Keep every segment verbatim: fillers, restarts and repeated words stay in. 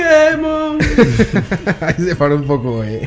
Pokémon. Ahí se paró un poco, eh.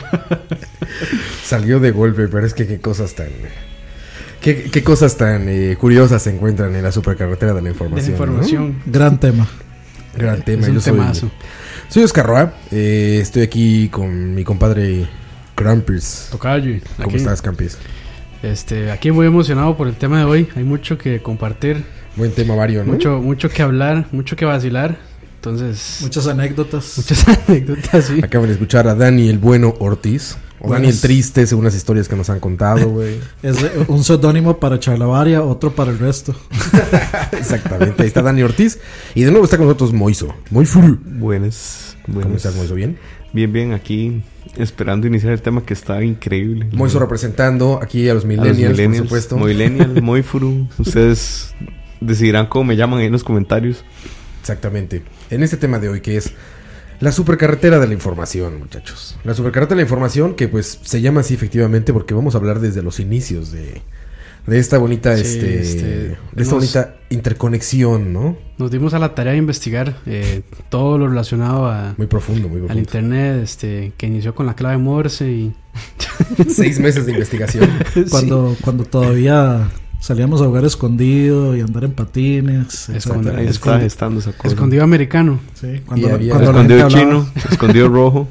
Salió de golpe, pero es que qué cosas tan... Qué, qué cosas tan eh, curiosas se encuentran en la supercarretera de la información. De la información. ¿no? Gran tema. Gran tema. Es un Yo soy, temazo. soy Oscar Roa. Eh, estoy aquí con mi compadre Krampus. Tocayo. ¿Cómo aquí. estás, Krampus? Este, aquí muy emocionado por el tema de hoy. Hay mucho que compartir. Buen tema, Mario, ¿no? Mucho, mucho que hablar. Mucho que vacilar. Entonces... Muchas anécdotas. Muchas anécdotas, sí. Acaban de escuchar a Dani el Bueno Ortiz. O Buenas. Dani el Triste, según las historias que nos han contado, güey. Es un seudónimo para Charlavaria, otro para el resto. Exactamente. Ahí está Dani Ortiz. Y de nuevo está con nosotros Moiso. Moifuru. Buenas, buenas. ¿Cómo estás, Moiso? ¿Bien? Bien, bien, aquí esperando iniciar el tema que está increíble. Moiso representando aquí a los A los millennials, millennials, por supuesto. Millennial, Moifuru. Ustedes decidirán cómo me llaman ahí en los comentarios. Exactamente. En este tema de hoy, que es la supercarretera de la información, muchachos. La supercarretera de la información, que pues se llama así efectivamente porque vamos a hablar desde los inicios de, de esta bonita, Sí, este, este, de esta nos- bonita interconexión, ¿no? Nos dimos a la tarea de investigar eh, todo lo relacionado a, Muy profundo, muy al profundo. internet, este, que inició con la clave Morse y... Seis meses de investigación. Cuando, cuando todavía salíamos a jugar escondido y andar en patines. Escondido. etcétera. Ahí está escondi- gestando esa cosa. Escondido americano. Sí, cuando, Y había- cuando la gente Escondido hablaba- chino, escondido rojo.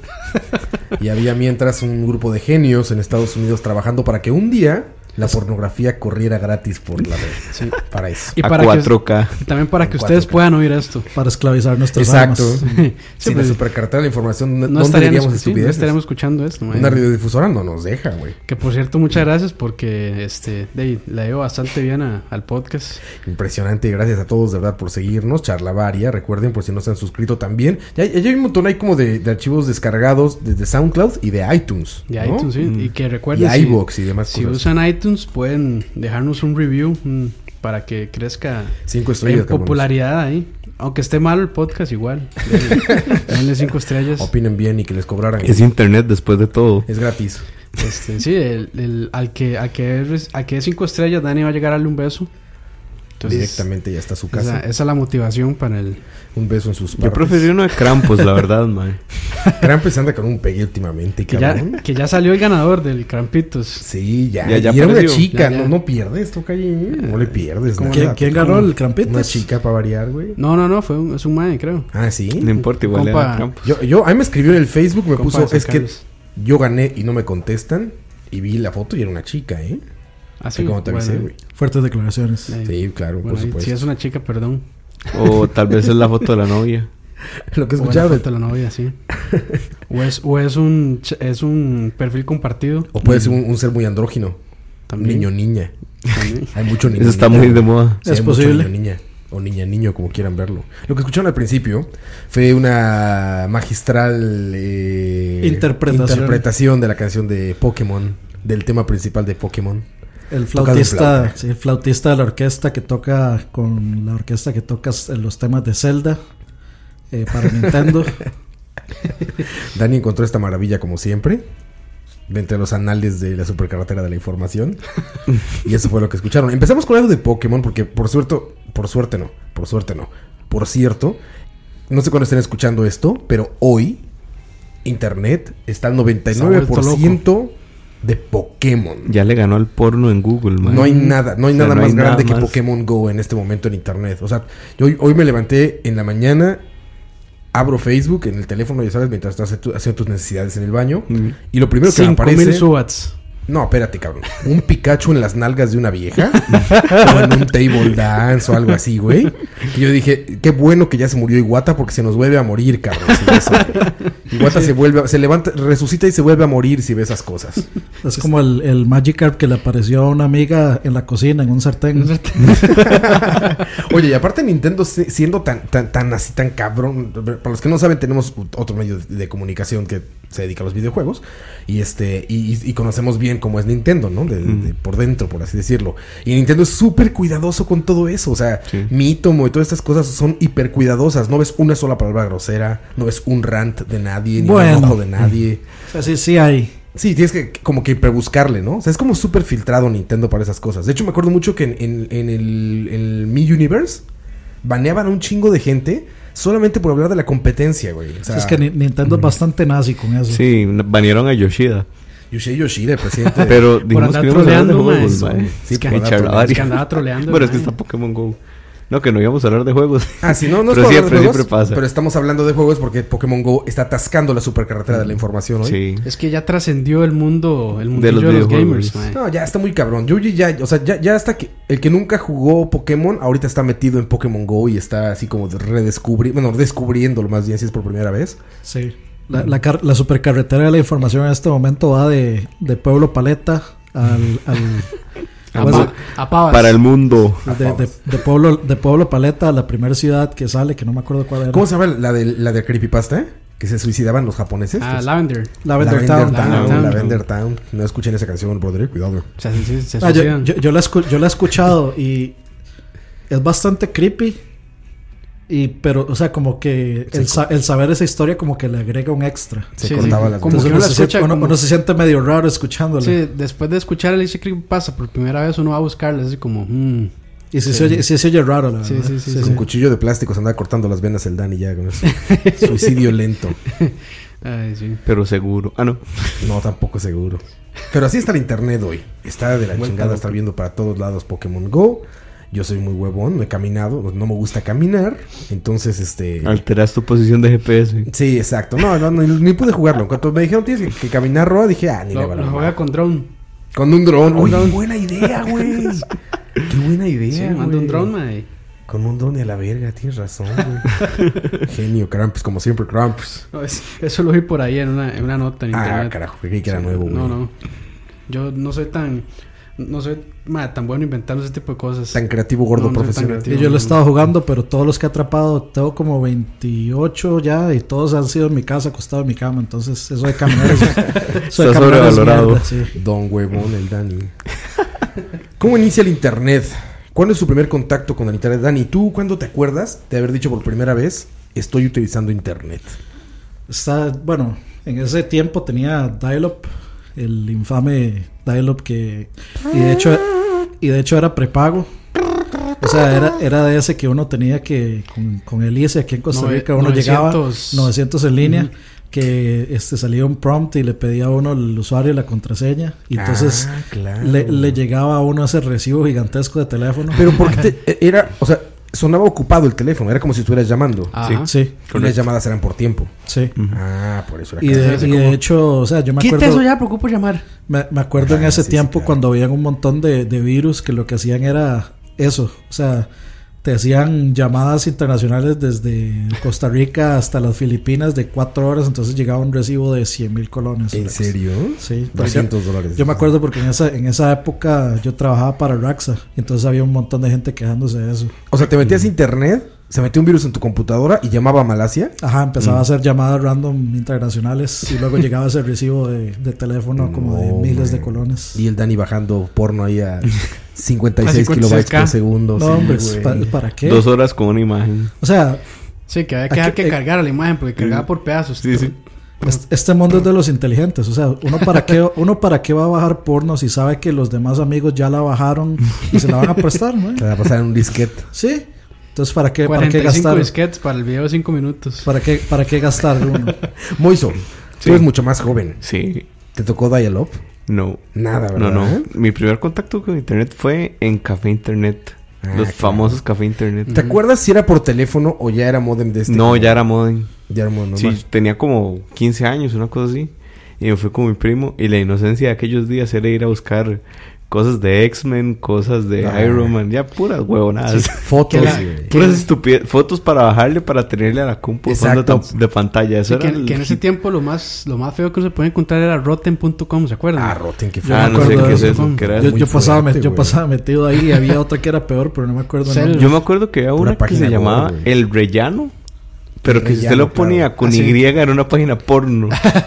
Y había mientras un grupo de genios en Estados Unidos trabajando para que un día la pornografía corriera gratis por la red. Sí. Para eso. Y A para cuatro K. que, también para En que ustedes cuatro K. puedan oír esto. para esclavizar nuestras Exacto. almas. Sí, Sin pues, la supercarretera de la información, no ¿dónde estaríamos, diríamos sí, no estupideces? estaríamos escuchando esto. man. Una radiodifusora no nos deja, güey. Que por cierto, muchas gracias porque este, David, le dio bastante bien a- al podcast. Impresionante, gracias a todos de verdad por seguirnos. Charlavaria, recuerden por si no se han suscrito también. Ya, ya hay un montón ahí como de, de archivos descargados desde SoundCloud y de iTunes. De ¿no? iTunes, sí. Mm. Y que Y recuerden, si, iVoox y demás si cosas. usan iTunes, pueden dejarnos un review mm, para que crezca Cinco estrellas, en cabrones. popularidad ahí. Aunque esté malo el podcast, igual. Denle, denle cinco estrellas. Opinen bien y que les cobraran. Es internet después de todo. Es gratis. Este, sí, el, el- al que al que es, al que es cinco estrellas, Dani va a llegar a darle un beso. Entonces, Directamente ya está a su Esa, casa. esa es la motivación para el... Un beso en sus Yo partes. preferí uno de Krampus, la verdad, man. Krampus anda con un pegue últimamente, Que ya, cabrón. que ya salió el ganador del Crampitos. Sí, ya. Ya, ya y era una apareció. chica. Ya, ya. No, no pierdes, toca ahí. No le pierdes. ¿Cómo nada. ¿Quién, quién ganó el Crampitos? Una chica para variar, güey. No, no, no, fue un, es un mae, creo. Ah, sí. No importa, igual Compa. era Krampus. Yo, yo, a mí me escribió en el Facebook, me Compa puso, de San es que Carlos. yo gané y no me contestan. Y vi la foto y era una chica, ¿eh? Así, Así como te avisé, bueno, güey. Fuertes declaraciones. eh, Sí, claro, bueno, por ahí, supuesto. si es una chica, perdón. O tal vez es la foto de la novia. Lo que O la escuchaba. foto de la novia, sí. O es, o es un ch- es un perfil compartido. O puede ser un, un ser muy andrógino. También. Niño, niña. También. Hay mucho niño. Eso está niña. muy de moda. Sí, Es hay mucho posible. niño, niña. O niña, niño, como quieran verlo. Lo que escucharon al principio fue una magistral eh, Interpretación. interpretación de la canción de Pokémon, del tema principal de Pokémon. El Tocado en flautista, flauta. sí, el flautista de la orquesta que toca con la orquesta que toca los temas de Zelda eh, para Nintendo. Dani encontró esta maravilla como siempre, de entre los anales de la supercarretera de la información. Y eso fue lo que escucharon. Empezamos con algo de Pokémon porque por suerte, por suerte no, por suerte no. Por cierto, no sé cuándo estén escuchando esto, pero hoy Internet está al noventa y nueve por ciento de Pokémon. Ya le ganó al porno en Google, man. No hay nada, no hay O sea, nada no más hay grande nada que más. Pokémon Go en este momento en internet. O sea, yo hoy, hoy me levanté en la mañana, abro Facebook en el teléfono, ya sabes, mientras estás haciendo tu- haciendo tus necesidades en el baño. Mm. Y lo primero que me Cinco mil aparece... subats. No, espérate, cabrón. Un Pikachu en las nalgas de una vieja. O en un table dance o algo así, güey. Y yo dije, qué bueno que ya se murió Iwata porque se nos vuelve a morir, cabrón. Si ves eso, güey. Iwata se vuelve, a- se levanta, resucita y se vuelve a morir si ve esas cosas. Es como el, el Magikarp que le apareció a una amiga en la cocina en un sartén. Oye, y aparte Nintendo si- siendo tan, tan, tan así, tan cabrón. Para los que no saben, tenemos otro medio de, de comunicación que se dedica a los videojuegos. Y este, y, y- y conocemos bien cómo es Nintendo, ¿no? De, de- de por dentro, por así decirlo. Y Nintendo es súper cuidadoso con todo eso. O sea, Sí. Mítomo y todas estas cosas son hiper cuidadosas. No ves una sola palabra grosera, no ves un rant de nadie, ni Bueno. un enojo de nadie. O sea, sí, sí hay. Sí, tienes que como que buscarle, ¿no? O sea, es como súper filtrado Nintendo para esas cosas. De hecho, me acuerdo mucho que en, en- en el, en el Mi Universe baneaban a un chingo de gente solamente por hablar de la competencia, güey. O sea, es que ni- Nintendo es bastante nazi con eso. Sí, banearon a Yoshida. Yoshida Yoshida, el presidente. Pero Por dijimos andar que íbamos a hablar de troleando, juegos, mae. mae. Sí, Es que por andaba andar troleando. Es que andaba troleando. Bueno, es que mae. está Pokémon Go. No, que no íbamos a hablar de juegos. Ah, sí, no, no es Pero por hablar siempre, de juegos, siempre pasa. pero estamos hablando de juegos porque Pokémon Go está atascando la supercarretera de la información hoy. Sí. Es que ya trascendió el mundo, el mundo De de los los, videojuegos. gamers, mae. No, ya está muy cabrón. Yuji ya, o sea, ya, ya hasta que el que nunca jugó Pokémon, ahorita está metido en Pokémon Go y está así como redescubriendo, bueno, descubriéndolo más bien si es por primera vez. Sí. La, la, car- la supercarretera de la información en este momento va de, de Pueblo Paleta al... al A pues, pa- A pavas. Para el mundo. de, de, de Pueblo, de Pueblo Paleta a la primera ciudad que sale, que no me acuerdo cuál era. ¿Cómo se llama la de la de Creepypasta? ¿Eh? Que se suicidaban los japoneses. Ah, Pues, Lavender. Lavender Lavender Town. Town. Lavender Town. Lavender Town. No escuchen esa canción, brother. Cuidado. O sea, sí, sí, se Ah, yo, suicidan. yo, yo la escu- yo la he escuchado y es bastante creepy. Y, pero, o sea, como que el, sa- el saber esa historia como que le agrega un extra. Se Sí, cortaba sí. las Como venas. que Entonces uno uno, la se, siente, escucha uno- como- uno se siente medio raro escuchándola. Sí, después de escuchar el Alicia pasa por primera vez, uno va a buscarla. Es así como, mm, Y sí, se oye, sí se oye raro, la Sí, verdad. sí, sí, Con sí. cuchillo de plástico se andaba cortando las venas el Dani ya con eso. Suicidio lento. ay, sí. Pero seguro. Ah, no. No, tampoco seguro. Pero así está el internet hoy. Está de la Vuelta chingada loca. estar viendo para todos lados Pokémon Go. Yo soy muy huevón, no he caminado, no me gusta caminar. Entonces, este... Alteras tu posición de G P S. Sí, exacto. No, no, ni, ni pude jugarlo. En cuanto me dijeron tienes que, que caminar, Roa, dije, ah, ni le Lo, va la lo mamá. juega con drone. Con un dron. Con un Uy, dron. buena idea, güey. Qué buena idea, Sí, güey. manda un drone, mae. Con un dron y a la verga, tienes razón, güey. Genio, Krampus, como siempre, Krampus. No, es- eso lo vi por ahí en una, en una nota en Ah, internet. carajo, creí que era Sí, nuevo, güey. No, no. Yo no soy tan... No soy mae, tan bueno inventando ese tipo de cosas. Tan creativo, gordo, No, no soy tan profesional. creativo. Y yo lo he estado jugando, pero todos los que he atrapado, tengo como veintiocho ya y todos han sido en mi casa, acostado en mi cama. Entonces, eso de caminar es, eso de Está caminar es sobrevalorado. mierda, sí. Don huevón, el Dani. ¿Cómo inicia el internet? ¿Cuándo es su primer contacto con el internet? Dani, ¿tú cuándo te acuerdas de haber dicho por primera vez estoy utilizando internet? Está, bueno, en ese tiempo tenía dial-up, el infame dial-up que... Y de hecho, y de hecho era prepago. O sea, era, era de ese que uno tenía que... Con, con el I S aquí en Costa Nove- Rica uno llegaba novecientos. novecientos en línea. Ujú. Que este, salía un prompt y le pedía a uno el usuario y la contraseña. Y entonces Ah, claro. le, le llegaba a uno ese recibo gigantesco de teléfono. Pero porque te- era, o sea, sonaba ocupado el teléfono, era como si estuvieras llamando. Ajá. Sí, Y las Correcto. llamadas eran por tiempo. sí. Ah, por eso era Y caro. de, y de hecho, o sea, yo me Quita acuerdo... eso ya, preocupo llamar. Me, me acuerdo en Ah, ese sí, sí, tiempo claro. cuando habían un montón de, de virus que lo que hacían era eso. O sea, te hacían llamadas internacionales desde Costa Rica hasta las Filipinas de cuatro horas. Entonces llegaba un recibo de cien mil colones. ¿En serio? Sí. Pero yo, doscientos dólares. yo me acuerdo porque en esa, en esa época yo trabajaba para Raxa. Y entonces había un montón de gente quejándose de eso. O sea, te metías a internet, se metió un virus en tu computadora y llamaba a Malasia. Ajá, Mm. empezaba a hacer llamadas random internacionales. Y luego llegaba ese recibo de, de teléfono como de No, miles de man. colones. Y el Dani bajando porno ahí a cincuenta y A seis kilobytes cincuenta y seis K. por segundo. No, sí, hombre, güey. ¿pa- ¿para qué? Dos horas con una imagen. O sea, Sí, que había que dejar Aquí- que eh, cargara la imagen porque cargaba por pedazos. Sí, sí. Est- Este mundo es de los inteligentes, o sea, uno para qué, uno para qué va a bajar porno si sabe que los demás amigos ya la bajaron y se la van a prestar, ¿no? Te la pasar en un disquete. Sí. Entonces, ¿para qué, para cuarenta qué y cinco gastar? disquetes para el video de cinco minutos. ¿Para qué, para qué gastar uno? Moiso, Sí. tú eres mucho más joven. Sí. ¿Te tocó dial-up? No. Nada, No, ¿verdad? no. Mi primer contacto con internet fue en Café Internet. Ah, Los claro. famosos Café Internet. ¿Te acuerdas si era por teléfono o ya era modem de este? No, ya era modem. Ya era modem normal. Sí, tenía como quince años, una cosa así. Y me fui con mi primo. Y la inocencia de aquellos días era ir a buscar cosas de X-Men, cosas de Ah. Iron Man. Ya puras huevonadas. Fotos. Que la- güey. Puras estupideces. Fotos para bajarle, para tenerle a la compu fondo Exacto. de, de pantalla. Eso Sí, que, era el que en ese hit. tiempo lo más lo más feo que se puede encontrar era rotten punto com, ¿se acuerdan? Ah, Rotten, que fue. Ah, me no sé acuerdo qué de es eso. eso. ¿Qué era Yo, eso? muy yo pasaba, fuerte, me- yo güey. pasaba metido ahí y había otra que era peor, pero no me acuerdo el Cel- nombre. Yo me acuerdo que había Pura una que página se llamaba web, güey. El Rellano. Pero El que si usted Rellano, lo ponía claro. con Ah, sí. Y era una página porno.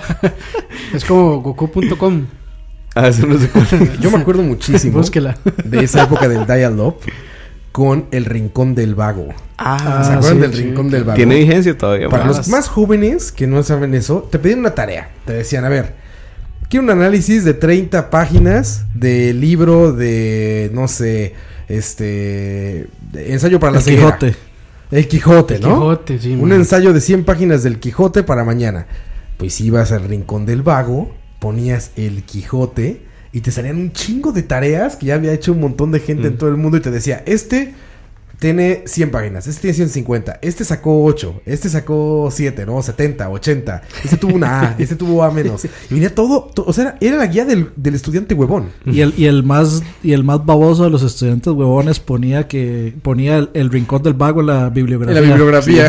Es como goku punto com. Ah, eso no sé cuál. Yo me acuerdo muchísimo Búsquela. de esa época del dial-up con el Rincón del Vago. Ah, ¿Se acuerdan sí, del sí. Rincón del Vago? Tiene vigencia todavía. Para más. los más jóvenes que no saben eso, te pedían una tarea. Te decían, a ver, quiero un análisis de treinta páginas del libro de, no sé, este... de ensayo para la El ceguera. Quijote. El Quijote, El ¿no? Quijote, sí, Un man. ensayo de cien páginas del Quijote para mañana. Pues ibas al Rincón del Vago, ponías el Quijote y te salían un chingo de tareas que ya había hecho un montón de gente Mm. en todo el mundo y te decía, este tiene cien páginas, este tiene ciento cincuenta, este sacó ocho, este sacó siete, ¿no? setenta, ochenta, este tuvo una A, este tuvo A menos. Y venía todo, to- o sea, era, era la guía del, del estudiante huevón. Y el, y el más y el más baboso de los estudiantes huevones ponía que ponía el, el rincón del vago en la En bibliografía. la bibliografía.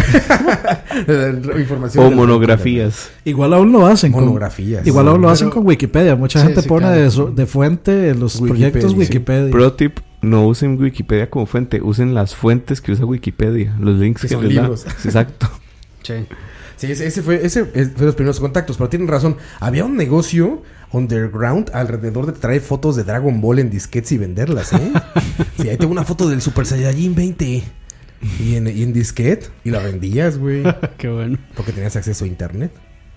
La información O del- monografías. Igual aún lo hacen con Monografías. igual aún lo Pero- hacen con Wikipedia. Mucha Sí, gente sí, pone claro. de, su- de fuente los Wikipedia, proyectos sí. Wikipedia. Pro tip, no usen Wikipedia como fuente, usen las fuentes que usa Wikipedia, los links Que que, son les libros. da. Exacto. Sí. Sí, ese, ese fue ese fue los primeros contactos, pero tienen razón. Había un negocio underground alrededor de traer fotos de Dragon Ball en disquetes y venderlas, ¿eh? Sí, ahí tengo una foto del Super Saiyajin veinte y en, y en disquete y la vendías, güey, Qué bueno. porque tenías acceso a internet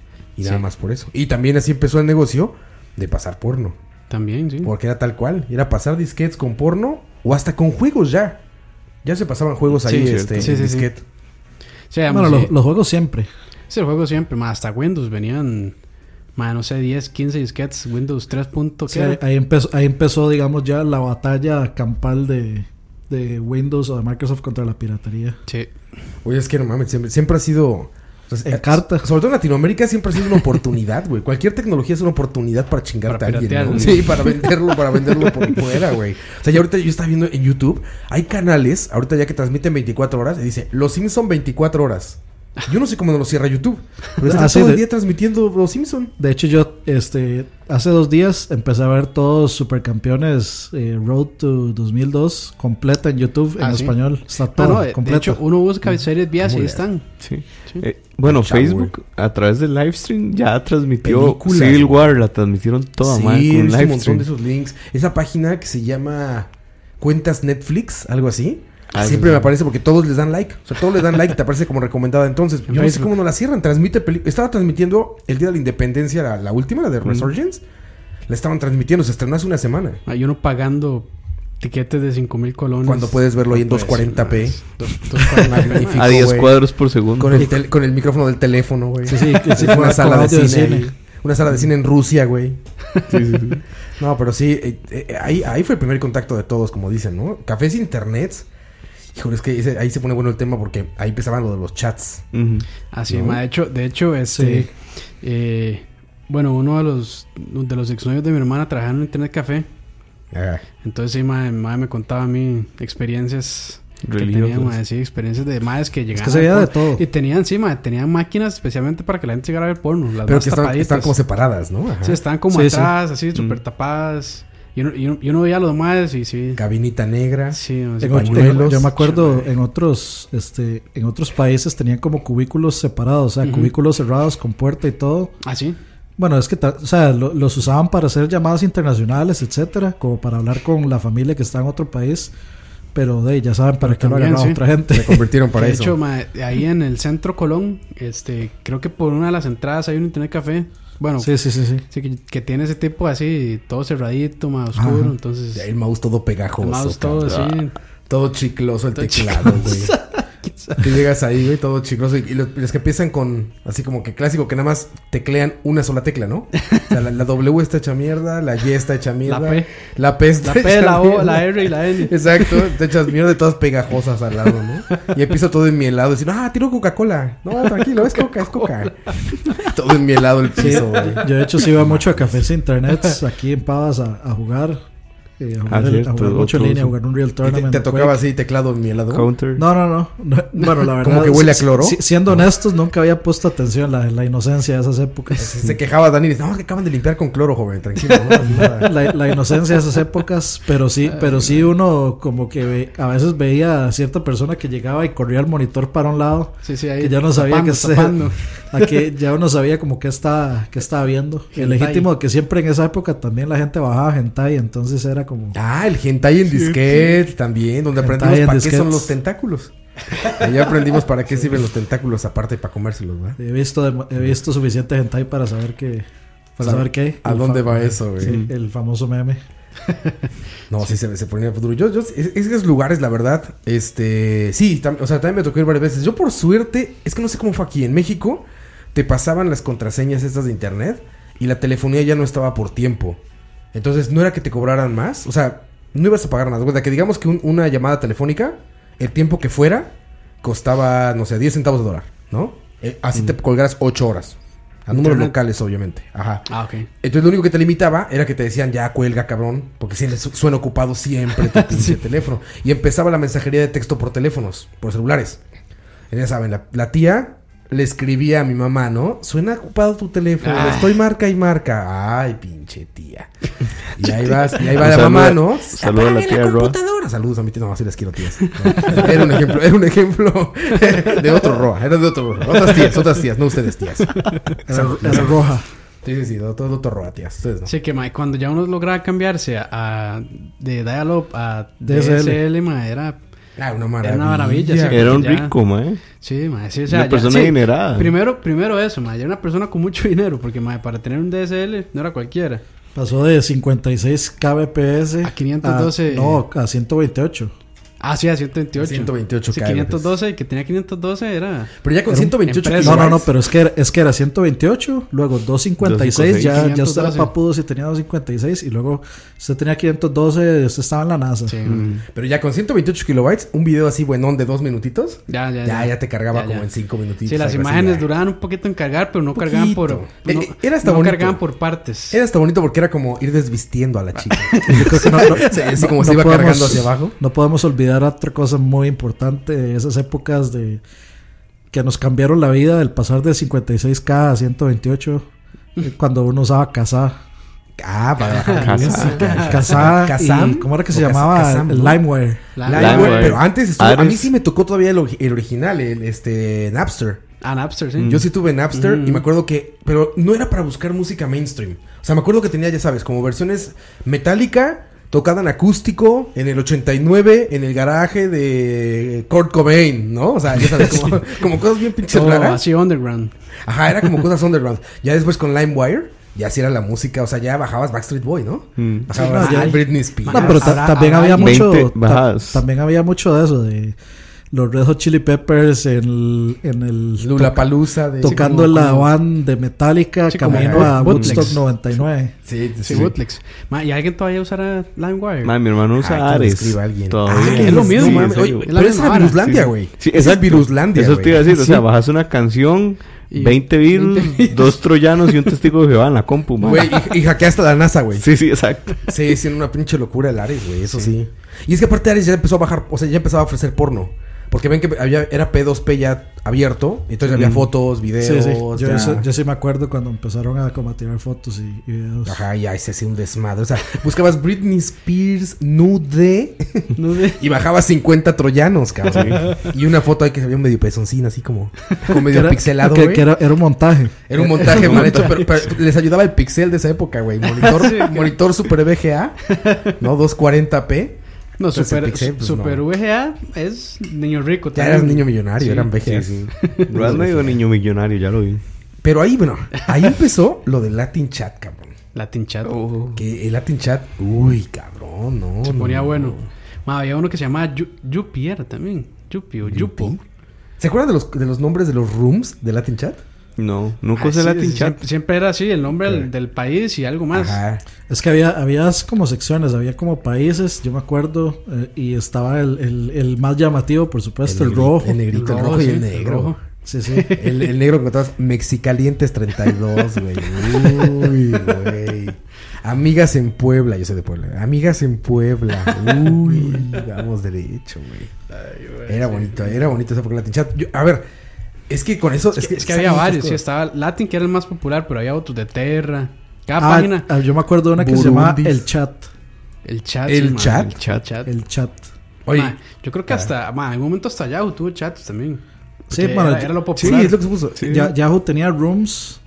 y Sí. nada más por eso. Y también así empezó el negocio de pasar porno, También, sí. porque era tal cual, era pasar disquetes con porno o hasta con juegos ya. Ya se pasaban juegos ahí Sí, este, sí, en sí, sí. disquete. Sí, Bueno, digamos, los, sí. los juegos siempre. Sí, el juego siempre, más hasta Windows venían, más no sé, diez, quince disquetes, Windows tres. O sea, ahí empezó, ahí empezó, digamos, ya la batalla campal de, de Windows o de Microsoft contra la piratería. Sí. Oye, es que no mames, siempre, siempre ha sido... o sea, En eh, carta. Sobre todo en Latinoamérica siempre ha sido una oportunidad, güey. Cualquier tecnología es una oportunidad para chingarte Para a alguien, ¿no? piratear, Sí, para venderlo, para venderlo por fuera, güey. O sea, ya ahorita yo estaba viendo en YouTube, hay canales, ahorita ya que transmiten veinticuatro horas, y dice, Los Simpson veinticuatro horas. Yo no sé cómo no lo cierra YouTube, pero está Ah, sí, todo el de- día transmitiendo Los Simpson. De hecho, yo este hace dos días empecé a ver todos Supercampeones eh, Road to dos mil dos completa en YouTube en Ah, ¿sí? español. Está No, todo no, de, de completo. hecho, uno busca series vías y ahí le están. Sí. Sí. Eh, bueno, Chavo, Facebook a través del livestream ya transmitió Películas, Civil güey. War, la transmitieron toda Sí, mal he con un visto un montón livestream. de esos links. Esa página que se llama Cuentas Netflix, algo así. Ah, Siempre sí, me sí. aparece porque todos les dan like. O sea, todos les dan like y te aparece como recomendada. Entonces, yo no sé Facebook. cómo no la cierran. Transmite peli- Estaba transmitiendo el día de la independencia, la, la última, la de Resurgence. La estaban transmitiendo, se estrenó hace una semana. Hay uno pagando tiquetes de cinco mil colones. Cuando puedes verlo ahí en No puede doscientos cuarenta p. ser más. Dos- dos cuarenta. Magnífico, A diez güey. cuadros por segundo. Con el, tel- con el micrófono del teléfono, güey. Sí, sí, que sí, una con sala de audio cine. de ahí. Una sala de cine en Rusia, güey. Sí, sí, sí. No, pero sí, eh, eh, ahí, ahí fue el primer contacto de todos, como dicen, ¿no? Cafés internet. Híjole, es que ese- ahí se pone bueno el tema porque ahí empezaban lo de los chats. Ujú. Así, ¿No? ma, de hecho, de hecho, este, Sí. eh, bueno, uno de los de los exnovios de mi hermana trabajaba en un internet café. Ah, Entonces, sí, ma, ma, me contaba a mí experiencias que Religiosas. tenían, ma, sí, experiencias de madres que Es llegaban. que se a veía ver de porno. todo. Y tenían, sí, ma, tenían máquinas especialmente para que la gente llegara a ver porno. Las pero más que estaban, tapaditas. estaban como separadas, ¿no? Ajá. Sí, estaban como Sí, sí. atrás, así, súper Mm. tapadas. Y uno, y, uno, y uno veía a los madres y sí. Cabinita negra. Sí, no sé, En otro- pañuelos. en- yo me acuerdo en otros este en otros países tenían como cubículos separados, o sea, Ujú. cubículos cerrados con puerta y todo. así. Bueno, es que ta- o sea, lo- los usaban para hacer llamadas internacionales, etcétera, como para hablar con la familia que está en otro país, pero de ahí ya saben para Pero qué lo también, agarraba sí. otra gente. Se convirtieron para de eso. hecho, ma, ahí en el centro Colón, este, creo que por una de las entradas hay un internet café. Bueno, Sí, sí, sí, sí. sí, que, que tiene ese tipo así, todo cerradito, más oscuro. Ajá. Entonces, Y ahí el mouse todo pegajoso. el mouse todo cabrón. así. Todo chicloso el Todo teclado, güey. Tú llegas ahí, güey, todo chicloso. Y los, los que empiezan con, así como que clásico, que nada más teclean una sola tecla, ¿no? O sea, la, la W está hecha mierda, la Y está hecha mierda. La P. La P está La P, hecha la O, mierda. la R y la N. Exacto, te echas mierda de todas pegajosas al lado, ¿no? Y empieza todo enmielado, decir, ah, tiro Coca-Cola. No, tranquilo, es Coca, es Coca. Todo enmielado el piso, güey. Yo de hecho sí iba mucho a cafés e internet aquí en Pavas a, a jugar. eh, a jugar, Ah, el- a cierto, jugar mucho en otro línea, a uso. jugar un Real Y te, Tournament. te tocaba Quake. así teclado enmielado. Counter. No, no, no, no. Bueno, la verdad. ¿Como que huele a si- cloro? si- siendo honestos, nunca había puesto atención a la, la inocencia de esas épocas. Se quejaba Dani y dice, no, que acaban de limpiar con cloro, joven, tranquilo, no pasa nada. La, la inocencia de esas épocas, pero sí, pero sí uno como que ve- a veces veía a cierta persona que llegaba y corría el monitor para un lado, Sí, sí, ahí. que ya no sabía tapando, que se- tapando. a que ya uno sabía como que estaba, que estaba viendo. Y el Hentai. legítimo que siempre en esa época también la gente bajaba hentai, entonces era como Ah, el hentai en disquete también, donde Hentai aprendimos en para qué son disquetes. los tentáculos. Ahí aprendimos para qué sirven los tentáculos aparte para comérselos, ¿verdad? he visto dem- he visto suficiente hentai para saber que para Sabe- saber qué. ¿A El dónde fa- va eso, güey? sí, el famoso meme. No, sí, se, se ponía duro. Yo, yo, es, esos lugares, la verdad, este... Sí, tam, o sea, también me tocó ir varias veces. Yo, por suerte, es que no sé cómo fue aquí. En México, te pasaban las contraseñas estas de internet y la telefonía ya no estaba por tiempo. Entonces, no era que te cobraran más. O sea, no ibas a pagar nada. O sea, que digamos que un, una llamada telefónica, el tiempo que fuera, costaba, no sé, diez centavos de dólar, ¿no? Eh, así mm. te colgaras ocho horas. A números Internet. Locales, obviamente. Ajá. Ah, ok. Entonces, lo único que te limitaba era que te decían, ya cuelga, cabrón. Porque si su suena ocupado siempre tu pinche sí. teléfono. Y empezaba la mensajería de texto por teléfonos, por celulares. Y ya saben, la, la tía le escribía a mi mamá, ¿no? Suena ocupado tu teléfono. Ah. Estoy marca y marca. Ay, pinche tía. Y ahí vas, y ahí va la saludo, mamá, ¿no? Saludos a la tía la computadora. Saludos a mi tía. No, así les quiero, tías. No. Era un ejemplo, era un ejemplo de otro Roa. Era de otro Roa. Otras tías, otras tías, no ustedes tías. Era, era roja. Sí, sí, sí, todo otro Roa, tías. Ustedes no. Sí, que ma, cuando ya uno lograba cambiarse a, a de Dial-Up a D S L, ma, era... Ah, una maravilla. Era una maravilla. Sí, era un ya, rico, ma. Sí, ma. Sí, o sea, una ya, persona sí, adinerada. Primero, primero eso, ma. Ya era una persona con mucho dinero. Porque, ma, para tener un D S L no era cualquiera. Pasó de cincuenta y seis kbps a quinientos doce. A, no, a ciento veintiocho. Ah, sí, a ciento veintiocho. ciento veintiocho sí, quinientos doce, el que tenía quinientos doce era... Pero ya con ciento veintiocho No, no, no, pero es que era, es que era ciento veintiocho, luego doscientos cincuenta y seis, ya, ya usted era papudo si tenía doscientos cincuenta y seis, y luego usted tenía quinientos doce, usted estaba en la NASA. Sí. Mm. Pero ya con ciento veintiocho kilobytes, un video así buenón de dos minutitos, ya, ya, ya, ya, ya te cargaba ya, como ya. en cinco minutitos. Sí, las imágenes así, duraban un poquito en cargar, pero no poquito. cargaban por... No, eh, era hasta no bonito. cargaban por partes. Era hasta bonito porque era como ir desvistiendo a la chica. Yo creo que no, no, sí, así como no se iba podemos, cargando hacia abajo. No podemos olvidar otra cosa muy importante de esas épocas de que nos cambiaron la vida del pasar de cincuenta y seis K a ciento veintiocho cuando uno usaba Kazaa. Ah, para Kazaa. Kazaa. ¿Cómo era que se llamaba? Kazam, el ¿no? LimeWire. LimeWire. Pero antes estuvo, a mí sí me tocó todavía el, el original, el este Napster. Ah, Napster, sí. Yo sí tuve Napster mm. y me acuerdo que... Pero no era para buscar música mainstream. O sea, me acuerdo que tenía, ya sabes, como versiones Metallica... Tocada en acústico, en el ochenta y nueve, en el garaje de Kurt Cobain, ¿no? O sea, ya sabes, como, como cosas bien pinches oh, raras. Así underground. Ajá, era como cosas underground. Ya después con LimeWire, ya sí era la música, o sea, ya bajabas Backstreet Boy, ¿no? Mm. Bajabas sí, no, ya, Britney Spears. No, pero ta- también había mucho... Ta- también había mucho de eso, de... Los Red Hot Chili Peppers en el... En el Lollapalooza. De, tocando sí, en la van de Metallica, sí, camino a Woodstock noventa y nueve. Sí, sí, sí. sí. Bootlegs. Ma, ¿y alguien todavía usará LimeWire? Ma, mi hermano usa Ares. Escriba alguien. Todavía. Ah, es lo mismo, sí, mami. Oye, pero esa es Viruslandia, güey. Sí, sí, esa es Viruslandia, Eso te iba a decir. O sea, bajas una canción... Y veinte virus, dos troyanos y un testigo de Jehová en la compu, man. Güey, y, y hackeaste la NASA, güey. Sí, sí, exacto. Sí, sí, una pinche locura el Ares, güey, eso sí. sí. Y es que aparte Ares ya empezó a bajar, o sea, ya empezaba a ofrecer porno. Porque ven que había, era P dos P ya abierto. Entonces mm. había fotos, videos. Sí, sí. Yo, eso, yo sí me acuerdo cuando empezaron a como a tirar fotos y, y videos. Ajá, y ahí se hacía un desmadre. O sea, buscabas Britney Spears nude. nude. Y bajabas cincuenta troyanos, cabrón. Sí. Y una foto ahí que se veía un medio pezoncín, así como, como medio era, pixelado, que, güey. Que era, era un montaje. Era un montaje mal hecho, pero, pero les ayudaba el pixel de esa época, güey. Monitor, sí, monitor Super V G A, ¿no? doscientos cuarenta p. No, Entonces, Super, pixel, pues, super no. V G A es niño rico. Ya eras niño millonario, sí, eran V G A. Sí, sí. No has medio niño millonario, ya lo vi. Pero ahí, bueno, ahí empezó lo del Latin Chat, cabrón. Latin Chat. Oh. Que el Latin Chat, uy, cabrón, no. Se ponía no. bueno. Ma, había uno que se llamaba Yu- Yupi, era también. Yupi o Yupo. ¿Se acuerdan de los, de los nombres de los rooms de Latin Chat? No, nunca usé ah, sí, Latin sí, Chat. Siempre, siempre era así, el nombre del, del país y algo más. Ajá. Es que había, había como secciones, había como países, yo me acuerdo, eh, y estaba el, el, el más llamativo, por supuesto, el, el rojo. El negrito, el rojo, el rojo y sí, el negro. El rojo. Sí, sí. el, el negro que encontrabas Mexicalientes treinta y dos, güey. Uy, güey. Amigas en Puebla, yo soy de Puebla. Amigas en Puebla. Uy, vamos derecho, güey. Era bonito, era bonito esa época Latin Chat. Yo, a ver, es que con eso... Es que, es que había varios, sí, estaba Latin, que era el más popular, pero había otros de Terra. Cada ah, página... Ah, yo me acuerdo de una que Burundis. se llamaba El Chat. El Chat. ¿El, sí, chat? Man, el chat? chat. El Chat. Oye, man, yo creo que hasta... Man, en un momento hasta Yahoo tuvo chats también. Sí, bueno, era, era lo popular. Sí, es lo que se puso. Sí. Ya, Yahoo tenía rooms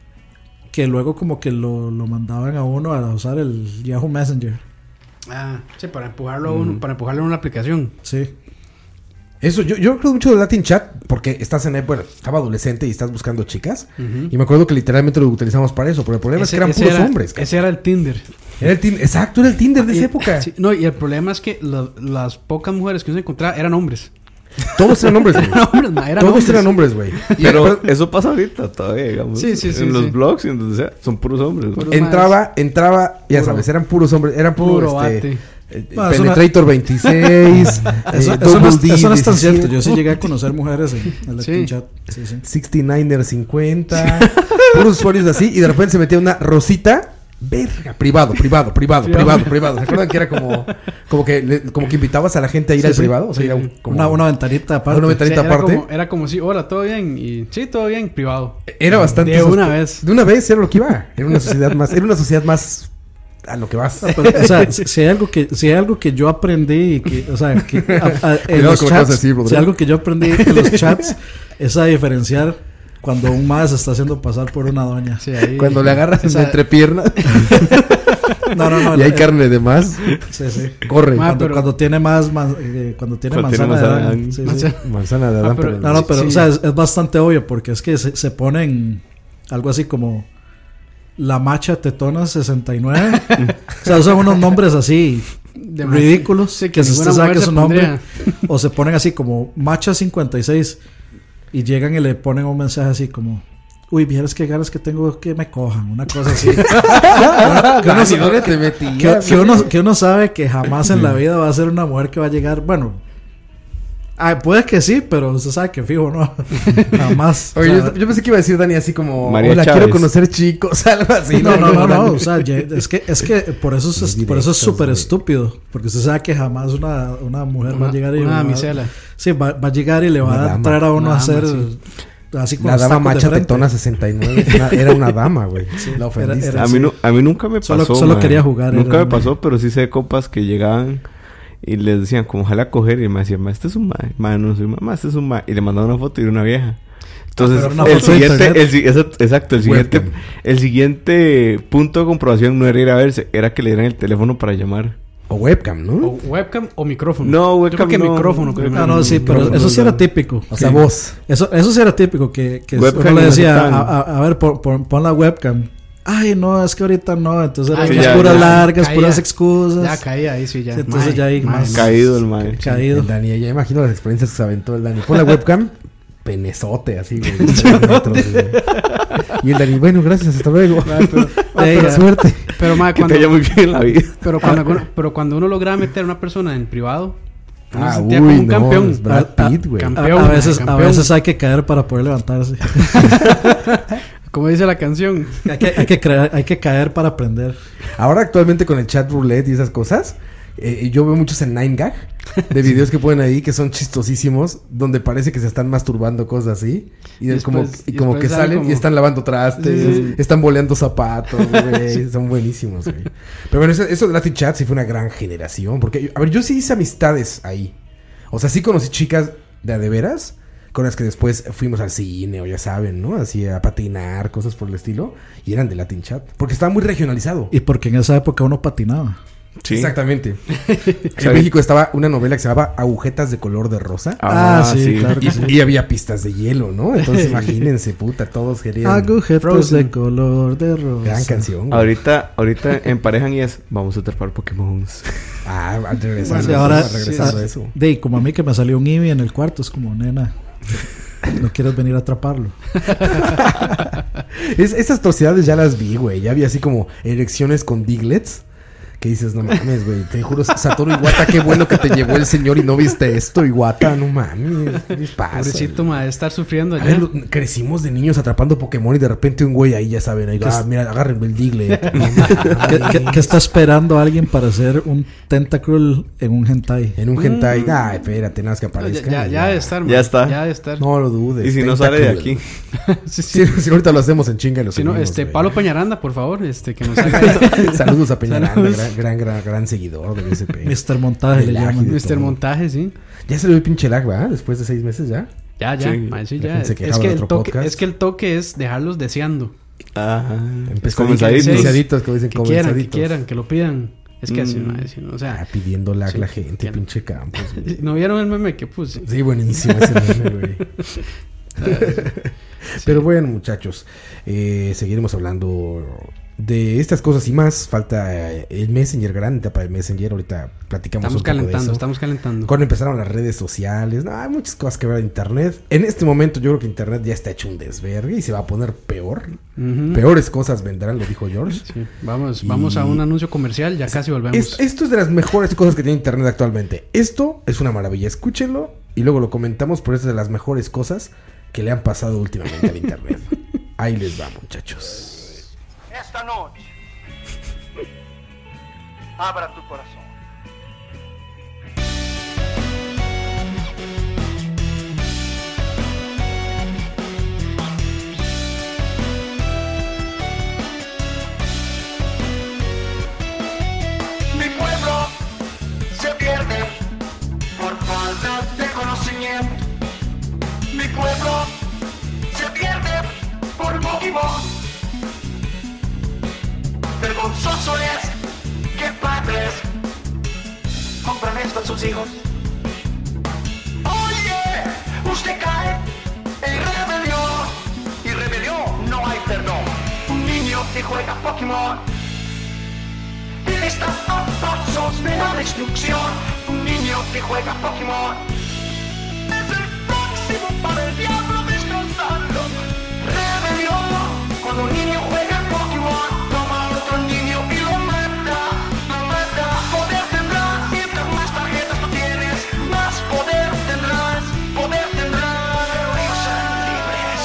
que luego como que lo, lo mandaban a uno a usar el Yahoo Messenger. Ah, sí, para empujarlo a uno, mm. para empujarlo a una aplicación. Sí. Eso, yo, yo creo mucho de Latin Chat porque estás en... Bueno, estaba adolescente y estás buscando chicas. Uh-huh. Y me acuerdo que literalmente lo utilizamos para eso. Pero el problema Ese- es que eran ese puros era- hombres. cabrón. Ese era el Tinder. Era el Tinder. Exacto, era el Tinder de Y- esa época. sí, no, y el problema es que lo- las pocas mujeres que uno encontraba eran hombres. Todos eran hombres, güey. Eran hombres, ma, eran Todos hombres. eran hombres, güey. Y Pero eso pasa ahorita todavía, digamos. Sí, sí, sí, En los sí. blogs y en donde sea, son puros hombres. güey. Puros entraba, entraba, ya Puro- sabes, eran puros hombres, eran puro, Puro este, bate. eh, No, eso Penetrator veintiséis, Eso, eh, eso no, es, Double D eso no es tan diecisiete, cierto. Yo sí llegué a conocer mujeres en, en el Sí. chat. Sí, sí. sesenta y nueve er cincuenta, puros usuarios así, y de repente se metía una Rosita, verga, privado, privado, privado, privado, privado. ¿Se acuerdan que era como, como que, le- como que invitabas a la gente a ir Sí, al sí. privado? O sea, Sí, era sí. un, como, Una, una ventanita aparte. Una O sea, ventanita era aparte. como, era como si, hola, todo bien. Y sí, todo bien, privado. Era bastante. De sospe- una vez. De una vez era lo que iba. Era una sociedad más, era una sociedad más a lo que vas. No, pero, o sea, si si hay algo que si hay algo que yo aprendí y que, o sea, que a- a- en Cuidado los con lo que vas a chats, decir, Rodrigo. si hay algo que yo aprendí en los chats es a diferenciar cuando un más se está haciendo pasar por una doña. Sí, ahí- Cuando le agarras en esa- la entrepierna No, no, no. y hay eh, carne de más, Sí, sí. corre. Ma- Cuando, pero- cuando tiene más, man- eh, cuando tiene Cuando tiene manzana de manzana de Adán. Adán. Sí, O sí. sea, Manzana de Ah, Adán, pero- pero No, no, pero Sí. o sea, es, es bastante obvio porque es que se, se ponen algo así como la macha tetona sesenta y nueve. O sea, usan unos nombres así de- ridículos Sí, que se ninguna usted sabe mujer que es se un nombre. pondría. O se ponen así como macha cincuenta y seis y llegan y le ponen un mensaje así como uy, vieras qué ganas que tengo que me cojan, una cosa así. que, uno, Dani, ¿dónde te metías? que- que uno, que uno sabe que jamás en la vida va a ser una mujer que va a llegar, bueno, ah, puede que sí, pero usted sabe que fijo, no, jamás. O Oye, sea, yo, yo pensé que iba a decir Dani así como María hola, Chávez. quiero conocer chicos, algo así. no, no, no, no, o sea, ya- es que, es que por eso es, Los por eso es directos, súper güey. estúpido, porque usted sabe que jamás una, una mujer va Una, a llegar y una va- damisela. sí, va, va a llegar y le va Una a dama. traer a uno Una a hacer dama, sí. así con La los dama tacos de macha frente. tetona sesenta y nueve era, era una dama, güey. La ofendiste. era- A mí, no, a mí nunca me Solo- pasó. solo mae. quería jugar, Nunca era- me pasó, pero sí sé de compas que llegaban y les decían, como ojalá coger. Y me decían, ma, este es un mae. Ma, no soy mamá, este es un mae. Y le mandaban una foto y era una vieja. Entonces, Pero era una el foto de siguiente, internet. el, si- exacto, exacto, el siguiente, Webcam. el siguiente punto de comprobación no era ir a verse, era que le dieran el teléfono para llamar. O webcam, ¿no? O webcam o micrófono. No, Yo webcam creo que no. micrófono. Webcam primero. Ah, no, sí, pero No, eso no, sí no. era típico. O sea, que- vos. Eso, eso sí era típico, que, que Webcam uno le no decía, necesitan. a, a- a ver, pon, pon- pon la webcam. Ay, no, es que ahorita no. Entonces eran Ah, unas ya, puras ya. largas, Caía. puras excusas. Ya caía ahí, sí, ya. Sí, entonces Mae, ya ahí mae, más- mae. Caído el mae. Caído. El Dani, ya imagino las experiencias que se aventó el Dani. Pon la webcam, penezote, así, güey. metros, güey. Y el Dani, bueno, gracias, hasta luego. Mae, pero- Ah, Ey, pero ya. suerte. Pero, mae, Que te cuando, vaya muy bien en la vida. pero, cuando, uno- pero cuando uno logra meter a una persona en privado, uno se Ah, sentía uy, como un no, campeón. es Brad Ah, ah, Pitt, güey. cam- A, Campeón, a veces, a campeón. veces hay que caer para poder levantarse. Como dice la canción. hay, que, hay, que creer- hay que caer para aprender. Ahora actualmente con el chat roulette y esas cosas, eh, yo veo muchos en nine gag de videos que ponen ahí que son chistosísimos, donde parece que se están masturbando, cosas así. Y, Y es como, después- y y como que después salen salen como- y están lavando trastes, Sí, sí. están boleando zapatos, güey. Son buenísimos, güey. Pero bueno, eso, eso de Latin Chat sí fue una gran generación. Porque, a ver, yo sí hice amistades ahí. O sea, sí conocí chicas de a de veras, con las que después fuimos al cine, o ya saben, ¿no? Así a patinar, cosas por el estilo. Y eran de Latin Chat. Porque estaba muy regionalizado. Y porque en esa época uno patinaba. Sí. Exactamente. En México estaba una novela que se llamaba Agujetas de color de rosa. Ah, sí, claro que Y, sí. y había pistas de hielo, ¿no? Entonces imagínense, puta, todos querían. Agujetas Frozen. de color de rosa. Gran canción. güey. Ahorita, ahorita emparejan y es, vamos a trepar Pokémon. Ah, regresando, Sí, ahora- regresando sí, a eso. De, y como a mí que me salió un Eevee en el cuarto, es como, nena, no quieres venir a atraparlo. Es, esas atrocidades ya las vi, güey. Ya vi así como erecciones con Diglets. Que dices, no mames, güey. Te juro, Satoru Iwata, qué bueno que te llevó el señor y no viste esto, Iwata. No mames. ¿Qué les pasa? Pobrecito, güey? mae, de estar sufriendo A allá. ver, lo- crecimos de niños atrapando Pokémon y de repente un güey ahí, ya saben, ahí, ah, mira, agárrenme el Diglett. No ¿Qué, mames. qué- qué está esperando alguien para hacer un Tentacruel en un hentai? En un hentai, ah, espérate, nada más que No, ya, aparezca. ya, ya debe estar, mae. Ya está. Ya debe estar. No lo dudes. Y si no sale de Tentacruel. aquí. Sí, sí. Si, si ahorita lo hacemos en chinga y lo Si no, subimos, este, güey. Pablo Peñaranda, por favor, este, que nos haga Saludos a Peñaranda, Saludos. gran, gran, gran, gran seguidor del S P. mister Montaje El le ágil. llaman. mister Montaje, sí. Ya se le dio pinche lag, ¿verdad? Después de seis meses ya. Ya, ya, Sí. mae, sí, La ya. gente se Es quejaba que, de el otro toque, podcast. es que el toque es dejarlos deseando. Ah, Empezaditos, comenzaditos. Sí. Iniciaditos, como dicen, Que quieran, que comenzaditos. quieran, que lo pidan. Es que así, Mm. mae, sí, ¿no? O sea, Ah, pidiendo lag sí, la gente, ya. pinche Campos, güey. ¿no vieron el meme que puse? Sí, buenísimo ese meme, güey. Pero bueno, muchachos, eh, seguiremos hablando de estas cosas y más. Falta eh, el Messenger, gran etapa de Messenger. Ahorita platicamos Estamos un poco de calentando, eso. estamos calentando. Cuando empezaron las redes sociales, no, hay muchas cosas que ver en Internet. En este momento yo creo que Internet ya está hecho un desvergue y se va a poner peor. Ujú. Peores cosas vendrán, lo dijo George. Sí, vamos, Y- vamos a un anuncio comercial, ya casi volvemos. Es- esto es de las mejores cosas que tiene Internet actualmente. Esto es una maravilla. Escúchenlo y luego lo comentamos, pero es de las mejores cosas que le han pasado últimamente al Internet. Ahí les va, muchachos. Esta noche, abra tu corazón. Mi pueblo se pierde por falta de conocimiento. Mi pueblo se pierde por Pokémon. Vergonzoso es que padres compran esto a sus hijos. Oye, usted cae en rebelión. Y rebelión no hay perdón. Un niño que juega Pokémon está a pasos de la destrucción. Un niño que juega Pokémon es el próximo para el diablo destrozarlo. Rebelión, cuando un niño juega Pokémon, toma a otro niño y lo mata, lo mata. Poder tendrás, mientras más tarjetas tú tienes, más poder tendrás, poder tendrás. Ellos serán libres.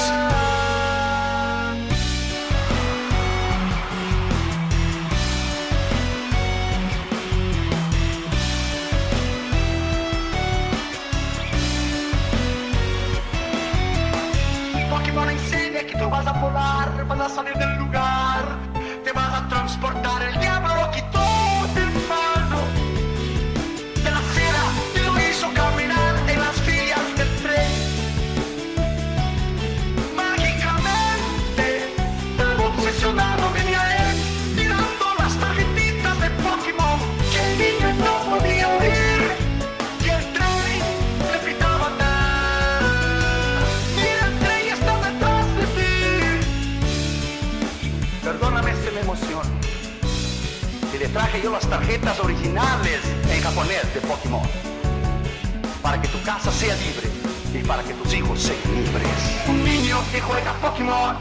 Pokémon enseña que tú vas a volar, vas a salir del lugar, te vas a transportar. El diablo lo quitó del mano de la acera y lo hizo caminar en las vías del tren. Mágicamente, el obsesionado venía él tirando las tarjetitas de Pokémon que el niño no podía oír. Y el tren le gritaba nada. Mira, el tren está detrás de ti. Perdóname si me emociono. Y le traje yo las tarjetas originales en japonés de Pokémon. Para que tu casa sea libre y para que tus hijos sean libres. Un niño que juega Pokémon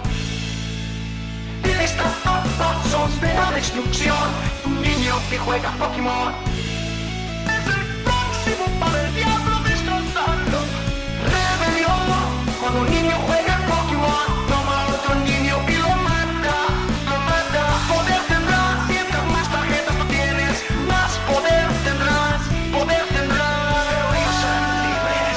está a pasos de la destrucción. Un niño que juega Pokémon es el próximo para el diablo destrozarlo. Rebelión, cuando un niño juega Pokémon, toma a otro niño y lo mata, lo mata. Poder tendrás, mientras más tarjetas tú tienes, más poder tendrás, poder tendrás. Pero ellos serán libres.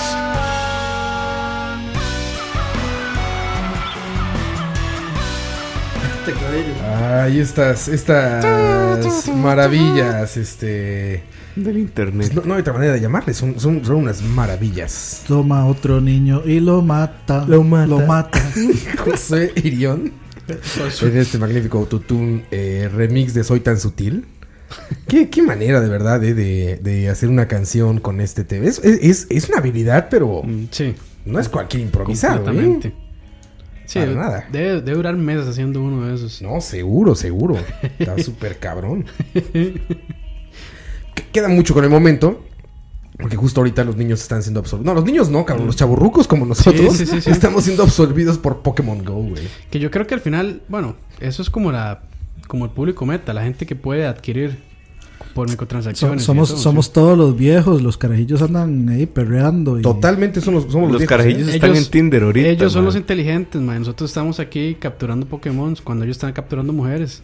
Este cabello. Ay, estas, estas maravillas, este... Del internet. No, no hay otra manera de llamarles, son, son, son unas maravillas. Toma otro niño y lo mata. Lo mata. Lo mata. José Irión, en este magnífico autotune eh, remix de Soy Tan Sutil. ¿Qué, qué manera de verdad eh, de, de hacer una canción con este tema. Es, es, es una habilidad, pero Mm, sí, no es cualquier improvisado. completamente. ¿eh? Sí, Para nada. Debe, debe durar meses haciendo uno de esos. No, seguro, seguro. Está súper cabrón. Que- Queda mucho con el momento. Porque justo ahorita los niños están siendo absorbidos. No, los niños no, cabrón. Los chavorrucos como nosotros sí, sí, sí. estamos siendo absorbidos por Pokémon Go, güey. Que yo creo que al final, bueno, eso es como la como el público meta, la gente que puede adquirir por So- microtransacciones. y somos eso, somos sí. todos los viejos. Los carajillos andan ahí perreando. Y... Totalmente somos, somos los, Los viejos, carajillos ¿eh? están Ellos- en Tinder ahorita. Ellos son man. los inteligentes, man. Nosotros estamos aquí capturando Pokémon cuando ellos están capturando mujeres.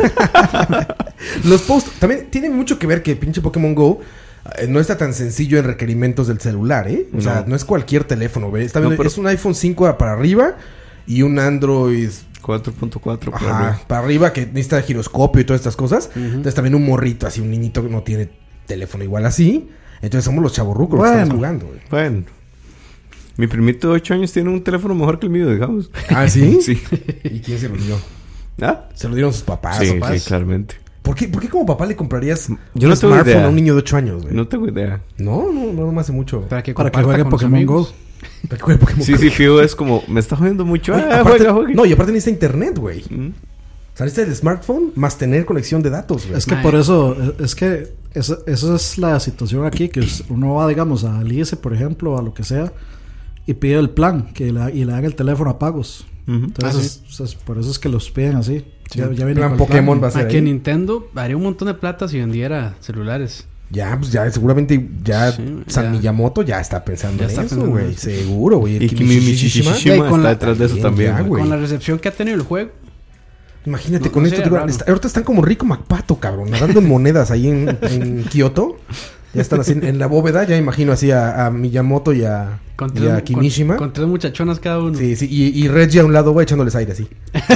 Los posts también tienen mucho que ver que pinche Pokémon Go eh, no está tan sencillo en requerimientos del celular, ¿eh? O sea, No. no es cualquier teléfono, ¿ve? Está No, viendo- pero- Es un iPhone cinco para arriba y un Android cuatro punto cuatro por ajá, arriba. para arriba que necesita giroscopio y todas estas cosas. Ujú. Entonces también un morrito así, un niñito que no tiene teléfono igual así. Entonces somos los chavorrucos los que Bueno. estamos jugando, güey. Bueno. Mi primito de ocho años tiene un teléfono mejor que el mío, digamos. ¿Ah, sí? Sí. ¿Y quién se lo dio? ¿Ah? Se lo dieron sus papás. sí, papás. sí, claramente. ¿Por qué, ¿Por qué como papá le comprarías Yo un no tengo smartphone idea. a un niño de ocho años, güey? No tengo idea. No, no, no, no me hace mucho. Para que, Para que comparta juegue con sus Pokémon Go. amigos. ¿Para qué juegue Pokémon Sí, Go? sí, fijo, es como, me está jodiendo mucho. Oye, Ah, aparte- juega, juega. No, y aparte necesita internet, güey. Mm. O sea, necesita el smartphone más tener conexión de datos, güey. Es que Mae. por eso, es que esa, esa es la situación aquí, que uno va, digamos, a Alice, por ejemplo, a lo que sea, y pide el plan, que la- y le dan el teléfono a pagos. Ujú. Entonces, es- es- por eso es que los piden así. Ya, ya viene Plan con el Pokémon va a ser Mae, que ahí. Nintendo haría un montón de plata si vendiera celulares. Ya, pues ya, seguramente ya Sí, San ya. Miyamoto ya está pensando Ya en está eso, pensando en güey. eso. Seguro, güey. El Y Kimi Kimishishima. Mishishima Y con está la- detrás de eso también, también. ya, güey. Con la recepción que ha tenido el juego. Imagínate, No- con no esto. sería digo, raro. está- ahorita están como Rico MacPato, cabrón. Nadando en monedas ahí en, en Kioto. Ya están así en, en la bóveda. Ya imagino así a, a Miyamoto y a, Con y tres, a Kimishima. con, con tres muchachonas cada uno. Sí, sí. Y, y Reggie a un lado, güey, echándoles aire así.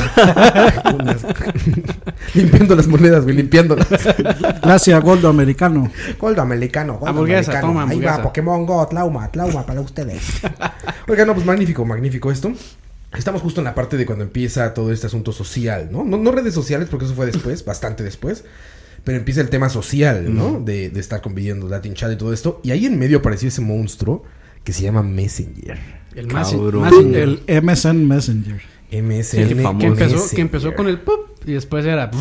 Unas- limpiando las monedas, güey, limpiándolas. Gracias, Goldo Americano. Goldo americano, goldo Hamburguesa, americano. toma, Ahí hamburguesa. va, Pokémon Go, Tlauma, Tlauma para ustedes. Oiga, no, pues magnífico, magnífico esto. Estamos justo en la parte de cuando empieza todo este asunto social, ¿no? No, no redes sociales, porque eso fue después, bastante después. Pero empieza el tema social, ¿no? De, de estar conviviendo Latin Chat y todo esto. Y ahí en medio apareció ese monstruo que se llama Messenger. El más, Cabrón. más El M S N Messenger. M S El N. famoso. que empezó, Messenger. que empezó con el pop y después era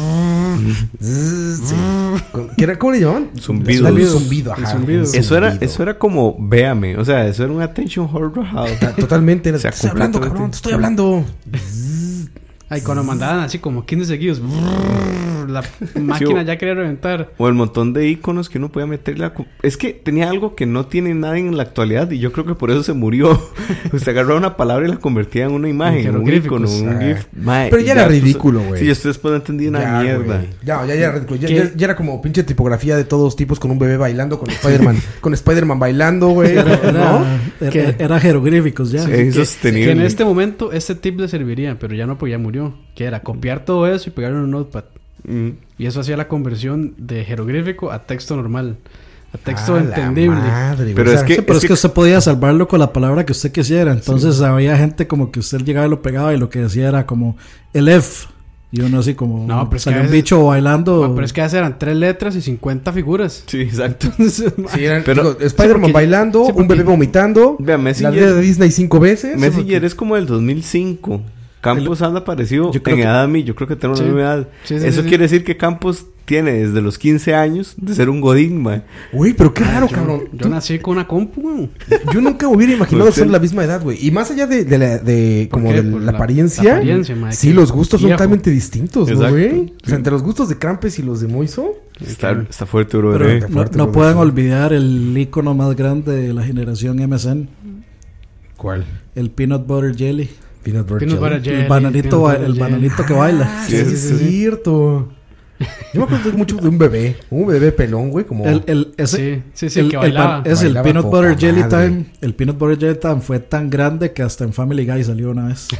Zzz, sí. Con- ¿qué era? ¿Cómo le llamaban? Zumbido. El zumbido, ajá. El zumbido. un Eso era, zumbido. eso era como, véame. O sea, eso era un attention whore rajado. Ta- Totalmente. Era, O sea, te estoy hablando, completamente. cabrón, te estoy hablando. ay, cuando mandaban así como quince seguidos, la máquina Sí, ya quería reventar. O el montón de iconos que uno podía meterle a... cu- Es que tenía algo que no tiene nadie en la actualidad y yo creo que por eso se murió. Usted agarraba una palabra y la convertía en una imagen, en un jeroglíficos. icono, un Ah. GIF. Mae, Pero ya era después- ridículo, güey. Sí, yo después no entendí una Ya, mierda. güey. Ya, ya, ya era ridículo. Ya, ¿Qué? ya- ya era como pinche tipografía de todos tipos con un bebé bailando con Spider-Man. con Spider-Man bailando, güey. Era, ¿No? era, era, ¿Qué? era jeroglíficos ya. Sí, Que, insostenible. que en este momento este tip le serviría, pero ya no, porque ya murió. Que era copiar todo eso y pegarlo en un notepad. Mm. Y eso hacía la conversión de jeroglífico a texto normal. A texto Ah, la entendible. madre, güey. Pero O es sea, que- Sí, pero es que usted podía salvarlo con la palabra que usted quisiera. Entonces había gente como que usted llegaba y lo pegaba y lo que decía era como el F. Y uno así como No, pero es que salió a un veces- bicho bailando. Ah, pero es que a veces eran tres letras y cincuenta figuras. Sí, exacto. Entonces, Sí, eran, Pero- digo, Spider-Man sí, porque- bailando, sí, un porque- bebé vomitando, Vea, la Messenger, vida de Disney cinco veces. Messenger es como el dos mil cinco. Campos anda parecido yo creo en que- edad a mí. Yo creo que tenemos Sí. la misma edad. Sí, sí, Eso sí, quiere decir que Campos tiene desde los quince años de ser un godín, man. Güey, pero qué raro, yo, cabrón. yo Tú- nací con una compu, güey. Yo nunca hubiera imaginado Usted- ser la misma edad, güey. Y más allá de, de la, de ¿Por como qué? de Por la, la- apariencia, la apariencia, madre, sí, que los gustos son viejo. totalmente distintos, ¿no, Exacto. güey? O sea, entre los gustos de Krampus y los de Moiso. Está, está fuerte, bro. Pero eh. no, fuerte, no bro. pueden olvidar el icono más grande de la generación M S N. ¿Cuál? El Peanut Butter Jelly. Peanut Butter Peanut Jelly. butter jelly, el bananito, peanut ba- butter el jelly. bananito que baila. Sí, Sí, sí, sí, es sí. cierto. Yo me acuerdo mucho de un bebé. Un bebé pelón, güey, como... El, el, ese, Sí, sí, sí, el- que el bailaba. ban- es el Bailaba Peanut poca Butter Jelly madre. Time. El Peanut Butter Jelly Time fue tan grande que hasta en Family Guy salió una vez.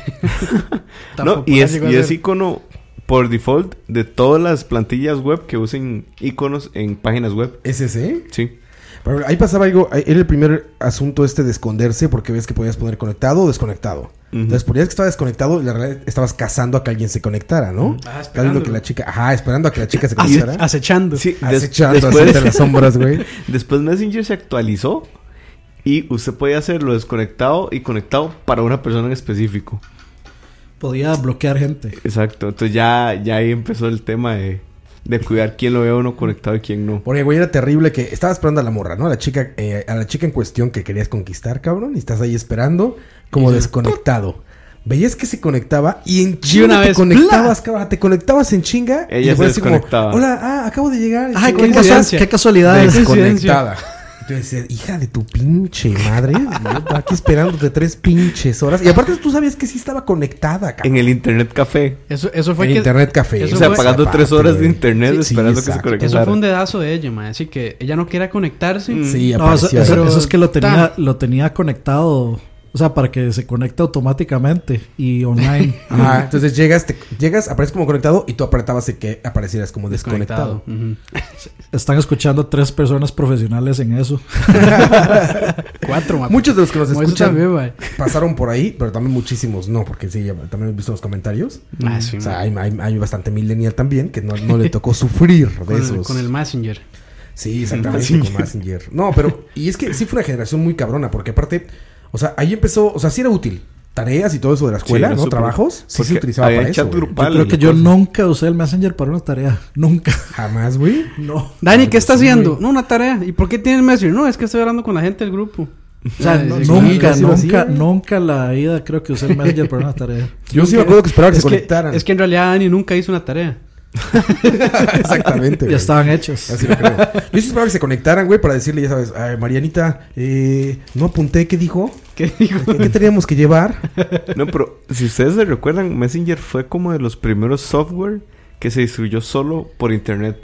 Tan No, y popular es, llegó a y es ser. icono por default de todas las plantillas web que usen iconos en páginas web. ¿Es ese? Sí. Pero ahí pasaba algo... ahí Era el primer asunto este de esconderse porque ves que podías poner conectado o desconectado. Ujú. Entonces ponías que estaba desconectado y la realidad estabas cazando a que alguien se conectara, ¿no? Ah, Estás viendo que la chica... Ajá, esperando a que la chica se Ace- conectara. acechando. Sí, des- Acechando así después, entre las sombras, güey. después Messenger se actualizó y usted podía hacerlo desconectado y conectado para una persona en específico. Podía bloquear gente. Exacto. Entonces ya, ya ahí empezó el tema de, de cuidar quién lo ve a uno conectado y quién no. Porque, güey, era terrible que... Estaba esperando a la morra, ¿no? A la chica... eh, a la chica en cuestión que querías conquistar, cabrón. Y estás ahí esperando como Y- desconectado. Veías que se conectaba y en Y chinga una te vez, conectabas, cabrón. Te conectabas en chinga. y Ella después se así como, desconectaba. Hola, ah, acabo de llegar. Ay, Y qué, ella casual- coincidencia. qué casualidades. desconectada. Entonces decía, hija de tu pinche madre. Yo aquí esperándote tres pinches horas. Y aparte tú sabías que sí estaba conectada, cabrón. En el internet café. Eso, eso fue En que... internet café. eso O sea, fue- pagando Aparte, tres horas de güey. internet Sí, esperando que se exacto. conectara. Eso fue un dedazo de ella, man. Así que ella no quería conectarse. Mm. Sí, No, eso, apareció eso- ahí. Pero eso es que lo tenía, tan- lo tenía conectado O sea, para que se conecte automáticamente y online. Ajá, entonces llegas, te, llegas, apareces como conectado y tú apretabas y que aparecieras como desconectado. Ujú. Están escuchando tres personas profesionales en eso. Cuatro, ma. Muchos de los que nos Como eso escuchan también, ma. pasaron por ahí, pero también muchísimos no, porque sí, ya- también he visto los comentarios. Ah, sí, O sea, ma. hay, hay, hay bastante millennial también que no, no le tocó sufrir de con, el, esos. con el Messenger. Sí, exactamente, con Messenger. No, pero, y es que sí fue una generación muy cabrona, porque aparte, o sea, ahí empezó, o sea, sí era útil. Tareas y todo eso de la escuela, Sí, era ¿no? súper- Trabajos, sí se porque utilizaba había para eso. chat güey. grupal. Yo creo que y yo cosas. nunca usé el Messenger para una tarea. Nunca. Jamás, güey. No. Dani, ¿qué está haciendo? No, una tarea. ¿Y por qué tiene el Messenger? No, es que estoy hablando con la gente del grupo. O sea, Ah, no- sí, sí, nunca, sí lo nunca, hacía. nunca la ida creo que usé el Messenger para una tarea. Yo sí me acuerdo que esperaba que es se que, conectaran. es que en realidad Dani nunca hizo una tarea. Exactamente, Ya güey. estaban hechos. Así lo creo. Yo sí esperaba que se conectaran, güey, para decirle, ya sabes, ay, Marianita, eh, no apunté, ¿qué dijo? ¿Qué digo? ¿Qué, qué teníamos que llevar? No, pero si ustedes se recuerdan, Messenger fue como de los primeros software que se distribuyó solo por internet.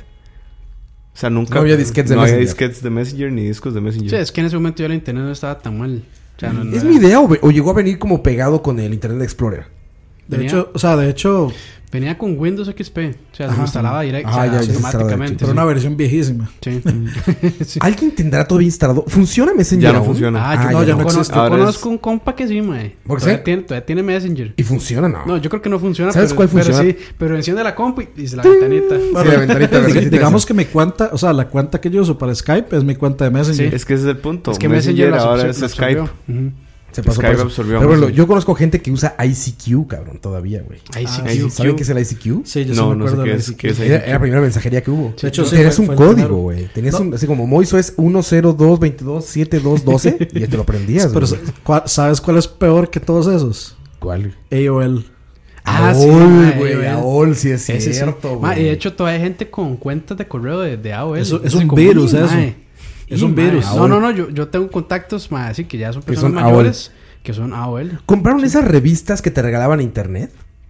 O sea, nunca... No había disquetes de no había Messenger. disquetes de Messenger ni discos de Messenger. Sí, es que en ese momento ya la internet no estaba tan mal. O sea, no, no ¿Es era- mi idea o, ve- o llegó a venir como pegado con el Internet Explorer? De Venía- hecho, o sea, de hecho, Venía con Windows X P. O sea, se Ajá. instalaba directo, Ah, o sea, ya, ya se instalaba automáticamente. pero una versión viejísima. Sí. Sí. ¿Alguien tendrá todavía instalado? ¿Funciona Messenger Ya no aún? funciona. Ah, yo, Ah, no, ya yo no conozco, existe. yo Ahora conozco es- un compa que sí, mae. ¿Por qué? Todavía tiene, todavía tiene Messenger. ¿Y funciona? No. No, yo creo que no funciona. ¿Sabes pero, cuál funciona? Pero sí, pero enciende la compu y dice la ventanita. Sí, la ventanita Dig- verdecita digamos esa. que mi cuenta, o sea, la cuenta que yo uso para Skype es mi cuenta de Messenger. Es que ese es el punto. Es que Messenger, Messenger, la ahora absor- es la Skype. absorbió. Ujú. Se pasó Skype por eso. absorbió Pero bueno, Messenger. yo conozco gente que usa I C Q, cabrón, todavía, güey. Ahí sí, Ah, que- sí. ¿Saben qué es el I C Q? Sí, yo sí No, me no sé acuerdo qué de es, la qué es Era, era la primera mensajería que hubo. De hecho, sí, Tenías fue- un fue el código, primero. güey. Tenías No. un, así como Moiso es uno cero dos veintidós setenta y dos doce y ya te lo aprendías, Pero güey. ¿cuál- ¿sabes cuál es peor que todos esos? ¿Cuál? A O L. Ah, sí, AOL, mae, güey. AOL. AOL, sí es Ese sí. cierto, Ma, güey. y de hecho, todavía hay gente con cuentas de correo de, de A O L. Eso- es Así un como, virus, "Uy, eso. mae". Es Y, un mae, virus. No, no, no. Yo, yo tengo contactos, ma, así que ya son personas son mayores que son A O L. ¿Compraron esas revistas que te regalaban a internet?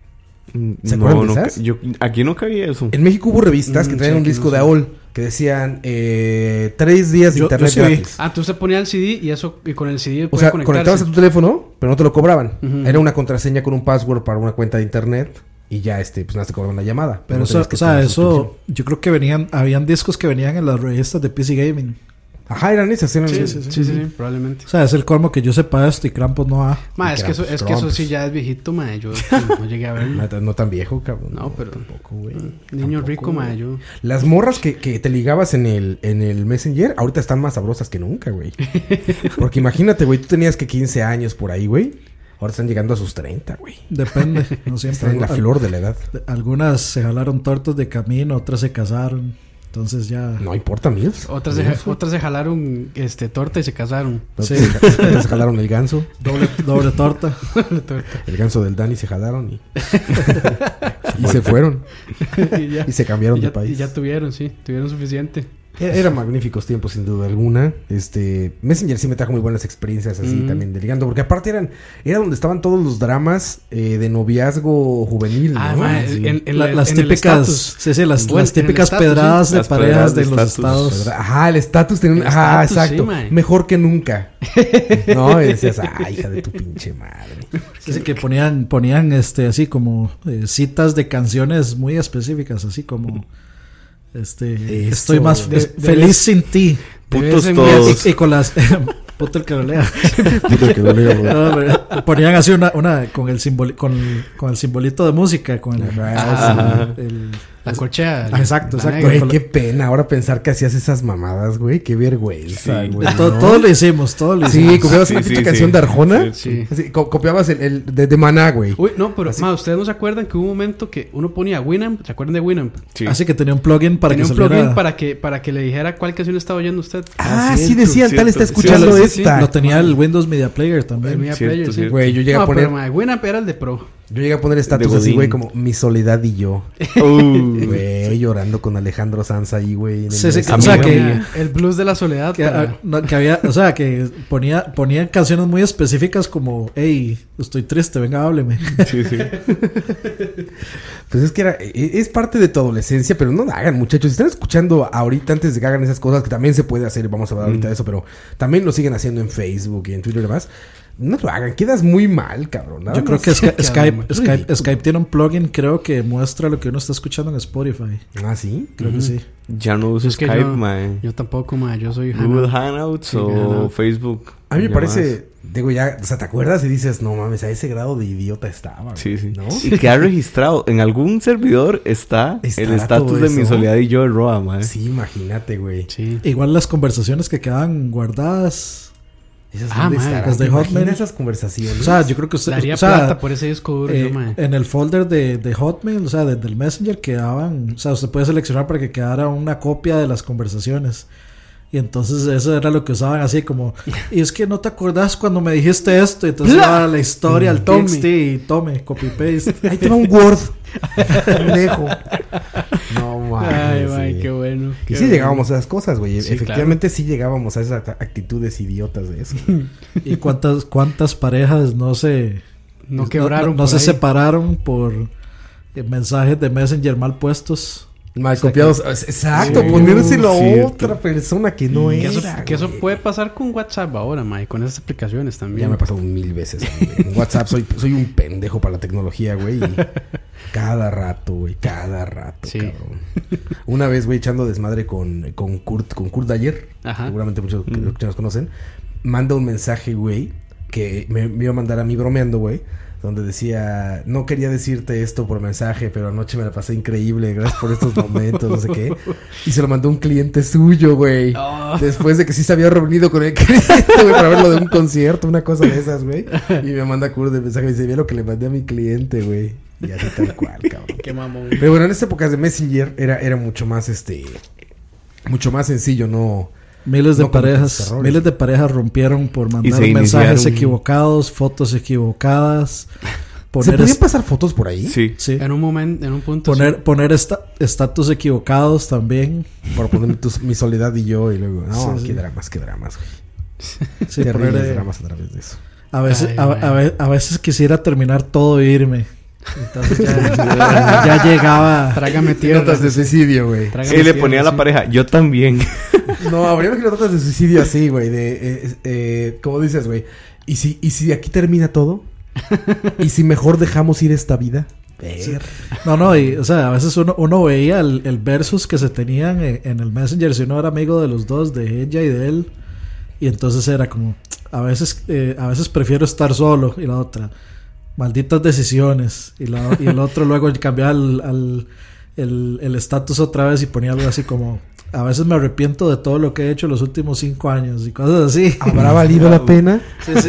¿Se No, acuerdan de nunca- esas? yo, aquí nunca había eso. En México hubo revistas Mm, que traían sí, un aquí disco no de sé. AOL que decían eh, tres días de Yo- internet yo sí vi. gratis. Ah, tú se ponía el C D y eso y con el C D O podía sea, conectarse. conectabas a tu teléfono, pero no te lo cobraban. Ujú. Era una contraseña con un password para una cuenta de internet y ya este, pues nada, te cobraban la llamada. Pero no eso, tenías que o sea, pagar eso, suscripción. yo creo que venían, habían discos que venían en las revistas de P C Gaming. Ajá, eran esas, eran Sí, esas. sí, sí, sí, sí, probablemente. O sea, es el colmo que yo sepa esto y Krampus no ha. Ma, es que eso, es que eso Trumps. sí ya es viejito, ma. Yo no llegué a verlo. No, tan- no tan viejo, cabrón. No, pero- Tampoco, güey. Niño Tampoco, rico, ma. güey. Yo. Las morras que, que te ligabas en el, en el Messenger, ahorita están más sabrosas que nunca, güey. Porque imagínate, güey, tú tenías que quince años por ahí, güey. Ahora están llegando a sus treinta, güey. Depende, no siempre. Están en la Al- flor de la edad. Algunas se jalaron tortas de camino, otras se casaron. Entonces ya. No importa, Mills. Otras se, otras se jalaron este, torta y se casaron. Sí. Se, se- se jalaron el ganso. Doble, doble torta. El ganso del Dani se jalaron y, y se fueron. y, ya, Y se cambiaron y de ya- país. y ya tuvieron, sí. Tuvieron suficiente. Era- Eran magníficos tiempos, sin duda alguna. Este Messenger sí me trajo muy buenas experiencias así Mm. también de ligando. Porque aparte eran, era donde estaban todos los dramas eh, de noviazgo juvenil, ¿no? Ah, ma, Sí. en, en La- la- las en el típicas. estatus. Sí, sí, las, Bueno, las en el típicas estatus, pedradas sí. de Las parejas pedradas de de los estatus, estados. ¿Verdad? Ajá, el estatus tenía un... El Ajá, estatus, sí, exacto. mae. Mejor que nunca. No, y decías, ay, hija de tu pinche madre. Sí, sí, que ponían, ponían este así como eh, citas de canciones muy específicas, así como este Eso. estoy más De- es- de feliz vez- sin ti. Putos en todos. Y, y con las puto el que lo lea. Puta que dolía, güey. No, pero ponían así una, una con el simboli- con, con el simbolito de música, con el, Ajá. el- La corchea. Ah, exacto, la exacto. negra. Güey, qué pena ahora pensar que hacías esas mamadas, güey. Qué vergüenza, Sí. güey. to- ¿no? todo lo hicimos, todo lo hicimos. Sí, copiabas Sí, una sí, pinche sí. canción de Arjona. Sí. Así, co- copiabas el, el de, de Maná, güey. Uy, no, pero ma, ustedes no se acuerdan que hubo un momento que uno ponía Winamp. ¿Se acuerdan de Winamp? Sí. Así que tenía un plugin para Tenía que un saliera. plugin para que, para que le dijera cuál canción estaba oyendo usted. Ah, Ah, sí cierto, decían, tal cierto. está escuchando Sí, sí, sí. esta. Lo tenía el Windows Media Player también. El Media Cierto, Player, sí. cierto. Güey, yo llegué a No, poner, pero ma, Winamp era el de Pro. yo llegué a poner estatus De así, güey, Godín. como mi soledad y yo. Uh, Güey, llorando con Alejandro Sanz ahí, güey. en el Sí, sí, Messenger. o sea Amigo que- mío. El blues de la soledad. Que, para- ah, no, que había, o sea, que ponía, ponía canciones muy específicas como, hey, estoy triste, venga, hábleme. sí, sí. Pues es que era, e- es parte de tu adolescencia, pero no la hagan, muchachos. Si están escuchando ahorita antes de que hagan esas cosas, que también se puede hacer, y vamos a hablar ahorita de eso, pero también lo siguen haciendo en Facebook y en Twitter y demás. No lo hagan, quedas muy mal, cabrón. Nada Yo creo más. que Sky- queda Skype, muy Skype, ridículo. Skype tiene un plugin, creo que muestra lo que uno está escuchando en Spotify. Ah, ¿sí? Creo que sí. Ya no uso Es que Skype, yo, mae. yo tampoco, mae. Yo soy Google Hangout. Hangouts Sí, o Hangout. Facebook. A mí me llamadas. parece, digo ya, o sea, ¿te acuerdas? Y dices, no mames, a ese grado de idiota estaba. Sí, sí. ¿No? Y queda registrado. En algún servidor está ¿Estará el estatus todo de mi eso? soledad y yo de Roa, mae. Sí, imagínate, güey. Sí. Igual las conversaciones que quedan guardadas. Esas Ah, dónde man, estarán. las de ¿Te imaginas Hotmail. esas conversaciones? O sea, yo creo que usted, Daría o sea, plata por ese disco duro, eh, yo, mae. en el folder de, de Hotmail, o sea, desde el Messenger quedaban, o sea, usted puede seleccionar para que quedara una copia de las conversaciones. Y entonces eso era lo que usaban así como, y es que no te acordás cuando me dijiste esto, y entonces iba la historia al Tome. text y tome, copy paste. Ahí te va un Word. Pendejo. No mames. Ay, mae, sí. qué bueno. Y qué sí bueno. llegábamos a esas cosas, güey. Sí, Efectivamente sí llegábamos a esas act- actitudes idiotas de eso. Y cuántas cuántas parejas no se No quebraron no, no por se ahí. separaron por eh, mensajes de Messenger mal puestos. Mal copiados. Exacto, Sí, ponérselo a cierto. otra persona que no Que era. eso, que eso güey. puede pasar con WhatsApp ahora, mae. Con esas aplicaciones también. Ya me ha pasado mil veces. güey. En WhatsApp soy, soy un pendejo para la tecnología, güey. Y cada rato, güey. Cada rato, Sí. cabrón. Una vez, güey, echando desmadre con, con Kurt, con Kurt Dyer. Ajá. Seguramente muchos que que nos conocen. Manda un mensaje, güey, que me, me iba a mandar a mí bromeando, güey. Donde decía, no quería decirte esto por mensaje, pero anoche me la pasé increíble, gracias por estos momentos, no sé qué. Y se lo mandó un cliente suyo, güey. Oh. Después de que sí se había reunido con el cliente, güey, para verlo de un concierto, una cosa de esas, güey. Y me manda Kurt el mensaje y dice, ve lo que le mandé a mi cliente, güey. Y así tal cual, cabrón. Qué mamón. Pero bueno, en estas épocas de Messenger era, era mucho más, este... Mucho más sencillo, ¿no? Miles de No cometes parejas, errores. miles de parejas rompieron por mandar se mensajes iniciaron. equivocados, fotos equivocadas, ¿Se poner podían est- pasar fotos por ahí? Sí. sí, En un momento, en un punto. poner sí. poner esta- estatus equivocados también. Por poner tus- mi soledad y yo y luego... No, Sí, qué sí. dramas, qué dramas, güey. Sí, Terribles poner, eh, dramas a través de eso. a veces Ay, a, man. a ve- a veces quisiera terminar todo e irme. Entonces ya, ya llegaba. Trágame tierra. Notas de suicidio, güey. Trágame Y le tierra, ponía a la sí. pareja, yo también. No, habría que notas de suicidio así, güey. De, eh, eh, ¿cómo dices, güey? ¿Y si, ¿Y si aquí termina todo? ¿Y si mejor dejamos ir esta vida? Ver. No, no, y, o sea, a veces uno, uno veía el, el versus que se tenían en, en el Messenger, si uno era amigo de los dos, de ella y de él, y entonces era como, a veces, eh, a veces prefiero estar solo, y la otra, malditas decisiones, y, la, y el otro luego cambiaba el al- el el estatus otra vez y ponía algo así como, a veces me arrepiento de todo lo que he hecho los últimos cinco años, y cosas así. ¿Habrá valido la pena? Sí, sí.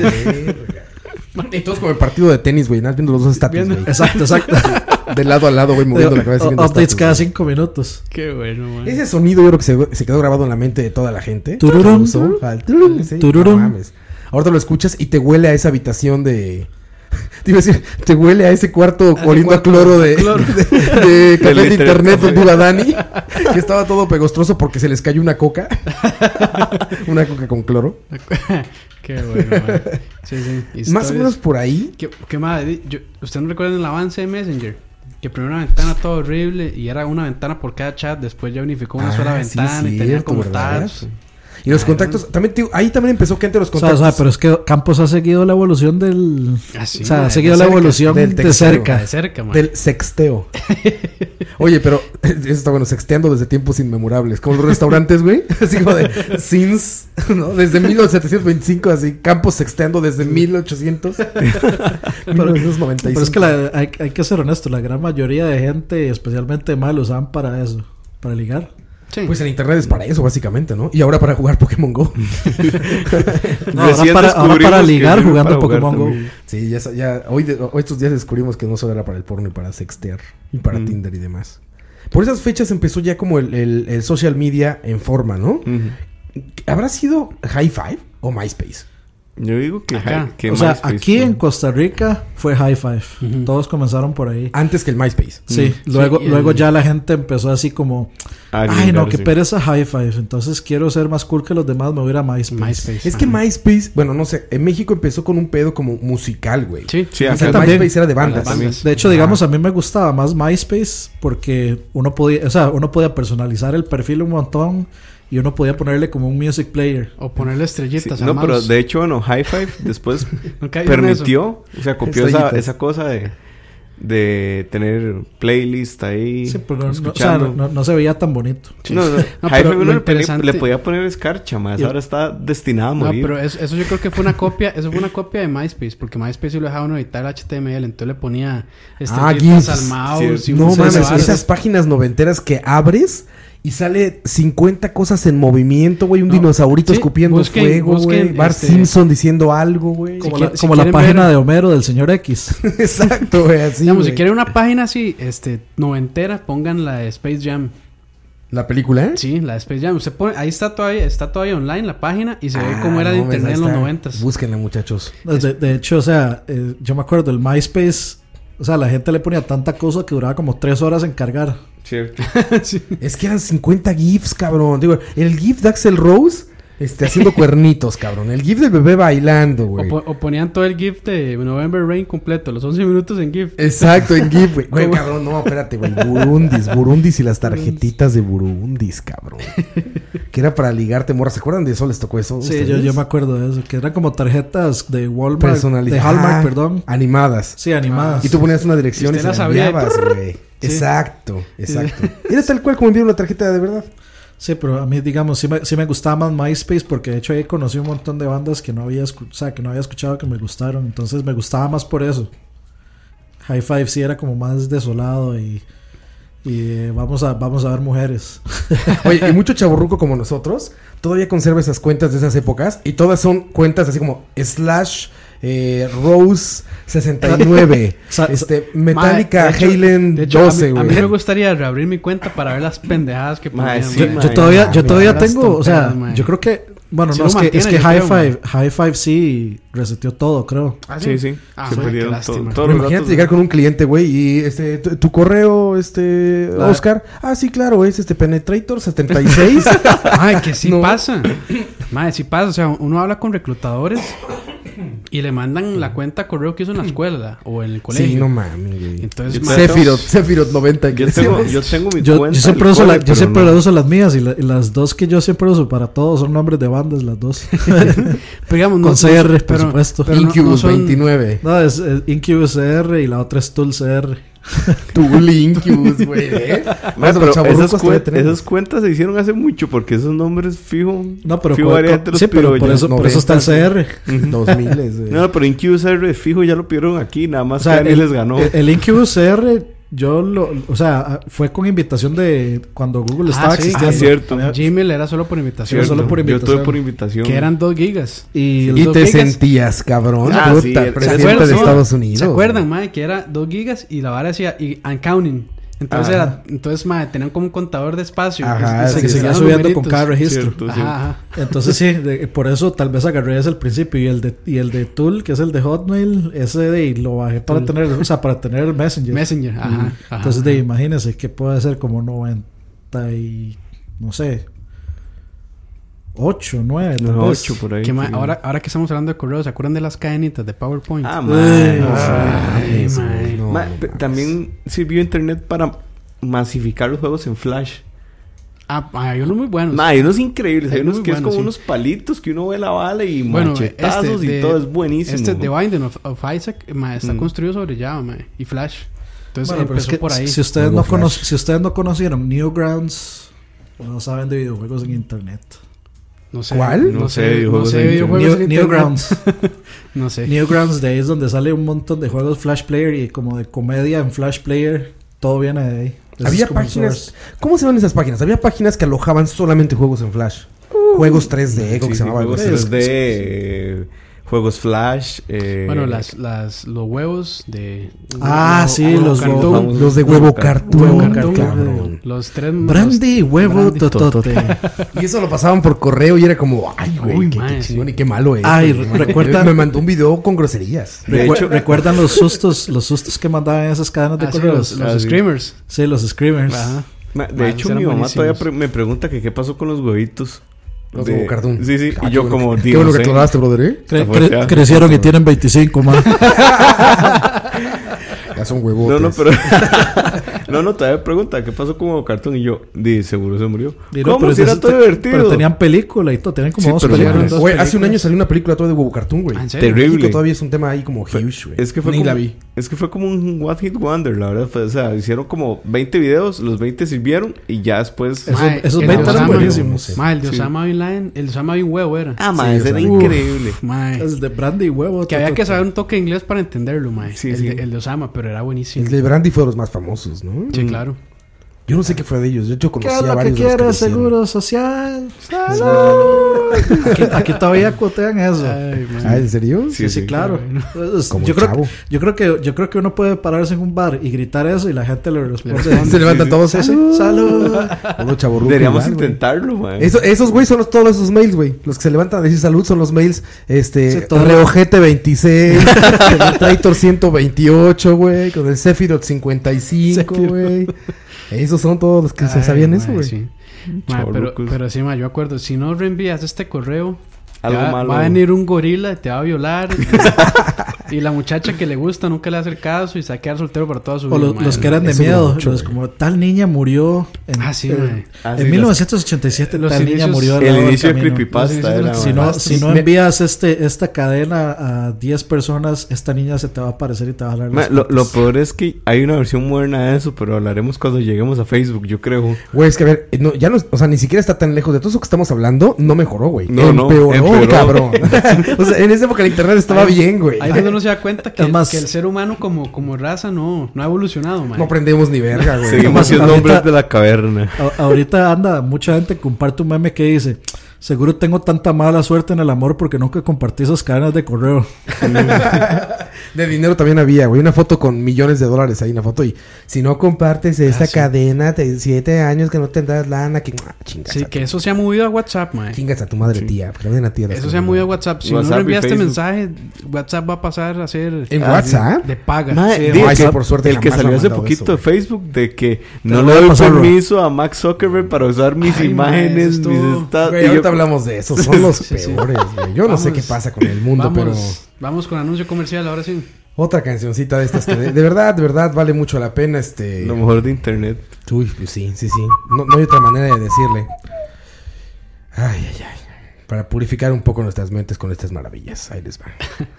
Y todos como el partido de tenis, güey. Nada, viendo los dos estatus, Viendo- güey. Exacto, exacto. De lado a lado, güey, moviendo la cabeza. y viendo Updates estatus, cada güey. cinco minutos. Qué bueno, man. Ese sonido yo creo que se, se quedó grabado en la mente de toda la gente. Tururum. Que usó. Al tururum, sí, Tururum. no mames. Ahorita lo escuchas y te huele a esa habitación de... Te iba a decir, te huele a ese cuarto ese oliendo a cuarto cloro de, cloro. de, de café de Del internet café. donde iba Dani. Que estaba todo pegostroso porque se les cayó una coca. Una coca con cloro. Qué bueno, man. Sí, sí. Más o Historias. menos por ahí. ¿Qué, qué madre? Yo, ¿Usted no recuerda el avance de Messenger? Que primero una ventana toda horrible y era una ventana por cada chat. Después ya unificó una Ah, sola sí, ventana y tenía cierto, como ¿verdad? tabs. Y los Ah, contactos, también te digo, ahí también empezó que entre los O sea, o contactos. sea, pero es que Campos ha seguido la evolución del... Ah, sí, o sea, madre, ha seguido de la cerca, evolución del de texteo. cerca. De cerca, man. Del sexteo. Oye, pero eso está bueno, sexteando desde tiempos inmemorables. Como los restaurantes, güey. Así como de since, ¿no? Desde mil setecientos veinticinco, así. Campos sexteando desde mil ochocientos. mil novecientos noventa y cinco. Pero es que la- hay, hay que ser honesto, la gran mayoría de gente, especialmente mal, lo usaban para eso, para ligar. Sí. Pues el internet es para eso, básicamente, ¿no? Y ahora para jugar Pokémon Go. No, ahora Recién para, ahora descubrimos para que ligar sirve jugando para jugar Pokémon Go. también. Sí, ya, sa- ya hoy, de- hoy estos días descubrimos que no solo era para el porno y para sextear. Y para Mm. Tinder y demás. Por esas fechas empezó ya como el, el- el social media en forma, ¿no? Ujú. ¿Habrá sido High Five o MySpace? Yo digo que, Acá. que O sea, MySpace aquí fue- en Costa Rica fue High Five. Ujú. Todos comenzaron por ahí. Antes que el MySpace. Sí, Mm. luego, Sí, y el- luego ya la gente empezó así como, a ay no, ligar, qué sí. pereza High Five. Entonces quiero ser más cool que los demás, me voy a ir a MySpace. MySpace. Es que ajá. MySpace, bueno, no sé, en México empezó con un pedo como musical, güey. Sí, Sí, O acá sea, el también. MySpace era de bandas. Las bandas. De hecho, Ajá. digamos, a mí me gustaba más MySpace porque uno podía, o sea, uno podía personalizar el perfil un montón y uno podía ponerle como un music player. O ponerle estrellitas Sí, al no, pero mouse. de hecho, bueno, High Five después ¿Nunca vieron permitió, o sea, copió esa, Estrellitas. esa cosa de, de tener playlist ahí. Sí, pero no, o sea, escuchando. no, no se veía tan bonito. No, no, No, High pero Five lo uno le, ponía- interesante- le podía poner escarcha, más. Y- Ahora está destinado a No, morir. pero eso, eso yo creo que fue una copia, eso fue una copia de MySpace, porque MySpace sí lo dejaba uno editar H T M L, entonces le ponía Ah, estrellitas GIFs. al mouse Sí, y un No montón de mames, varas. esas páginas noventeras que abres y sale cincuenta cosas en movimiento, güey. Un No, dinosaurito sí, escupiendo busquen- fuego, güey. busquen, Bart este- Simpson diciendo algo, güey. Como Si la, quieren- como si la quieren página ver- de Homero del señor X. Exacto, güey, así. Digamos, si güey. quieren una página así, este, noventera, pongan la de Space Jam. ¿La película, eh? Sí, la de Space Jam. Usted pone, ahí está todavía, está todavía online la página y se ve Ah, cómo era de no, ves, internet ahí en los está. noventas. Búsquenla, muchachos. De, de hecho, o sea, eh, yo me acuerdo, el MySpace, o sea, la gente le ponía tanta cosa que duraba como tres horas en cargar. Cierto. Es que eran cincuenta GIFs, cabrón. Digo, el GIF de Axl Rose este, haciendo cuernitos, cabrón. El GIF del bebé bailando, O, güey. po- o ponían todo el GIF de November Rain completo, los once minutos en GIF. Exacto, en GIF, güey. Güey, ¿Cómo? cabrón, no, espérate, güey. Burundis, Burundis y las tarjetitas de Burundis, cabrón. Que era para ligarte morras. ¿Se acuerdan de eso? ¿Les tocó eso? Sí, ustedes? yo, yo me acuerdo de eso, que eran como tarjetas de Walmart, Personalizadas. de Hallmark, Ah, perdón. Animadas. Sí, animadas. Y tú ponías una dirección y Usted se las la abría y enviabas, prrr. güey. Sí. Exacto, exacto. Era tal cual como enviar una tarjeta de verdad. Sí, pero a mí, digamos, sí me, sí me gustaba más MySpace porque de hecho ahí conocí un montón de bandas que no había, escu- o sea, que no había escuchado que me gustaron. Entonces me gustaba más por eso. High Five sí era como más desolado y, y eh, vamos, a, vamos a ver mujeres. Oye, y mucho chaburruco como nosotros todavía conserva esas cuentas de esas épocas y todas son cuentas así como slash eh, Rose sesenta y nueve, Sa- este, Metallica Ma, de hecho- Halen de hecho, a mí- doce, A mí, güey. me gustaría reabrir mi cuenta para ver las pendejadas que Ma, ponían. sí, mae. ma. Yo todavía, yo mames, todavía las tengo, o sea, tonteras, mae. yo creo que, bueno, Sí no, lo es que, es mantienen, que yo High creo, Five, High Five sí reseteó todo, creo. ¿Ah, Sí, sí. Ah, se mae, perdieron qué to- lástima. todos Pero los imagínate datos. llegar con un cliente, güey, y este, tu, tu correo, este, La- Oscar. Ah, sí, claro, es este Penetrator setenta y seis. Ay, que sí No. pasa. Madre, sí pasa. O sea, uno habla con reclutadores y le mandan la cuenta correo que hizo en la escuela o en el colegio. Sí, no mames, güey. Entonces, Yo madre, Sephiroth, Sephiroth noventa. que Yo tengo, decíamos. yo tengo mi Yo, yo cuenta. siempre, del uso, la- cole, yo pero siempre no. uso las mías y, la- y las dos que yo siempre uso para todos son nombres de bandas, las dos. pero digamos, Con C R, por pero- supuesto. pero no- Incubus no son- veintinueve. No, es, es Incubus C R y la otra es Tool C R. Tu Incubus, güey. ¿eh? Ma, Más de pero los chavorrucos esas, todavía cuen- tenemos. esas cuentas se hicieron hace mucho porque esos nombres fijo. No, pero, fijo co- varias co- de los sí, pero por pirollos. eso, por eso está el C R. Dos miles, güey. No, pero Incubus R fijo ya lo pidieron aquí, nada más O sea, que el, les ganó. el- el Incubus C R, yo lo, o sea, fue con invitación de cuando Google Ah, estaba sí. existiendo. Ah, cierto. Gmail era solo por invitación. Cierto. solo por Yo invitación. tuve por invitación. Que eran dos gigas. Y, Y dos te gigas. sentías, cabrón. Ah, puta, sí, ¿se presidente acuerdan? de No, Estados Unidos. ¿Se acuerdan, madre? Que era dos gigas y la vara decía y and counting. Entonces, Ajá. era, entonces madre, tenían como un contador de espacio. Ajá, Y se, sí, que sí, seguía daban subiendo con numeritos. cada registro. Cierto, sí. Ajá, ajá. Entonces sí, de- por eso tal vez agarré ese al principio y el de y el de Tool, que es el de Hotmail, ese de y lo bajé para Tool. tener, o sea, para tener Messenger. Messenger. Ajá, Mm. ajá, Entonces ajá. de imagínense que puede ser como noventa y no sé, ocho, nueve, tal No, vez. ocho por ahí. Que, ma- sí. ahora, ahora que estamos hablando de correos, ¿se acuerdan de las cadenitas de PowerPoint? Ah, Ay, man. Ay, Eso, mae. no, Ma, mames. pe- también sirvió internet para masificar los juegos en Flash. Ah, hay unos muy buenos. Ma, hay unos increíbles, hay Hay unos muy que es buenos, como sí. unos palitos que uno ve la bala y Bueno, machetazos este y de- todo es buenísimo. Este The Binding of, of Isaac, ma, está Mm. construido sobre Java, ma, y Flash. Entonces Bueno, pero es empezó que por ahí. si ustedes Juego no cono- Flash. si ustedes no conocieron Newgrounds, no saben de videojuegos en internet. No sé, ¿Cuál? No, No sé, sé, no videojuegos sé en videojuegos New- en internet. Newgrounds. No sé. Newgrounds de ahí es donde sale un montón de juegos Flash Player y como de comedia en Flash Player, todo viene de ahí. Ese Había es como el páginas. source. ¿Cómo se llaman esas páginas? Había páginas que alojaban solamente juegos en Flash. Juegos tres D, Sí, creo que sí, se llamaba algo juegos así. tres D, eh, juegos Flash. eh, Bueno, las, las, los huevos de... Ah, huevo- sí, huevo los cartoon. huevos. famosos Los de huevo cartoon, Huevo cartoon. cabrón. Los tres... Brandy, huevo, Brandy. totote. Y eso lo pasaban por correo y era como, ay, güey, Uy, qué, mae, qué sí. chingón y qué malo es. Ay, güey. recuerda- Me mandó un video con groserías. De Recu- hecho- ¿Recuerdan los sustos, los sustos que mandaban en esas cadenas de Ah, sí, correos? los, los Ah, sí. Screamers. Sí, los screamers. Ajá. ma, de Ma, hecho, esos mi eran mamá todavía buenísimos. pre- me pregunta que qué pasó con los huevitos. Los de- huevo cartoon. Sí, sí. Ah, y qué yo bueno como que- digo, Qué bueno no que sé. aclaraste, brother, ¿eh? Cre- Está cre- fuerte, crecieron y tienen veinticinco más. Ya son huevotes. No, no, pero No, no, todavía pregunta, ¿qué pasó con Huevo Cartoon? Y yo, di, seguro se murió. Y no, ¿Cómo? pero Si era ese- todo te- divertido. Pero tenían película y todo. Tenían como Sí, dos pero películas. ya- dos Güey, hace un películas. año salió una película toda de Huevo Cartoon, güey. Ah, ¿en serio? En Terrible. México todavía es un tema ahí como huge, güey. Es que fue Ni como, la vi. Es que fue como un One Hit Wonder, la verdad. Fue, o sea, hicieron como veinte videos, los veinte sirvieron y ya después... Eso- Mae, esos el veinte de eran Osama- buenísimos. Mae, el de Sí. Osama Bin Laden, el de Osama Bin Huevo era. Ah, Sí, mae, ese o sea, era uf. increíble. Mae. Es de brandy y huevo. Que había que saber un toque de inglés para entenderlo, mae. Sí, el, sí. De, el de Osama, pero era buenísimo. El de Brandy fue de los más famosos, ¿no? Sí, claro. Yo no sé qué fue de ellos. Yo, yo ¿Qué conocí es a lo que varios de los quiere? lo hicieron. Seguro social. ¡Salud! Aquí, aquí todavía cuotean eso. Ay, mae. Ah, ¿en serio? Sí, sí, sí, claro. Es- Como yo, creo, Chavo. yo creo que yo creo que uno puede pararse en un bar y gritar eso y la gente le responde. Se levantan todos. Sí, sí. ¡Salud! ¡Salud! Todo chavorruco Deberíamos igual, güey. intentarlo, mae. Eso- esos güey son los, todos esos mails, güey. Los que se levantan a decir salud son los mails. Este, Sí, todo. Reojete veintiséis, con el Traitor ciento veintiocho, güey. Con el Sephiroth cincuenta y cinco, güey. Esos son todos los que se Ay, sabían mae, eso, güey. sí. Mae, pero, Chavorrucos. pero sí, mae, yo acuerdo. Si no reenvías este correo, te Algo va, malo. va a venir un gorila y te va a violar. Y la muchacha que le gusta nunca le hace el caso y se va a quedar soltero para toda su O vida. los, mae. los que eran de Eso miedo. duró mucho, los güey. como tal niña murió en, Ah, sí, en- mae. Ah, en sí, mil novecientos ochenta y siete. los Tal niña inicios- murió al El lado del inicio de camino. Creepypasta Los era... inicios Si de no, mae. si no Me- envías este, esta cadena a diez personas, esta niña se te va a aparecer y te va a hablar. Mae, lo, lo peor es que hay una versión moderna de eso, pero hablaremos cuando lleguemos a Facebook, yo creo. Güey, es que a ver, eh, no, ya no, o sea, ni siquiera está tan lejos de todo eso que estamos hablando, no mejoró, güey. No, no, empeoró, empeoró. cabrón. O sea, en esa época el internet estaba Ahí- bien, güey. Ahí es donde uno se da cuenta que, Es más- que el ser humano como, como raza no, no ha evolucionado, mae. No aprendemos ni verga, güey. Seguimos Más siendo ahorita- hombres de la caverna. A- ahorita anda mucha gente comparte un meme que dice: seguro tengo tanta mala suerte en el amor porque nunca compartí esas cadenas de correo. De dinero también había, güey. Una foto con millones de dólares ahí en la foto. Y si no compartes esta sí. cadena de siete años que no tendrás lana, que ah, chingas. Sí, a que tu- eso se ha movido a WhatsApp, mae. Chingas a tu madre, tía. Porque no a tía las Eso cosas, se ha movido a ¿no? WhatsApp. Si WhatsApp no y reenviaste Facebook. mensaje, WhatsApp va a pasar a ser ¿En Ah, WhatsApp? de paga. Mae, Sí, di, no, el ese que- por suerte el que jamás me salió ha hace mandado poquito eso, de güey. Facebook de que Te no lo le voy a doy pasar, bro. permiso a Max Zuckerberg para usar mis Ay, mae, imágenes, eso mis estuvo- estados. Güey, Y yo- ahorita hablamos de eso. Son los Sí, sí. peores, güey. Yo no sé Vamos- qué pasa con el mundo, vamos, pero... Vamos con anuncio comercial, ahora sí. Otra cancioncita de estas que de, de verdad, de verdad vale mucho la pena, este... Lo mejor de internet. Uy, pues sí, sí, sí. No, no hay otra manera de decirle. Ay, ay, ay. Para purificar un poco nuestras mentes con estas maravillas. Ahí les va.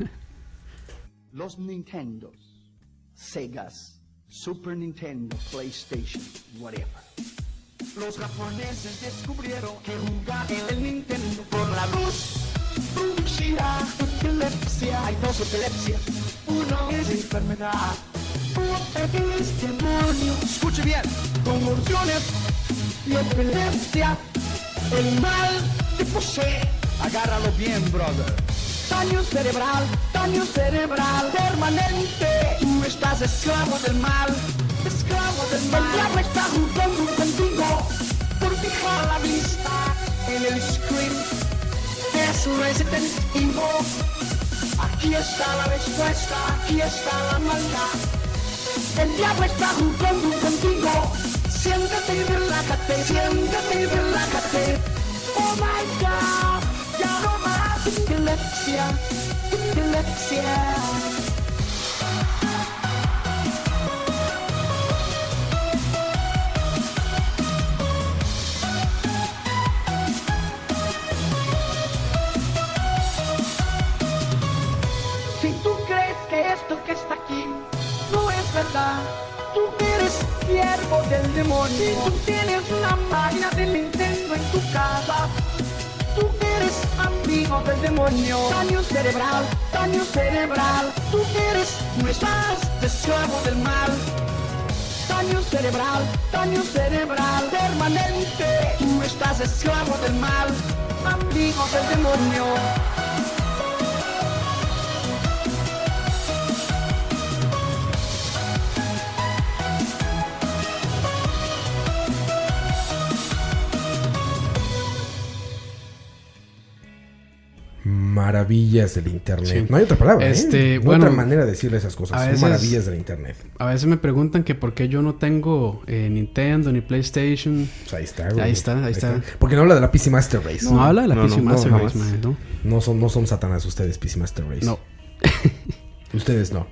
Los Nintendos, Segas, Super Nintendo, PlayStation, whatever. Los japoneses descubrieron que jugar en el Nintendo por la luz producirá epilepsia. Hay dos epilepsias. Uno es enfermedad, otro es demonio. Escuche bien, convulsiones y epilepsia. El mal te posee. Agárralo bien, brother. Daño cerebral, daño cerebral permanente. Tú estás esclavo del mal, esclavo del mal. El diablo está jugando contigo por fijar la vista en el screen. Es Resident Evil. Aquí está la respuesta, aquí está la maldad. El diablo está jugando contigo. Siéntate y relájate, siéntate y relájate. Oh my God, ya no más epilepsia, epilepsia. Si tú crees que esto que está aquí no es verdad, tú eres siervo del demonio. Tú tienes una máquina de Nintendo en tu casa. Tú eres amigo del demonio. Daño cerebral, daño cerebral. Tú eres, no estás esclavo del mal. Daño cerebral, daño cerebral permanente. Tú estás esclavo del mal, amigo del demonio. Maravillas del internet. Sí. No hay otra palabra, Este, ¿eh? No bueno, hay otra manera de decirle esas cosas. a Son veces- maravillas del internet. A veces me preguntan que por qué yo no tengo eh, Nintendo ni PlayStation. Pues ahí está, güey. Ahí está, ahí está. Porque no habla de la P C Master Race. No, habla de la no, P C no, no, Master jamás. Race, mae, ¿no? No son, no son satanás ustedes, P C Master Race. No. Ustedes no.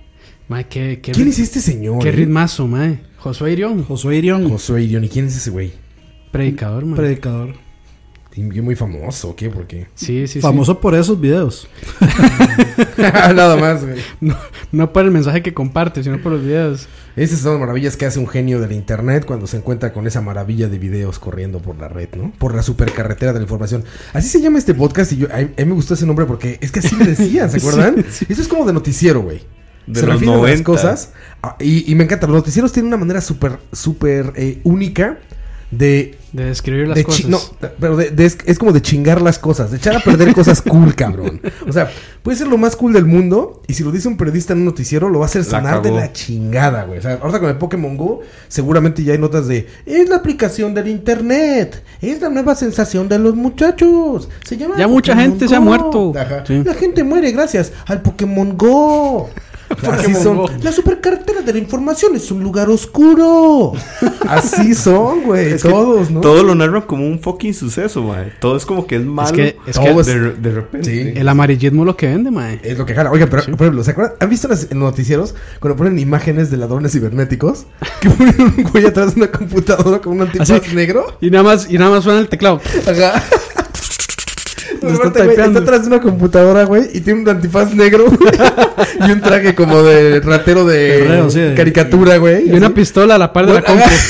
Mae, qué, qué ¿Quién rit- es este señor? Qué eh? ritmazo, mae. Josué Irión, Josué Irión, Josué Irión. ¿Y quién es ese güey? predicador, mae. predicador. Y muy famoso, ¿qué? ¿Por qué? Sí, sí, Famoso por esos videos. Nada más, güey. sí. No, no por el mensaje que comparte, sino por los videos. Esas son las maravillas que hace un genio del internet cuando se encuentra con esa maravilla de videos corriendo por la red, ¿no? Por la supercarretera de la información. Así se llama este podcast y yo, a mí, a mí me gustó ese nombre porque es que así le decían, ¿se acuerdan? Eso es como de noticiero, güey. De Se los refieren a las noventa. cosas. ah, Y, y me encanta, los noticieros tienen una manera súper, súper eh, única de... De describir las de cosas. chi- no, pero de- de- es, es como de chingar las cosas, de echar a perder cosas cool, cabrón. O sea, puede ser lo más cool del mundo y si lo dice un periodista en un noticiero lo va a hacer La sonar de cagó. la chingada, güey. O sea, ahorita con el Pokémon Go seguramente ya hay notas de es la aplicación del internet, es la nueva sensación de los muchachos. Se llama Ya mucha Pokémon gente se ha Go. muerto. Ajá. Sí. La gente muere gracias al Pokémon Go. Así Pokémon son. Go. La supercarretera de la información es un lugar oscuro. Así son, güey. Es que Todos, ¿no? Todo lo narran como un fucking suceso, mae. Todo es como que es malo. que- es que- de, de repente. Sí. El amarillismo es lo que vende, mae. Es lo que jala. Oigan, pero, por ejemplo, ¿se acuerdan? ¿Han visto las, en los noticieros cuando ponen imágenes de ladrones cibernéticos? Que ponen un güey atrás de una computadora con un antifaz Así. negro. Y nada más, y nada más suena el teclado. Ajá. Lo está Aparte, güey, typeando. está atrás de una computadora, güey, y tiene un antifaz negro y un traje como de ratero de Herrero, sí, de- caricatura, güey. Y una así. pistola a la par de la Bueno, compu.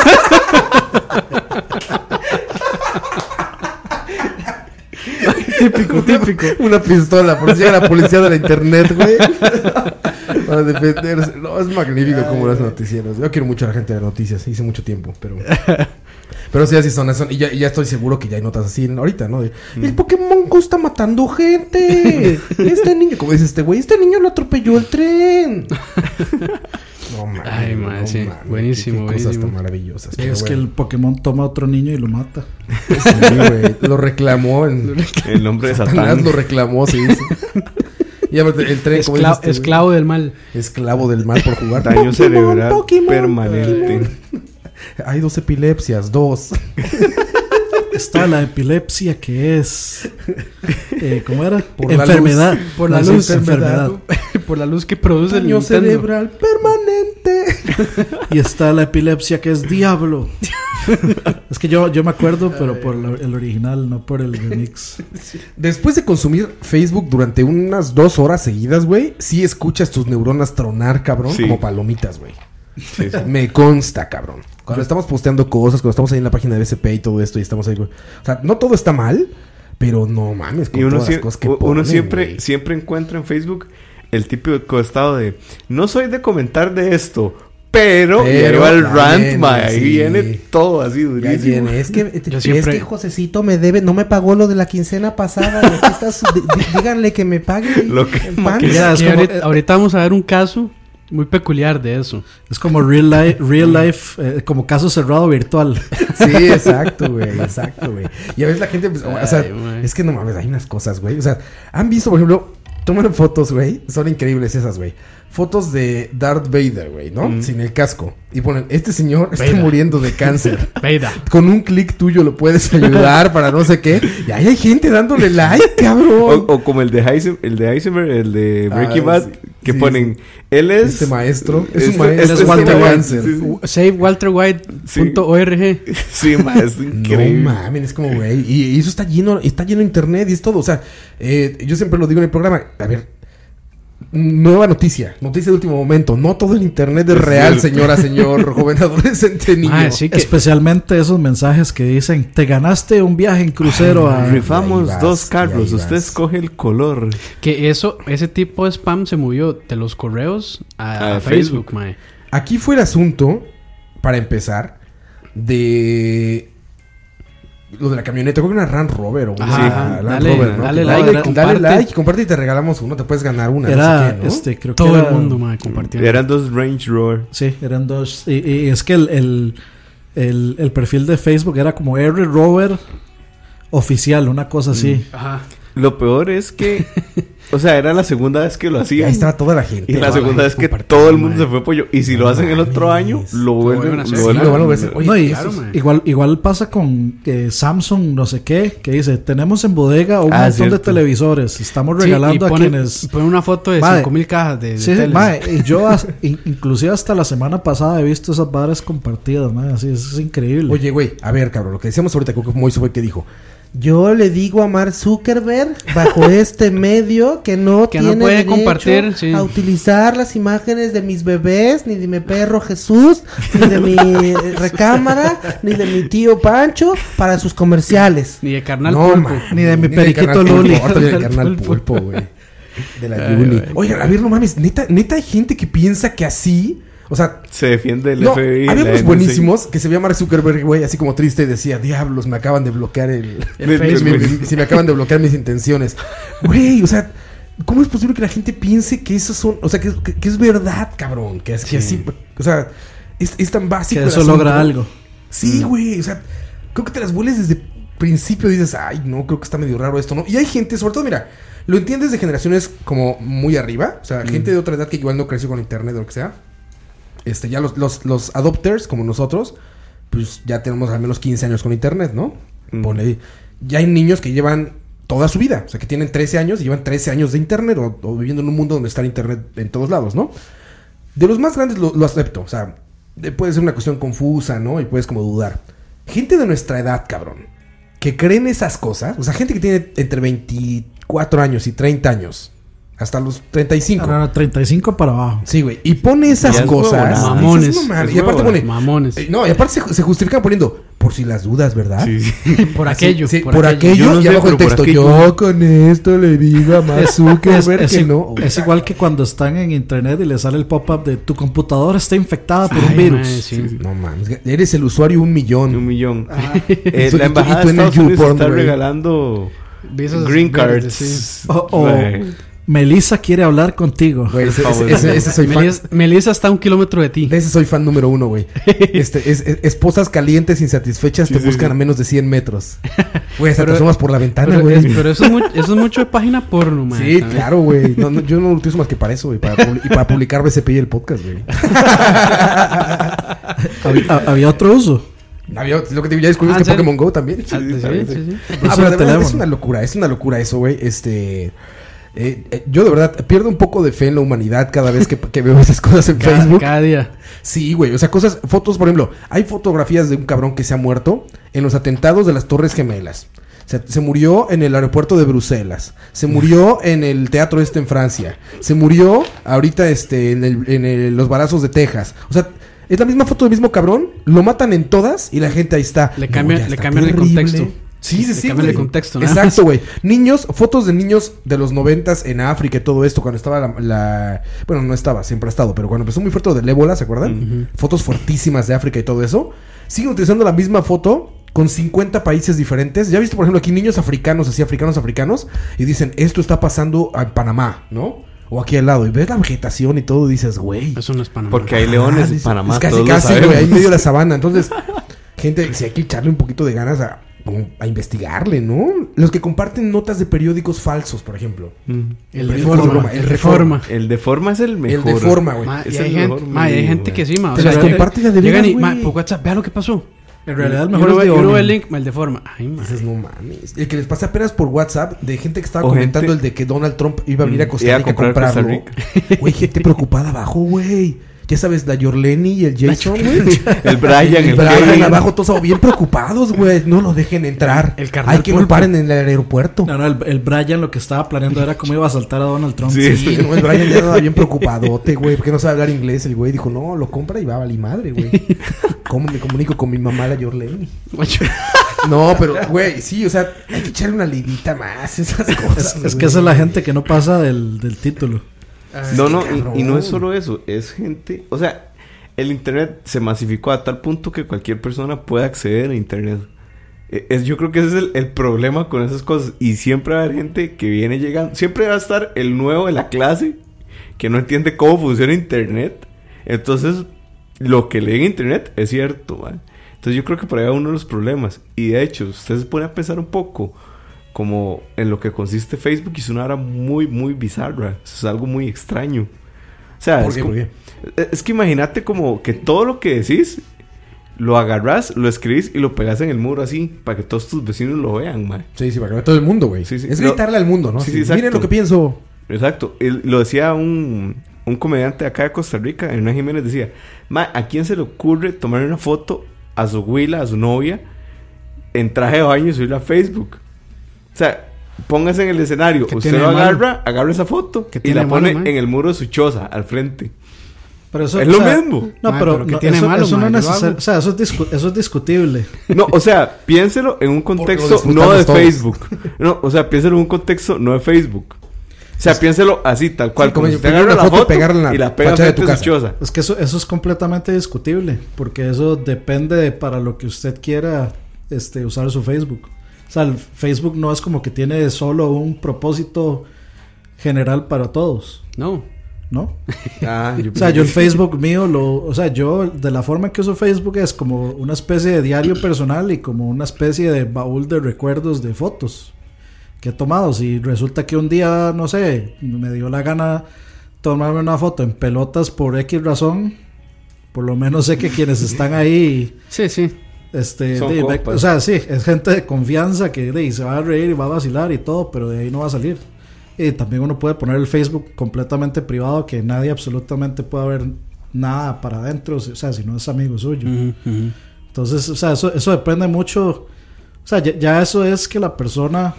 Típico, típico. Una pistola, por si llega la policía de la internet, güey. Para defenderse. No, es magnífico como los noticieros. Yo quiero mucho a la gente de noticias, hice mucho tiempo, pero. Pero sí, así son, son. Y ya, y ya estoy seguro que ya hay notas así en- ahorita, ¿no? De, el Pokémon Go está matando gente. Este niño, como dice este güey, este niño lo atropelló el tren. No mames. Ay, madre, no sí. mames, Buenísimo, qué, qué cosas buenísimo. tan maravillosas. Sí, pero es que bueno. el Pokémon toma a otro niño y lo mata. Sí, güey, lo reclamó en. El nombre de Satanás Satán. lo reclamó, sí. sí. Y aparte, el tren, como dice Escla- este güey, esclavo del mal. esclavo del mal por jugar. Daño Pokémon, cerebral Pokémon, permanente. Pokémon. Hay dos epilepsias, dos. Está la epilepsia que es... Eh, ¿Cómo era? Por la enfermedad. luz. Por la No, luz. es enfermedad. Por la luz que produce el Daño Nintendo. cerebral permanente. Y está la epilepsia que es diablo. Es que yo, yo me acuerdo, pero por la- el original, no por el remix. Después de consumir Facebook durante unas dos horas seguidas, güey, sí escuchas tus neuronas tronar, cabrón, Sí. como palomitas, güey. Sí, sí. Me consta, cabrón. Cuando estamos posteando cosas, cuando estamos ahí en la página de B S P y todo esto, y estamos ahí, güey. O sea, no todo está mal, pero no mames, con Y uno, todas las sie- cosas que uno ponen, siempre, güey. siempre encuentra en Facebook el típico estado de no soy de comentar de esto, pero, y ahí Pero va el ya rant, viene, mae, ahí sí. viene todo así Ya durísimo. viene. Es que, Yo es siempre- que Josecito me debe, no me pagó lo de la quincena pasada. y aquí está su- dí- dí- díganle que me pague. Lo que- en pan. que ya- es Que como- ahorita, ahorita vamos a ver un caso muy peculiar de eso. Es como real life, real life eh, como caso cerrado virtual. Sí, exacto, güey, exacto, güey. Y a veces la gente, pues, o sea, Ay, güey. es que no mames, hay unas cosas, güey. O sea, han visto, por ejemplo, toman fotos, güey, son increíbles esas, güey. Fotos de Darth Vader, güey, ¿no? Mm. Sin el casco. Y ponen, este señor está Vader. muriendo de cáncer. Veida. Con un clic tuyo lo puedes ayudar para no sé qué. Y ahí hay gente dándole like, O, cabrón. o como el de Heisen, el de Heisenberg, el de Breaking Ah, Bad, sí, que sí, ponen, él es Este maestro. Es un este- maestro. este es Walter de White. cáncer. Sí, sí. save walter white punto org. Sí, ma, es No increíble. mames, es como, güey. Y, y eso está lleno, está lleno de internet y es todo. O sea, eh, yo siempre lo digo en el programa. A ver, nueva noticia, noticia de último momento. No todo el internet es Es real, cierto. señora, señor, joven adolescente, niño. Ah, sí que Especialmente esos mensajes que dicen, te ganaste un viaje en crucero a... Rifamos ahí vas, dos y carros, ahí usted vas. escoge el color. que eso ese tipo de spam se movió de los correos a, A a Facebook, Facebook. mae. Aquí fue el asunto, para empezar, de lo de la camioneta. Creo que una Land Rover o una Ajá, Land dale- Rover, ¿no? dale Que- like, dale, comparte. like, comparte y te regalamos uno. Te puedes ganar una. no Era, sé qué, ¿no? este, creo que Todo era- el mundo, mae, compartiendo. Eran dos Range Rover. Sí, eran dos. Y, y es que el, el, el, el perfil de Facebook era como R Rover oficial, una cosa así. Ajá. Lo peor es que, O sea, era la segunda vez que lo Y hacían. ahí estaba toda la gente. Y la toda la segunda gente vez que compartiendo, todo el mundo mae. se fue pollo. Y si lo hacen el otro año, lo vuelven, vuelven a hacer. lo Sí, vuelven lo van a volver a hacer. Oye, No, y claro, eso- man. igual, igual pasa con eh, Samsung, no sé qué, que dice, tenemos en bodega un Ah, montón cierto. de televisores, estamos Sí, regalando y pone, a quienes... pone una foto de Mae. cinco mil cajas de, de Sí, sí, tele. mae, y yo as- in- inclusive hasta la semana pasada he visto esas barras compartidas, mae, así es, es increíble. Oye, güey, a ver, cabrón, lo que decíamos ahorita, creo que Moiso fue el que dijo. Yo le digo a Mark Zuckerberg, bajo este medio, que no Que no tiene puede derecho compartir, sí. a utilizar las imágenes de mis bebés, ni de mi perro Jesús, ni de mi eh, recámara, ni de mi tío Pancho, para sus comerciales. Ni de carnal No, pulpo. man, Ni de mi de periquito carnal Luli. pulpo, ahorita de Carnal carnal pulpo. pulpo, güey. De la Ay, Yuli. ay. Oigan, a ver, no mames, neta, neta hay gente que piensa que así, o sea, Se defiende el no, F B I. había la unos N S A. buenísimos que se veía Mark Zuckerberg, güey, así como triste y decía, diablos, me acaban de bloquear el... El mi- Facebook. mi- mi- si me acaban de bloquear mis intenciones. Güey, o sea, ¿cómo es posible que la gente piense que eso son... O sea, que, que- que es verdad, cabrón? Que, es, que Sí. así... O sea, es, es tan básico. que el eso asunto. logra algo. Sí, güey, o sea, creo que te las vueles desde principio y dices, ay, no, creo que está medio raro esto, ¿no? Y hay gente, sobre todo, mira, lo entiendes de generaciones como muy arriba, o sea, gente de otra edad que igual no creció con internet o lo que sea. Este, ya los, los, los adopters, como nosotros, pues ya tenemos al menos quince años con internet, ¿no? Mm. Ponle ahí. Ya hay niños que llevan toda su vida, o sea, que tienen trece años y llevan trece años de internet o, o viviendo en un mundo donde está el internet en todos lados, ¿no? De los más grandes lo, lo acepto, o sea, de- puede ser una cuestión confusa, ¿no? Y puedes como dudar. Gente de nuestra edad, cabrón, que creen esas cosas, o sea, gente que tiene entre veinticuatro años y treinta años, hasta los treinta y cinco. Ahora, treinta y cinco para abajo. Sí, güey. Y pone esas Ya es cosas. huevonada. Mamones. Dices, no mames. Es Y aparte pone. huevonada. Mamones. eh, No, y aparte se, se justifican poniendo. Por si las dudas, ¿verdad? Sí, sí. por Así, aquello. sí, por, por, aquello. aquello. Yo no y sé, abajo el pero por texto. aquello. Yo con esto le digo a Mark Es, Zuckerberg es que i- no. es igual que cuando están en internet y les sale el pop-up de tu computadora está infectada por un Ay, virus. mae, sí. No mames. Eres el usuario un millón. Un millón. Ah. Eh, Y tú- la y tú- embajada y tú de en el Estados Unidos YouPorn, está güey. regalando Visas green verdes, cards. sí. O, o Mae. Melissa quiere hablar contigo. Güey, ese, Por ese- favor. ese- ese soy fan. Melissa, Melissa está a un kilómetro de ti. De ese soy fan número uno, güey. Este, es, es- esposas calientes, insatisfechas, Sí, te sí, buscan sí. a menos de cien metros. Güey, hasta te Pero- asomas por la ventana, Pero, güey. es, pero eso, es mucho, eso es mucho de página porno, man. Sí, claro, güey. No, no, yo no lo utilizo más que para eso, güey. Para, publi- y para publicar B C P y el podcast, güey. Había, ha- había otro uso. Había- lo que te digo, ya descubrí Ah, que ¿en serio? Pokémon Go también. Ah, sí, también, sí, sí. Ah, Uso pero de de verdad, teléfono. es una locura, es una locura eso, güey. Este. eh, eh, yo de verdad pierdo un poco de fe en la humanidad cada vez que, que veo esas cosas en Cada, Facebook. cada día. Sí, güey. O sea, cosas, fotos, por ejemplo, hay fotografías de un cabrón que se ha muerto en los atentados de las Torres Gemelas. O sea, se murió en el aeropuerto de Bruselas. Se murió en el teatro este en Francia. Se murió ahorita este en, el- en el- los balazos de Texas. O sea, es la misma foto del mismo cabrón. Lo matan en todas y la gente ahí está. Le cambian- ya le está cambian el terrible. contexto. Sí, sí, Le sí. cambian el güey. contexto, nada Exacto, más. güey. Niños, fotos de niños de los noventas en África y todo esto, cuando estaba la, la- Bueno, no estaba, siempre ha estado, pero cuando empezó muy fuerte lo del ébola, ¿se acuerdan? Fotos fuertísimas de África y todo eso. Siguen utilizando la misma foto con cincuenta países diferentes. Ya viste, por ejemplo, aquí niños africanos, así africanos, africanos, y dicen, esto está pasando en Panamá, ¿no? O aquí al lado. Y ves la vegetación y todo, y dices, güey. Eso no es Panamá. Porque hay leones Ah, en dice- Panamá. es casi, todos lo casi, sabemos. güey, ahí en medio de la sabana. Entonces, gente, si hay que echarle un poquito de ganas a, como a investigarle, ¿no? Los que comparten notas de periódicos falsos, por ejemplo. Mm. El periódico Reforma. Reforma, El el Reforma. El de forma es el mejor. El de forma, güey. Ma, y Es hay el gente, mejor, ma, y hay amigo, gente güey. que sí, ma. O Te sea, las que- comparte la de llegan veras, y, ma, güey. por WhatsApp, vea lo que pasó. En realidad el Y mejor uno, es ve- de y uno ve el Oni. link, ma, el de forma. Ay, ma. Dices, no mames. El que les pasé apenas por WhatsApp de gente que estaba O comentando gente- el de que Donald Trump iba a venir a Mm, Costa iba a Rica a comprar Costa comprarlo. Güey, gente preocupada abajo, güey. Ya sabes, la Yorleni y el Jason, güey. El Brian, El el Brian Kevin. abajo, todos bien preocupados, güey. No lo dejen entrar. El carnal Hay que lo pulpo. paren en el aeropuerto. No, no, el, el Brian lo que estaba planeando era cómo iba a saltar a Donald Trump. Sí. Sí, no, el Brian ya estaba bien preocupadote, güey, porque no sabe hablar inglés. El güey dijo, no, lo compra y va a valer madre, güey. ¿Cómo me comunico con mi mamá, la Yorleni? Guacho. No, pero, güey, sí, o sea, hay que echarle una lidita más, esas cosas. Es, es que esa es la gente que no pasa del, del título. No, no, cabrón. y, y no es solo eso, es gente, o sea, el internet se masificó a tal punto que cualquier persona puede acceder a internet. E- Es, yo creo que ese es el, el problema con esas cosas. Y siempre va a haber gente que viene llegando, siempre va a estar el nuevo de la clase que no entiende cómo funciona internet. Entonces, lo que lee en internet es cierto, ¿vale? Entonces yo creo que por ahí va uno de los problemas. Y de hecho, usted se pone a pensar un poco como en lo que consiste Facebook y es una hora muy, muy bizarra. Es algo muy extraño. O sea, ¿Por es, qué? como- ¿Por qué? es que imagínate como que todo lo que decís lo agarrás, lo escribís y lo pegas en el muro así para que todos tus vecinos lo vean, man. Sí, sí, para que vea todo el mundo, güey. Sí, sí. Es No. gritarle al mundo, ¿no? Sí, Así, sí, exacto. miren lo que pienso. Exacto. Él- lo decía un, un comediante de acá de Costa Rica, Hernán Jiménez, decía, ma, ¿a quién se le ocurre tomar una foto a su huila, a su novia, en traje de baño y subirla a Facebook? O sea, póngase en el escenario, ¿Qué usted tiene lo de malo? agarra, agarra esa foto ¿Qué y tiene la de pone malo, man? en el muro de su choza, al frente. Pero eso, Es o lo sea, mismo. No, Mae, pero, pero ¿qué no, tiene eso, malo, eso no mae? es Yo lo necesario. hago. O sea, eso es, discu- eso es discutible. No, o sea, piénselo en un contexto no disfrutamos de todos. Facebook. No, o sea, piénselo en un contexto no de Facebook. O sea, piénselo así, tal cual, Sí, como como si usted pegar agarra una la foto y foto pegarla en la y la pega fachada de frente tu de su choza. Es que eso, eso es completamente discutible, porque eso depende de para lo que usted quiera este, usar su Facebook. O sea, el Facebook no es como que tiene solo un propósito general para todos, No. ¿no? Ah, yo O sea, yo el Facebook mío, lo, o sea, yo de la forma en que uso Facebook es como una especie de diario personal y como una especie de baúl de recuerdos de fotos que he tomado. Si resulta que un día, no sé, me dio la gana tomarme una foto en pelotas por X razón, por lo menos sé que quienes están ahí, Sí, sí. este, Son de- compas. o sea, sí, es gente de confianza que de, se va a reír y va a vacilar y todo, pero de ahí no va a salir. Y también uno puede poner el Facebook completamente privado, que nadie absolutamente pueda ver nada para adentro, o sea, si no es amigo suyo. Ujú, ujú. Entonces, o sea, eso, eso depende mucho. O sea, ya, ya eso es que la persona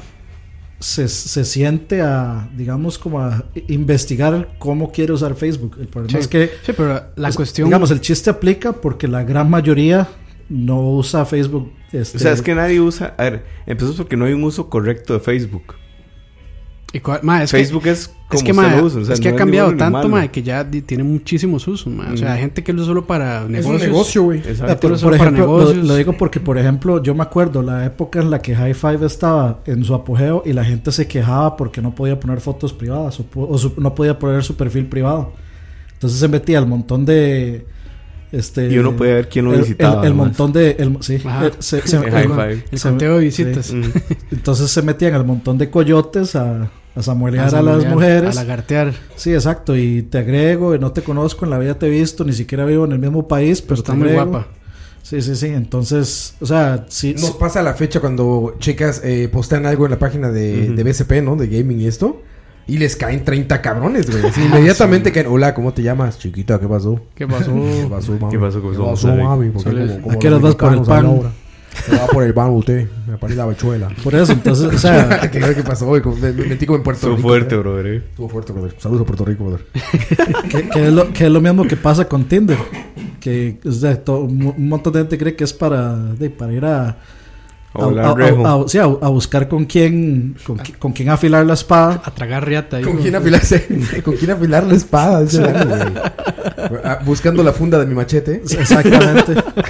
se, se siente a, digamos, como a investigar cómo quiere usar Facebook. El problema Sí. es que, Sí, pero la pues, cuestión... digamos, el chiste aplica porque la gran mayoría no usa Facebook. Este, O sea, es que nadie usa... A ver, empezamos porque no hay un uso correcto de Facebook. y cuál- ma, es que- Facebook es como Es que, usted ma, lo usa. O sea, es que no ha cambiado ni bueno ni tanto, malo. ma, que ya di- tiene muchísimos usos, ma. O sea, hay gente que lo usa solo para Es negocios. un negocio, güey. Exacto. Ah, por, Pero por solo para ejemplo, lo, negocios. lo digo porque, por ejemplo, yo me acuerdo la época en la que High Five estaba en su apogeo y la gente se quejaba porque no podía poner fotos privadas o, pu- o su- no podía poner su perfil privado. Entonces se metía el montón de... Este, Y uno puede ver quién lo el- visitaba, El, el además. montón de... El, sí, Ajá. el- se- se- En el- High Five. El se- conteo de sí. visitas. Mm. Entonces se metían el montón de coyotes a, a samuelear a, las samuelear, mujeres. A lagartear. Sí, exacto. Y te agrego, y no te conozco, en la vida te he visto, ni siquiera vivo en el mismo país, pero Pero está te muy agrego. guapa. Sí, sí, sí. Entonces, o sea, sí. Nos sí- pasa la fecha cuando chicas eh, postean algo en la página de, Ujú. de B S P, ¿no? De gaming y esto. Y les caen treinta cabrones, güey. Así, inmediatamente caen. Hola, ¿cómo te llamas? Chiquita, ¿qué pasó? ¿Qué pasó? ¿Qué pasó, mami? ¿Qué pasó? ¿Cómo ¿Qué somos, pasó, Ale? mami? ¿Por qué Solo- como- como ¿A qué los horas vas por el mexicanos pan? ahora? Me va por el pan usted. Me parece la habichuela. Por eso, entonces, o sea, ¿Qué, ¿Qué pasó, güey? Como- Me me metí como en Puerto Estuvo Rico. fuerte, ¿eh? brother. eh. Estuvo fuerte, brother. Saludos a Puerto Rico, brother. que, que es lo, que es lo mismo que pasa con Tinder. Que o sea, to- un un montón de gente cree que es para, de, para ir a. A volar rejo. a- sí, a- a buscar con quién, con, qui- con quién afilar la espada. A tragar riata ahí. ¿Con ¿no? quién afilarse? ¿Con quién afilar la espada? Ese era, güey. Ah, buscando la funda de mi machete. Exactamente.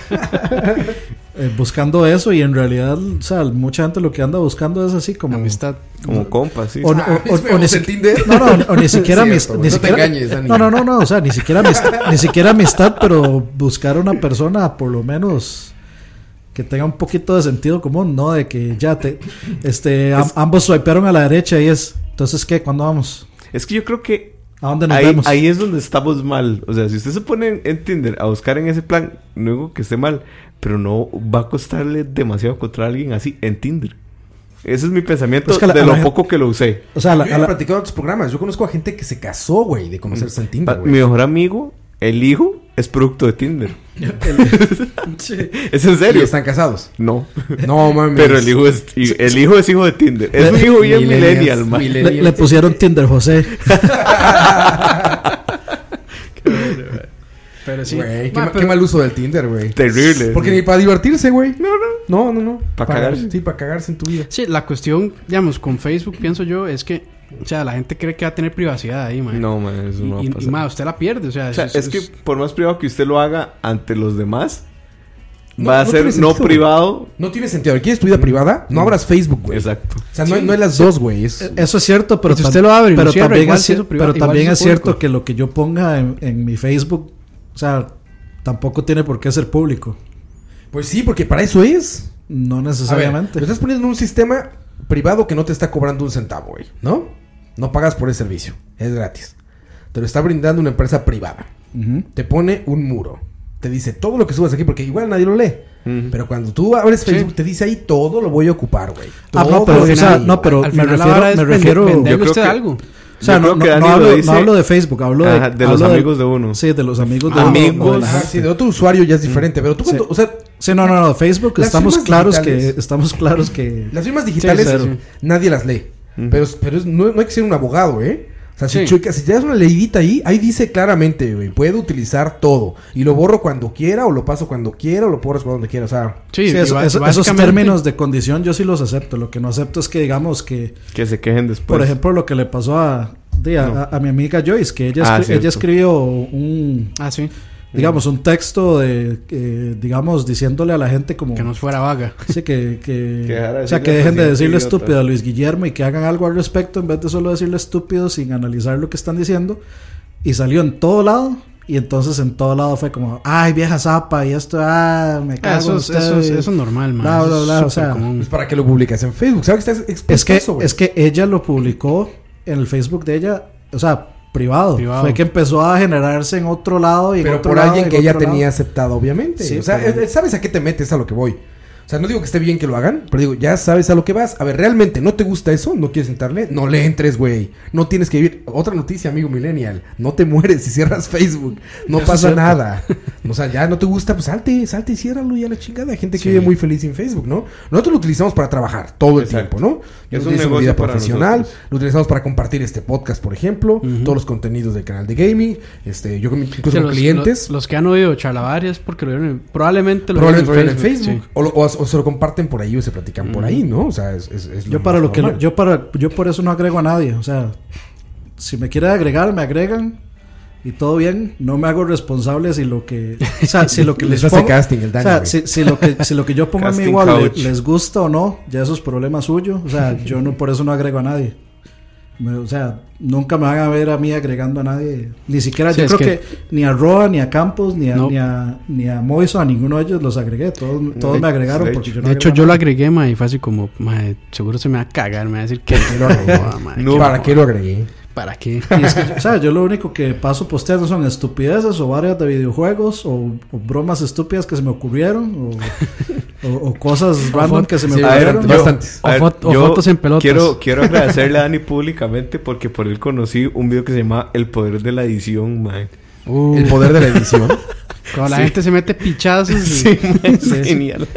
Eh, buscando eso y en realidad, o sea, mucha gente lo que anda buscando es así como Amistad. Como compas, sí. O, o- Ah, o- o ¿vemos ni el si- Tinder? no, no, o ni siquiera Cierto, amistad, güey. ni No te siquiera, engañes, Dani. no, no, no, no, o sea, ni siquiera amistad, ni siquiera amistad, pero buscar una persona por lo menos que tenga un poquito de sentido común, ¿no? De que ya te, este, am- ambos swipearon a la derecha y es, entonces ¿qué? ¿Cuándo vamos? Es que yo creo que ¿A dónde nos ahí, vemos? ahí es donde estamos mal. O sea, si usted se pone en, en Tinder a buscar en ese plan, no digo que esté mal, pero no va a costarle demasiado encontrar a alguien así en Tinder. Ese es mi pensamiento Pues que la- de a lo la gente- poco que lo usé. O sea, la- Yo a he la- platicado en otros programas. Yo conozco a gente que se casó, güey, de conocerse en Tinder, Pa- güey. Mi mejor amigo, el hijo, es producto de Tinder. ¿Es en Y serio? están casados. No. No, mames. Pero el hijo es y- el hijo es hijo de Tinder. Es un hijo bien Millennials, millennial, man. millennials. le, le pusieron Tinder José. Pero sí. Güey, qué, Ma, ma- pero- qué mal uso del Tinder, güey. Terrible. Porque ni para divertirse, güey. No, no. No, no, no. Pa' cagarse. Sí, para cagarse en tu vida. Sí, la cuestión, digamos, con Facebook, pienso yo, es que, o sea, la gente cree que va a tener privacidad ahí, man. No, man, eso Y, no va a y, pasar. ma, usted la pierde, o sea, O sea, es que por más privado que usted lo haga ante los demás, No, va a no ser tiene no sentido, privado. No tiene sentido. ¿Quieres tu vida privada? No abras Facebook, güey. Exacto. O sea, no, no hay las dos, güey. Es... Eso es cierto, pero, Y si tam- usted lo abre y lo pero cierra, también, igual es, sí es cier- su privado, pero igual también es es su cierto público. que lo que yo ponga en, en mi Facebook, o sea, tampoco tiene por qué ser público. Pues sí, porque para eso es. No A ver, necesariamente. lo estás poniendo en un sistema privado que no te está cobrando un centavo, güey, ¿no? No pagas por ese servicio, es gratis. Te lo está brindando una empresa privada. Ujú. Te pone un muro. Te dice todo lo que subas aquí, porque igual nadie lo lee. Ujú. Pero cuando tú abres Facebook, Sí. te dice ahí todo lo voy a ocupar, güey. Ah, no, Todo pero, lo o sea, que- no, pero Al me final la refiero, vara es me vende- refiero, venderle Yo creo usted que- algo. o sea, Yo no, creo que no- Dani no lo hablo, dice- no hablo de Facebook, hablo Ajá, de, de los hablo amigos de uno. Sí, de los amigos de Ah, uno. amigos. o de la Ajá, gente. sí, de otro usuario ya es diferente. Pero tú cuando, o sea, Sí, no, no, no, Facebook Las estamos firmas claros digitales. que estamos claros que las firmas digitales Sí, sí, sí. nadie las lee. Ujú. Pero, pero es- no, no hay que ser un abogado, ¿eh? O sea, si, Sí. chueca- si ya es una leidita ahí, ahí dice claramente, güey, puedo utilizar todo. Y lo borro cuando quiera, o lo paso cuando quiera, o lo borro cuando quiera. O sea, Sí, Sí, y eso- ba- eso- esos básicamente- términos de condición yo sí los acepto. Lo que no acepto es que digamos que, Que se quejen después. por ejemplo, lo que le pasó a, de, a, No. a- a mi amiga Joyce, que ella, Ah, escri- cierto. ella escribió un, Ah, sí. digamos, un texto de, eh, digamos, diciéndole a la gente como... Que no fuera vaga. Sí, que, que, Que dejara de o sea, decirle que dejen de presidente decirle idiota. estúpido a Luis Guillermo y que hagan algo al respecto en vez de solo decirle estúpido sin analizar lo que están diciendo. Y salió en todo lado. Y entonces en todo lado fue como, ay, vieja zapa, y esto, ah, me cago Eso en es, usted. eso es, eso es normal, man. Bla, bla, Eso es bla, o súper sea, común. pues para que lo publicas en Facebook. ¿Sabes que estás expuesto Es que, a eso, güey? es que ella lo publicó en el Facebook de ella, o sea, privado. Privado. Fue que empezó a generarse en otro lado y en Pero otro por lado, alguien en que ella otro lado. tenía aceptado, obviamente. Sí, o sea, pero- eh, ¿sabes a qué te metes? A lo que voy. O sea, no digo que esté bien que lo hagan, pero digo, ya sabes a lo que vas. A ver, ¿realmente no te gusta eso? ¿No quieres entrarle? No le entres, güey. No tienes que vivir. Otra noticia, amigo millennial. No te mueres si cierras Facebook. No Eso es pasa cierto. nada. O sea, ya no te gusta, pues salte, salte y ciérralo y a la chingada. Hay gente que Sí. vive muy feliz en Facebook, ¿no? Nosotros lo utilizamos para trabajar todo el Exacto. tiempo, ¿no? Es Lo un utilizamos en negocio vida para profesional. nosotros. Lo utilizamos para compartir este podcast, por ejemplo. Todos los contenidos del canal de gaming. Este, yo con mi- incluso Sí, con los, clientes. Los, los que han oído charlavarias porque lo vieron en- probablemente lo Probablemente vieron en Facebook. sí. O, lo- o- o se lo comparten por ahí o se platican por ahí, ¿no? O sea, es, es, es Yo para más lo que normal. yo para yo por eso no agrego a nadie, o sea, si me quiere agregar, me agregan y todo bien, no me hago responsable si lo que, o sea, si lo que Les les hace pongo, casting el o Dani, sea, güey. si, si lo que si lo que yo pongo en mi Casting wallet couch. les gusta o no, ya eso es problema suyo, o sea, yo no por eso no agrego a nadie. Me- o sea, nunca me van a ver a mí agregando a nadie, ni siquiera Sí, yo es creo que, que- ni a Roa, ni a Campos, ni a No. ni a ni a Moiso, a ninguno de ellos los agregué, todos todos De- me agregaron de porque hecho. yo no De hecho, agrego yo a lo nadie. agregué, ma, y fue así como, ma, seguro se me va a cagar, me va a decir que lo agregó? no, ma, No, que ¿Para qué lo agregué? ¿Para qué? Y es que, o sea, yo lo único que paso posteando son estupideces o varias de videojuegos o, o bromas estúpidas que se me ocurrieron o, o- o cosas random que se me Sí, A ver, ocurrieron. yo- yo- bastantes. O a ver, fot- o yo fotos en pelotas. Quiero, quiero agradecerle a Dani públicamente porque por él conocí un video que se llama El Poder de la Edición, man. Uh, El poder de la edición. cuando la Sí. gente se mete pichazos. y- Sí, man, es Sí, sí. genial.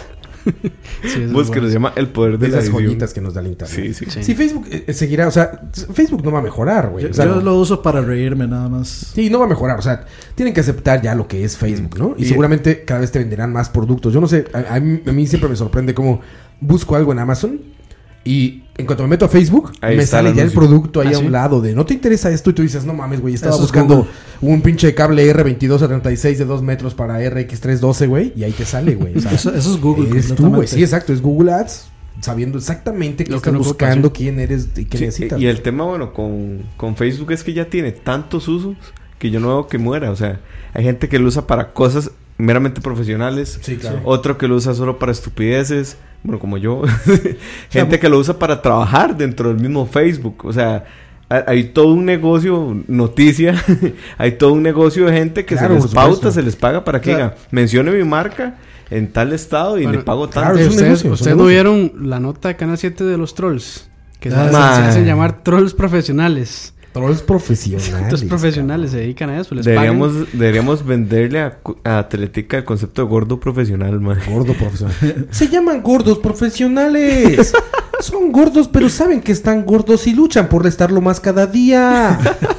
Sí, eso es Búsquelo, bueno. se llama El Poder De de la esas Edición. joyitas que nos da el internet. Sí, sí. Sí. Sí, Facebook eh, seguirá, o sea, Facebook no va a mejorar, güey. Yo, O sea, yo no- lo uso para reírme nada más. Sí, no va a mejorar. O sea, tienen que aceptar ya lo que es Facebook, ¿no? Y, Y- seguramente cada vez te venderán más productos. Yo no sé, a, a mí, a mí siempre me sorprende cómo busco algo en Amazon y en cuanto me meto a Facebook, Ahí me está sale el ya el anuncio. producto ahí ¿Ah, a sí? un lado de no te interesa esto y tú dices, no mames, güey, estaba Eso es buscando Google. un pinche cable R veintidós a treinta y seis de dos metros para R X trescientos doce, güey, y ahí te sale, güey. O sea, Eso, eso es Google. eres tú, güey. completamente. Sí, exacto, es Google Ads, sabiendo exactamente qué Lo que estás uno ocupa, buscando, sí. quién eres y qué Sí, necesitas. y el tema, bueno, con, con Facebook es que ya tiene tantos usos que yo no veo que muera. O sea, hay gente que lo usa para cosas meramente profesionales. Sí, claro. Otro que lo usa solo para estupideces. Bueno, como yo. Gente que lo usa para trabajar dentro del mismo Facebook. O sea, hay, hay todo un negocio, noticia. Hay todo un negocio de gente que Claro, se por les pauta, supuesto. se les paga para que Claro. diga, mencione mi marca en tal estado y Bueno, le pago claro, tanto. es un ¿Ustedes, negocio, es un ¿ustedes no negocio. vieron la nota de Canal siete de los trolls? Que se, Ah, hacen, sí. se hacen llamar trolls profesionales. Trolls profesionales. Estos profesionales se dedican a eso. Les Deberíamos, pagan. deberíamos venderle a, cu- a Atletica el concepto de gordo profesional, man. Gordo profesional. Se llaman gordos profesionales. Son gordos, pero saben que están gordos y luchan por estarlo más cada día.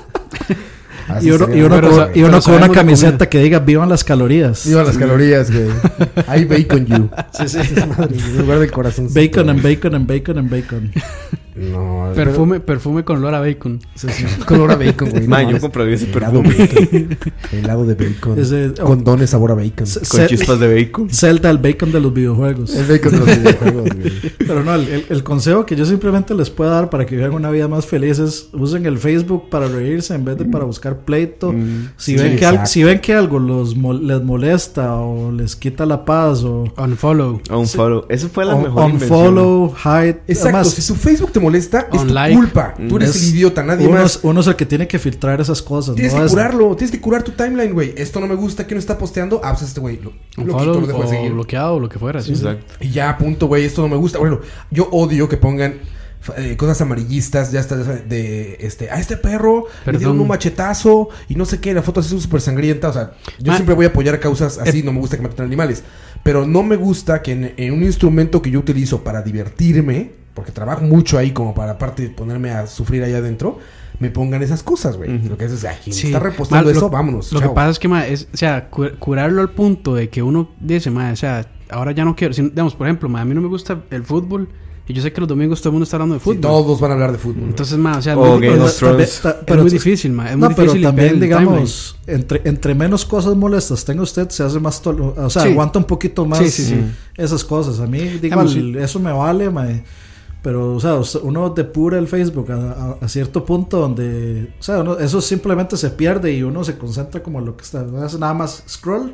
Así Y uno, sería. y uno Pero con, sa- y uno pero con una sabemos de camiseta comida. que diga vivan las calorías. Viva las calorías, güey. Hay bacon you. Sí, sí. Madre, en lugar del corazón. Bacon and bacon and bacon and bacon. No, Perfume, perfume con olor a bacon. Sí, sí. Color a bacon, güey. Ma, no yo mames. compraría ese Helado perfume. bacon. Helado de bacon. Ese- oh. Condones sabor a bacon. Se- Con Se- chispas de bacon. Zelda, el bacon de los videojuegos. El bacon de los videojuegos, güey. Pero no, el, el- el consejo que yo simplemente les puedo dar para que vivan una vida más feliz es usen el Facebook para reírse en vez de para buscar pleito. Si, sí, ven que al- exacto. si ven que algo los mol- les molesta o les quita la paz o Unfollow. A un follow. Eso fue la un- mejor invención. unfollow, hide. Exacto, Además, si tu Facebook te molesta, es Unlike. tu culpa. Tú eres es- el idiota, nadie uno, más. es, uno es el que tiene que filtrar esas cosas. Tienes ¿no? que Es- curarlo, tienes que curar tu timeline, güey. Esto no me gusta, ¿quién no está posteando? Ah, pues este güey. Lo, lo quito, Unfollow lo dejo de o seguir. bloqueado o lo que fuera. Sí. Exacto. Y ya, punto, güey, esto no me gusta. Bueno, yo odio que pongan eh, cosas amarillistas, ya está, de este, a este perro le Perdón. dieron un machetazo y no sé qué, la foto así súper sangrienta. O sea, yo Ah. siempre voy a apoyar causas así, no me gusta que maten animales. Pero no me gusta que en, en un instrumento que yo utilizo para divertirme, porque trabajo mucho ahí como para aparte de ponerme a sufrir allá adentro, me pongan esas cosas, güey. Ujú. Lo que es, aquí Sí. está repostando Ma, lo- eso, vámonos. Lo chao. que pasa es que, ma, es, o sea, cu- curarlo al punto de que uno dice, ma, o sea, ahora ya no quiero. Si, digamos, por ejemplo, ma, a mí no me gusta el fútbol y yo sé que los domingos todo el mundo está hablando de Sí, fútbol. todos van a hablar de fútbol. Entonces, ma, o sea, O muy- Game es- of Thrones. ta- es pero- muy difícil, ma. Es No, muy pero difícil ver también, el digamos, entre, entre menos cosas molestas tenga usted, se hace más... tol- o sea, Sí. aguanta un poquito más Sí, sí, sí. esas cosas. A mí, digo, Digamos, el- sí. eso me vale, mae. Pero, o sea, usted- uno depura el Facebook a, a- a cierto punto donde... O sea, uno- eso simplemente se pierde y uno se concentra como en lo que está. Hace nada más scroll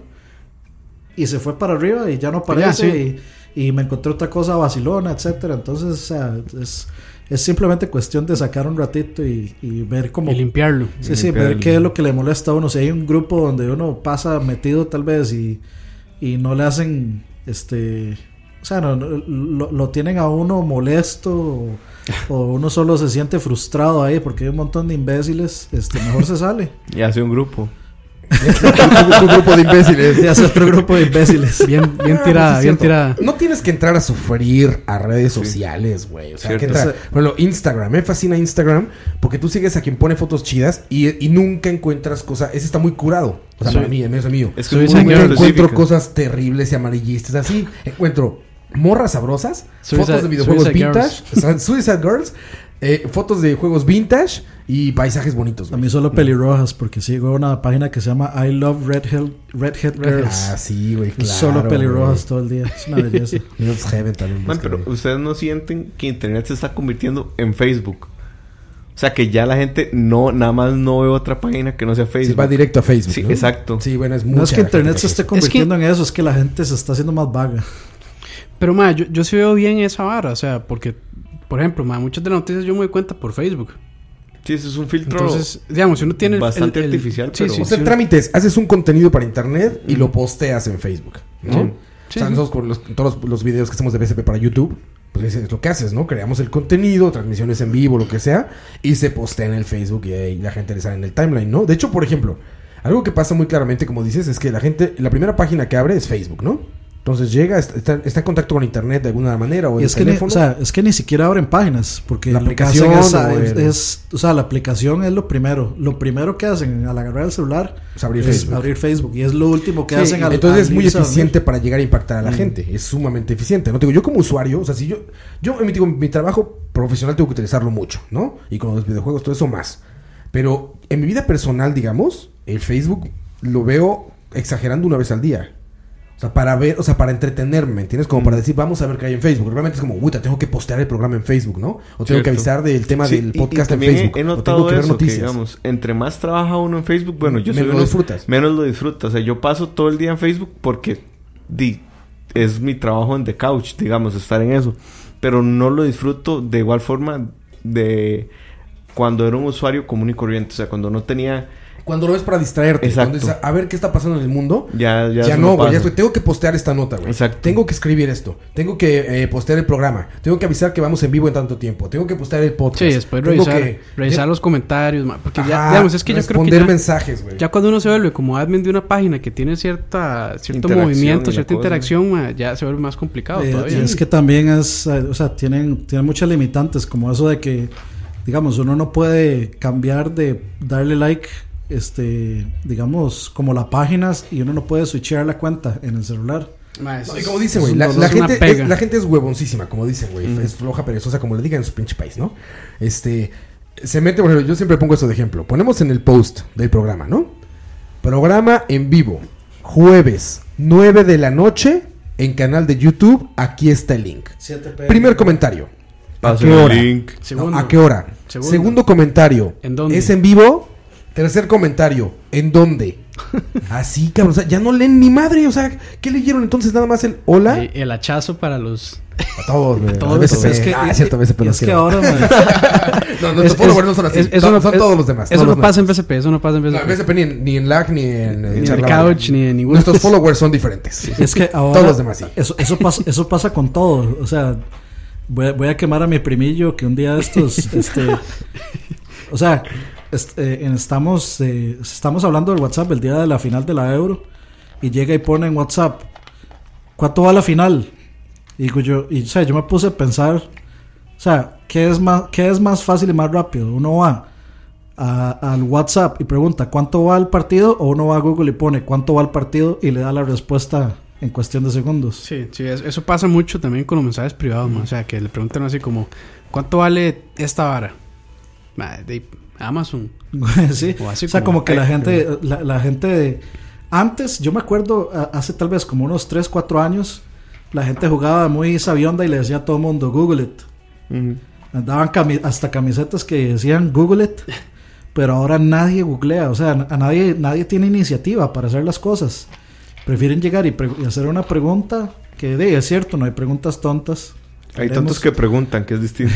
y se fue para arriba y ya no Pues ya, aparece y, y me encontré otra cosa vacilona, etcétera. Entonces, o sea, es, es simplemente cuestión de sacar un ratito y, y ver cómo... Y limpiarlo. Sí, sí, Limpiar ver el- qué es lo que le molesta a uno. Si hay un grupo donde uno pasa metido tal vez y, y no le hacen, este, o sea, no, no, lo, lo tienen a uno molesto o, o uno solo se siente frustrado ahí porque hay un montón de imbéciles, este, mejor se sale Y hace un grupo. un grupo de imbéciles. y hace otro grupo de imbéciles. Bien, bien Ah, tirada, sí es bien cierto. tirada. No tienes que entrar a sufrir a redes sociales, güey. O sea, Cierto. que entra, O sea- por ejemplo, Instagram. Me fascina Instagram porque tú sigues a quien pone fotos chidas y, y nunca encuentras cosas. Ese está muy curado. O sea, Soy- para mí, en eso mío. Es que Soy es esa muy Nunca girl encuentro específica. cosas terribles y amarillistas así. Encuentro morras sabrosas, Suicide- fotos de videojuegos Suicide vintage, o sea, Suicide Girls, eh, fotos de juegos vintage y paisajes bonitos, A güey. mí solo pelirrojas porque sigo una página que se llama I Love Redhead, Redhead Girls. Ah, sí, güey, claro. Solo pelirrojas güey. todo el día. Es una belleza. Girls Heaven también. Man, busca, pero güey. ustedes no sienten que Internet se está convirtiendo en Facebook. O sea, que ya la gente no, nada más no ve otra página que no sea Sí, Facebook. va directo a Facebook. Sí, ¿no? exacto. Sí, bueno, es No es mucha que Internet gente se esté que- convirtiendo en eso, es que la gente se está haciendo más vaga. Pero, ma, yo, yo sí veo bien esa vara, o sea, porque, por ejemplo, ma, muchas de las noticias yo me doy cuenta por Facebook. Sí, eso es un filtro. Entonces, digamos, si uno tiene el- bastante el- el- artificial, sí, pero- sí, O sea, sí, el trámite es, haces un contenido para internet y lo posteas en Facebook, ¿no? Sí. o Sí, sea, sí. nosotros con los, todos los, los videos que hacemos de B S P para YouTube, pues ese es lo que haces, ¿no? Creamos el contenido, transmisiones en vivo, lo que sea, y se postea en el Facebook y ahí la gente le sale en el timeline, ¿no? De hecho, por ejemplo, algo que pasa muy claramente, como dices, es que la gente, la primera página que abre es Facebook, ¿no? Entonces llega, está, está en contacto con internet de alguna manera o Y en es que, ni, teléfono. o sea, es que ni siquiera abren páginas, porque La lo que aplicación hacen o es, el- es- o sea, la aplicación es lo primero. Lo primero que hacen al agarrar el celular Es abrir Facebook. abrir Facebook. Y es lo último que Sí, hacen al Entonces al es muy irse a dormir. eficiente para llegar a impactar a Mm. la gente. Es sumamente eficiente. No te digo, yo como usuario, o sea, si yo, yo en mi, digo, mi trabajo profesional tengo que utilizarlo mucho, ¿no? Y con los videojuegos, todo eso más. Pero en mi vida personal, digamos, el Facebook lo veo exagerando una vez al día. O sea, para ver, o sea, para entretenerme, ¿me entiendes? Como para decir, vamos a ver qué hay en Facebook. Realmente es como, puta, tengo que postear el programa en Facebook, ¿no? O tengo Cierto. que avisar del tema Sí, del y- podcast y en también he- Facebook. He o tengo notado que ver eso, que noticias. digamos, entre más trabaja uno en Facebook, bueno, yo soy Menos uno- lo disfrutas. menos lo disfruta. O sea, yo paso todo el día en Facebook porque di, es mi trabajo en The Couch, digamos, estar en eso. Pero no lo disfruto de igual forma de cuando era un usuario común y corriente. O sea, cuando no tenía... Cuando lo ves para distraerte. Exacto. Cuando dices, a ver qué está pasando en el mundo. Ya, ya, Ya, eso no, güey. pasa. Ya estoy, tengo que postear esta nota, güey. Exacto. Tengo que escribir esto. Tengo que eh, postear el programa. Tengo que avisar que vamos en vivo en tanto tiempo. Tengo que postear el podcast. Sí, después Tengo revisar, que- revisar los comentarios, ma, porque ya, Ajá, digamos, es que yo creo que responder ya, mensajes, güey. ya cuando uno se vuelve como admin de una página que tiene cierta cierto Interacción movimiento, y la cierta cosa. interacción, ma, ya se vuelve más complicado Eh, todavía. y es que también es, eh, o sea, tienen, tienen muchas limitantes, como eso de que, digamos, uno no puede cambiar de darle like, este, digamos, como las páginas, y uno no puede switchear la cuenta en el celular. Ma, eso No, y es- como dicen, güey, es la, un- la es una gente pega. es, la gente es huevoncísima, como dicen, güey. Es floja, perezosa, como le digan en su pinche país, ¿no? Este, se mete, por ejemplo, yo siempre pongo eso de ejemplo. Ponemos en el post del programa, ¿no? Programa en vivo, jueves, nueve de la noche, en canal de YouTube. Aquí está el link. siete p m. Primer comentario. ¿A Pasen qué hora? el link. No, Segundo. ¿a qué hora? Segundo. Segundo comentario. ¿En dónde? ¿Es en vivo? Tercer comentario. ¿En dónde? Así, cabrón. O sea, ya no leen ni madre. O sea, ¿qué leyeron entonces? Nada más el hola. Y el hachazo para los. A todos, güey. todos. A veces Es que, ah, es cierto, a veces y es que quiero. ahora, man, No, nuestros Es- followers es- no son así. es- eso son no- son es- todos los demás. Eso todos no los pasa en demás. B C P, eso no pasa en No, B en C P. B C P ni en, ni en lag ni en, Ni en Charla el couch, Blanca. ni en ningún. Nuestros followers son diferentes. es que ahora Todos los demás, sí. eso, eso pasa eso pasa con todo. O sea, voy a, voy a quemar a mi primillo que un día de estos este o sea, est- eh, en- estamos eh, estamos hablando del WhatsApp el día de la final de la Euro y llega y pone en WhatsApp ¿cuánto va la final? Y digo yo, y o sea, yo me puse a pensar, o sea, ¿qué es más qué es más fácil y más rápido? Uno va a- al WhatsApp y pregunta ¿cuánto va el partido? O uno va a Google y pone ¿cuánto va el partido? Y le da la respuesta en cuestión de segundos. Sí, sí, eso, eso pasa mucho también con los mensajes privados, ma. O sea, que le preguntan así como, ¿cuánto vale esta vara? Ma, de Amazon. Sí. O así O sea, como- como que la gente, la, la gente de- antes, yo me acuerdo, a- hace tal vez como unos tres, cuatro años, la gente jugaba muy sabionda y le decía a todo el mundo, Google it. Ujú. Andaban cami- hasta camisetas que decían Google it, pero ahora nadie googlea, o sea, a nadie, nadie tiene iniciativa para hacer las cosas. Prefieren llegar y, pre- y hacer una pregunta que de, es cierto, no hay preguntas tontas. Hay Queremos- tantos que preguntan, que es distinto.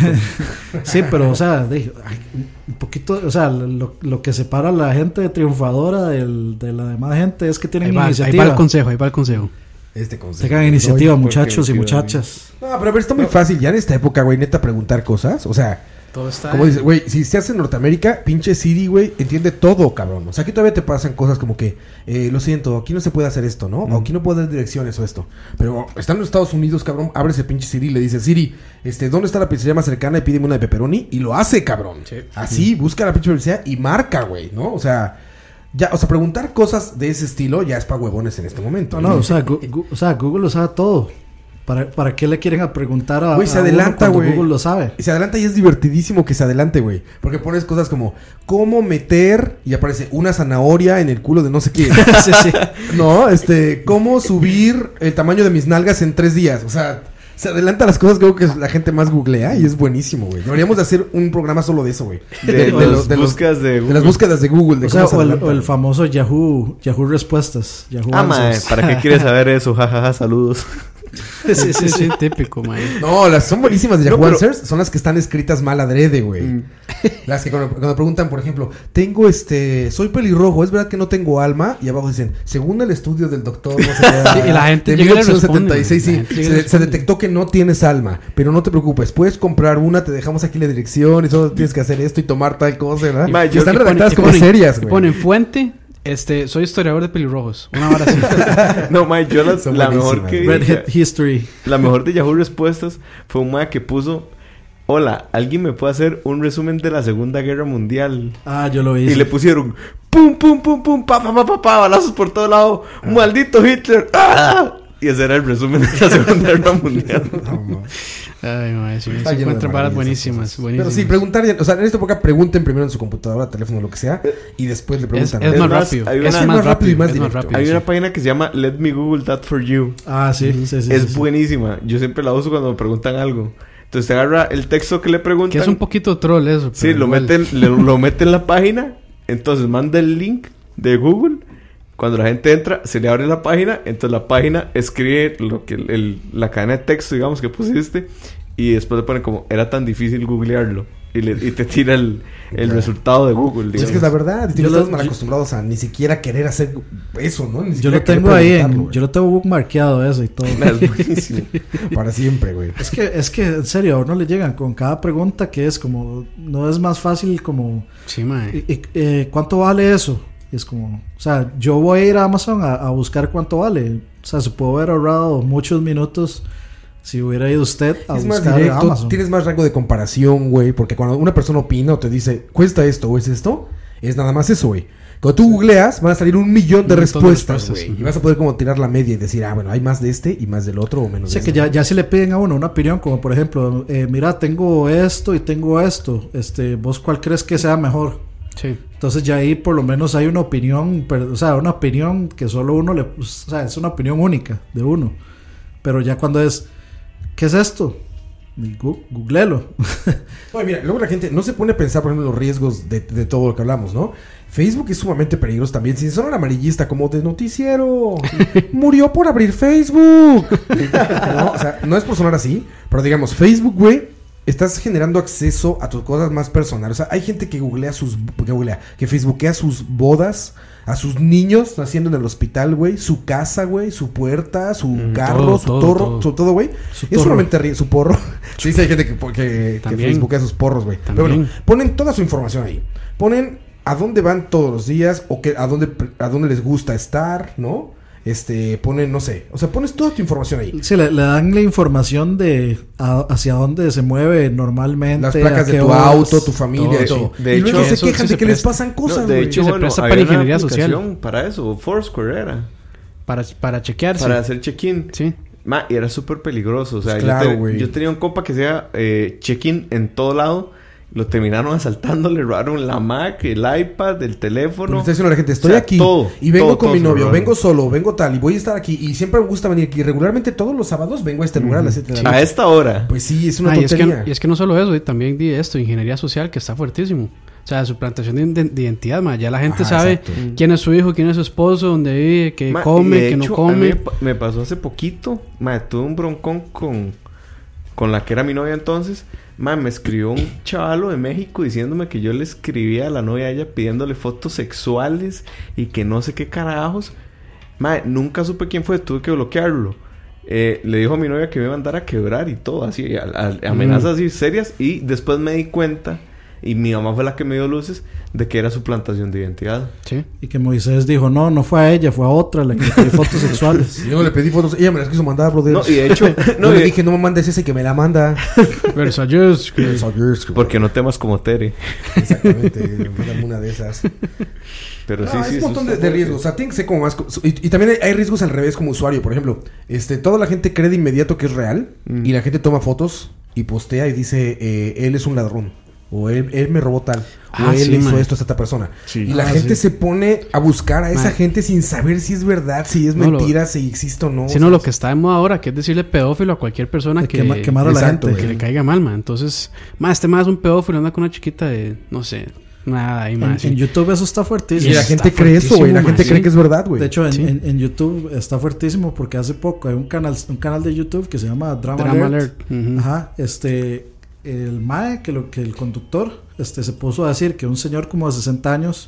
Sí, pero, o sea, de- ay, un poquito, o sea, lo, lo que separa a la gente triunfadora del, de la demás gente es que tienen Ahí va, ahí iniciativa. va el consejo, ahí va el consejo. Este consejo. Tengan que les iniciativa, doy. muchachos y porque- muchachas. No, pero a ver, está muy fácil. Ya en esta época, güey, neta, preguntar cosas. O sea, Todo está. como dices, güey, si se hace en Norteamérica, pinche Siri, güey, entiende todo, cabrón. O sea, aquí todavía te pasan cosas como que, eh, lo siento, aquí no se puede hacer esto, ¿no? O aquí no puedo dar direcciones o esto. Pero están en los Estados Unidos, cabrón, abres el pinche Siri y le dices, Siri, este, ¿dónde está la pizzería más cercana? Y pídeme una de pepperoni. Y lo hace, cabrón. Sí. Así, busca la pinche pizzería y marca, güey, ¿no? O sea, ya, o sea, preguntar cosas de ese estilo ya es pa' huevones en este momento. No, no, o sea, Gu- Gu- o sea, Google lo sabe todo. ¿Para, ¿Para qué le quieren a preguntar a, Güey, se a uno adelanta, cuando güey. Google lo sabe? Y se adelanta y es divertidísimo que se adelante, güey. Porque pones cosas como, ¿cómo meter? Y aparece una zanahoria en el culo de no sé quién. Sí, sí. No, este, ¿cómo subir el tamaño de mis nalgas en tres días? O sea, se adelanta las cosas que creo que la gente más googlea y es buenísimo, güey. Deberíamos de hacer un programa solo de eso, güey. De, los- las de los- búsquedas de de Google. las búsquedas de Google. De O sea, cómo se o el, adelanta. o el famoso Yahoo, Yahoo Respuestas. Yahoo Ah, mae, Answers. ¿para qué quieres saber eso? Jajaja, saludos. Sí, sí, Sí, sí. sí, típico, man. No, las son buenísimas de No, Yahoo pero- Answers. Son las que están escritas mal adrede, güey. Mm. Las que cuando, cuando preguntan, por ejemplo, tengo este, soy pelirrojo, ¿es verdad que no tengo alma? Y abajo dicen, según el estudio del doctor, no sé qué. Sí, y la gente de llega y le mil ochocientos setenta y seis, responde, sí, la gente llega y se, le se responde. detectó que no tienes alma, pero no te preocupes, puedes comprar una, te dejamos aquí la dirección y solo tienes que hacer esto y tomar tal cosa, ¿verdad? Ma, Y yo- están Y ponen- redactadas y como ponen- serias, y güey. Ponen fuente, este, soy historiador de pelirrojos. Una hora así. No, mae, yo la, Son la mejor buenísimas, que vi, Red Hat History. la mejor de Yahoo Respuestas fue un mae que puso, hola, ¿alguien me puede hacer un resumen de la Segunda Guerra Mundial? Ah, yo lo vi. Y le pusieron pum, pum, pum, pum, pa, pa, pa, pa, pa, balazos por todo lado. Maldito Hitler. ¡Ah! Y ese era el resumen de la Segunda Guerra Mundial. No, no. Ay, man, sí, Está se lleno de encuentran varas maravillas buenísimas, esas cosas. buenísimas. Pero sí, preguntar, ya- o sea, en esta época pregunten primero en su computadora, teléfono, lo que sea, y después le es, preguntan. es a más ver. más, rápido. hay Es una- más más rápido y más es directo. rápido, Hay sí. una página que se llama Let Me Google That For You. Ah, sí, sí, sí. sí, Es sí. buenísima. Yo siempre la uso cuando me preguntan algo. Entonces te agarra el texto que le preguntan. Que es un poquito troll eso. Sí, pero lo igual. meten, le- lo mete en la página. Entonces manda el link de Google. Cuando la gente entra, se le abre la página. Entonces la página escribe lo que el- el- la cadena de texto, digamos, que pusiste. Y después le pone como, era tan difícil googlearlo. Y, le- y te tira el, el Ya. resultado de Google. Pues es digamos. que es la verdad, y Yo estamos lo- mal yo- acostumbrados a ni siquiera querer hacer eso, ¿no? Ni Yo siquiera lo querer tengo ahí, preguntarlo, en, güey. yo lo tengo bookmarkeado eso y todo. Es buenísimo. Para siempre, güey. Es que, es que, en serio, a uno le llegan con cada pregunta que es como, no es más fácil como, Sí, man. y- y, eh, ¿cuánto vale eso? Y es como, o sea, yo voy a ir a Amazon a, a buscar cuánto vale. O sea, se puede haber ahorrado muchos minutos si hubiera ido usted a Es más buscar a directo, Amazon. tienes más rango de comparación, güey, porque cuando una persona opina o te dice, cuesta esto o es esto, Es nada más eso, güey. Cuando tú googleas, van a salir un millón de Un montón de respuestas, respuestas, güey. sí. Y vas a poder como tirar la media y decir, ah, bueno, hay más de este y más del otro o menos O sea de que este. ya, ya si le piden a uno una opinión, como por ejemplo, eh, mira, tengo esto y tengo esto, este, ¿vos cuál crees que sea mejor? Sí. Entonces ya ahí por lo menos hay una opinión, pero, o sea, una opinión que solo uno le... O sea, es una opinión única de uno. Pero ya cuando es, ¿qué es esto? Y gu- Googlelo. Oye, mira, luego la gente no se pone a pensar, por ejemplo, en los riesgos de, de todo lo que hablamos, ¿no? Facebook es sumamente peligroso también. Si son el amarillista como de noticiero, murió por abrir Facebook. ¿No? O sea, no es por sonar así, pero digamos, Facebook, güey, estás generando acceso a tus cosas más personales. O sea, hay gente que googlea sus... Que googlea, que facebookea sus bodas, a sus niños naciendo en el hospital, güey, su casa, güey, su puerta, su Mm, carro, todo, su todo, torro, todo. su todo, güey. Su Es torro. solamente ri- su porro. Sí, sí, hay gente que, que, que También. facebookea sus porros, güey. Pero También. bueno, ponen toda su información ahí. Ponen a dónde van todos los días o que, a dónde a dónde les gusta estar, ¿no? Este, ponen, no sé, o sea, pones toda tu información ahí. Sí, le, le dan la información de a- hacia dónde se mueve normalmente. Las placas a de qué tu horas. auto, tu familia, todo, todo. sí. De y luego hecho, se eso quejan sí de se que les presta. pasan cosas, No, de güey. hecho, se bueno, presta había para una ingeniería social. aplicación para eso, Foursquare era, Para, para chequearse. para hacer check-in. Sí. Ma, y era súper peligroso. O sea, Pues yo claro, te- güey. yo, tenía un compa que hacía eh, check-in en todo lado. Lo terminaron asaltando, le robaron la Mac, el iPad, el Porque teléfono. está diciendo la gente, estoy O sea, aquí todo, y vengo todo, con todo mi se lo novio, robaron. vengo solo, vengo tal y voy a estar aquí y siempre me gusta venir aquí. Regularmente todos los sábados vengo a este lugar a las siete de la A noche. esta hora. Pues sí, es una Ah, y, es que, tontería. y es que no solo eso, y también di esto, ingeniería social, que está fuertísimo. O sea, suplantación de, de- de identidad, ma. Ya la gente Ajá, sabe exacto. quién es su hijo, quién es su esposo, dónde vive, qué Ma, y come, de qué no hecho, a mí me, come. pa- me pasó hace poquito. Ma, tuve un broncón con, con la que era mi novia entonces. Ma, me escribió un chavalo de México diciéndome que yo le escribía a la novia a ella pidiéndole fotos sexuales y que no sé qué carajos. Ma, nunca supe quién fue, tuve que bloquearlo. Eh, le dijo a mi novia que me iba a mandar a quebrar y todo, así, a- a- amenazas así serias. Y después me di cuenta, y mi mamá fue la que me dio luces, de que era suplantación de identidad. Sí. Y que Moisés dijo, no, no fue a ella, fue a otra la que le pidió fotos sexuales. Yo no le pedí fotos, ella me las quiso mandar, brother. No, y de hecho, no, no, le y- dije, no me mandes ese que me la manda. Versalles, que- porque no temas como Tere. Exactamente, mándame una de esas. Pero No, sí, es sí. un eso montón de, está de fuerte. riesgos. O sea, tiene que ser como más... co- Y, y también hay, hay riesgos al revés como usuario. Por ejemplo, este, toda la gente cree de inmediato que es real. Mm. Y la gente toma fotos y postea y dice, eh, él es un ladrón. O él, él me robó tal. Ah, o él sí, hizo man. esto a esta persona. Sí. Y la Ah, gente sí. se pone a buscar a esa Man. gente sin saber si es verdad, si es No, lo- mentira, si existe o no. sino lo que está de moda ahora, que es decirle pedófilo a cualquier persona De que, quema- quemar a la Exacto, gente. que le caiga mal, ma. Entonces, ma, este más es un pedófilo, anda con una chiquita de, no sé, nada ahí En, más. en YouTube eso está Y fuertísimo. la está gente cree eso, güey. La fuertísimo, gente man, cree sí. que es verdad, güey. De hecho, en, Sí. en- en YouTube está fuertísimo porque hace poco hay un canal, un canal de YouTube que se llama Drama, Drama Alert. Alert. Ujú. Ajá, este, el mae, que, lo, que el conductor, este, se puso a decir que un señor como de sesenta años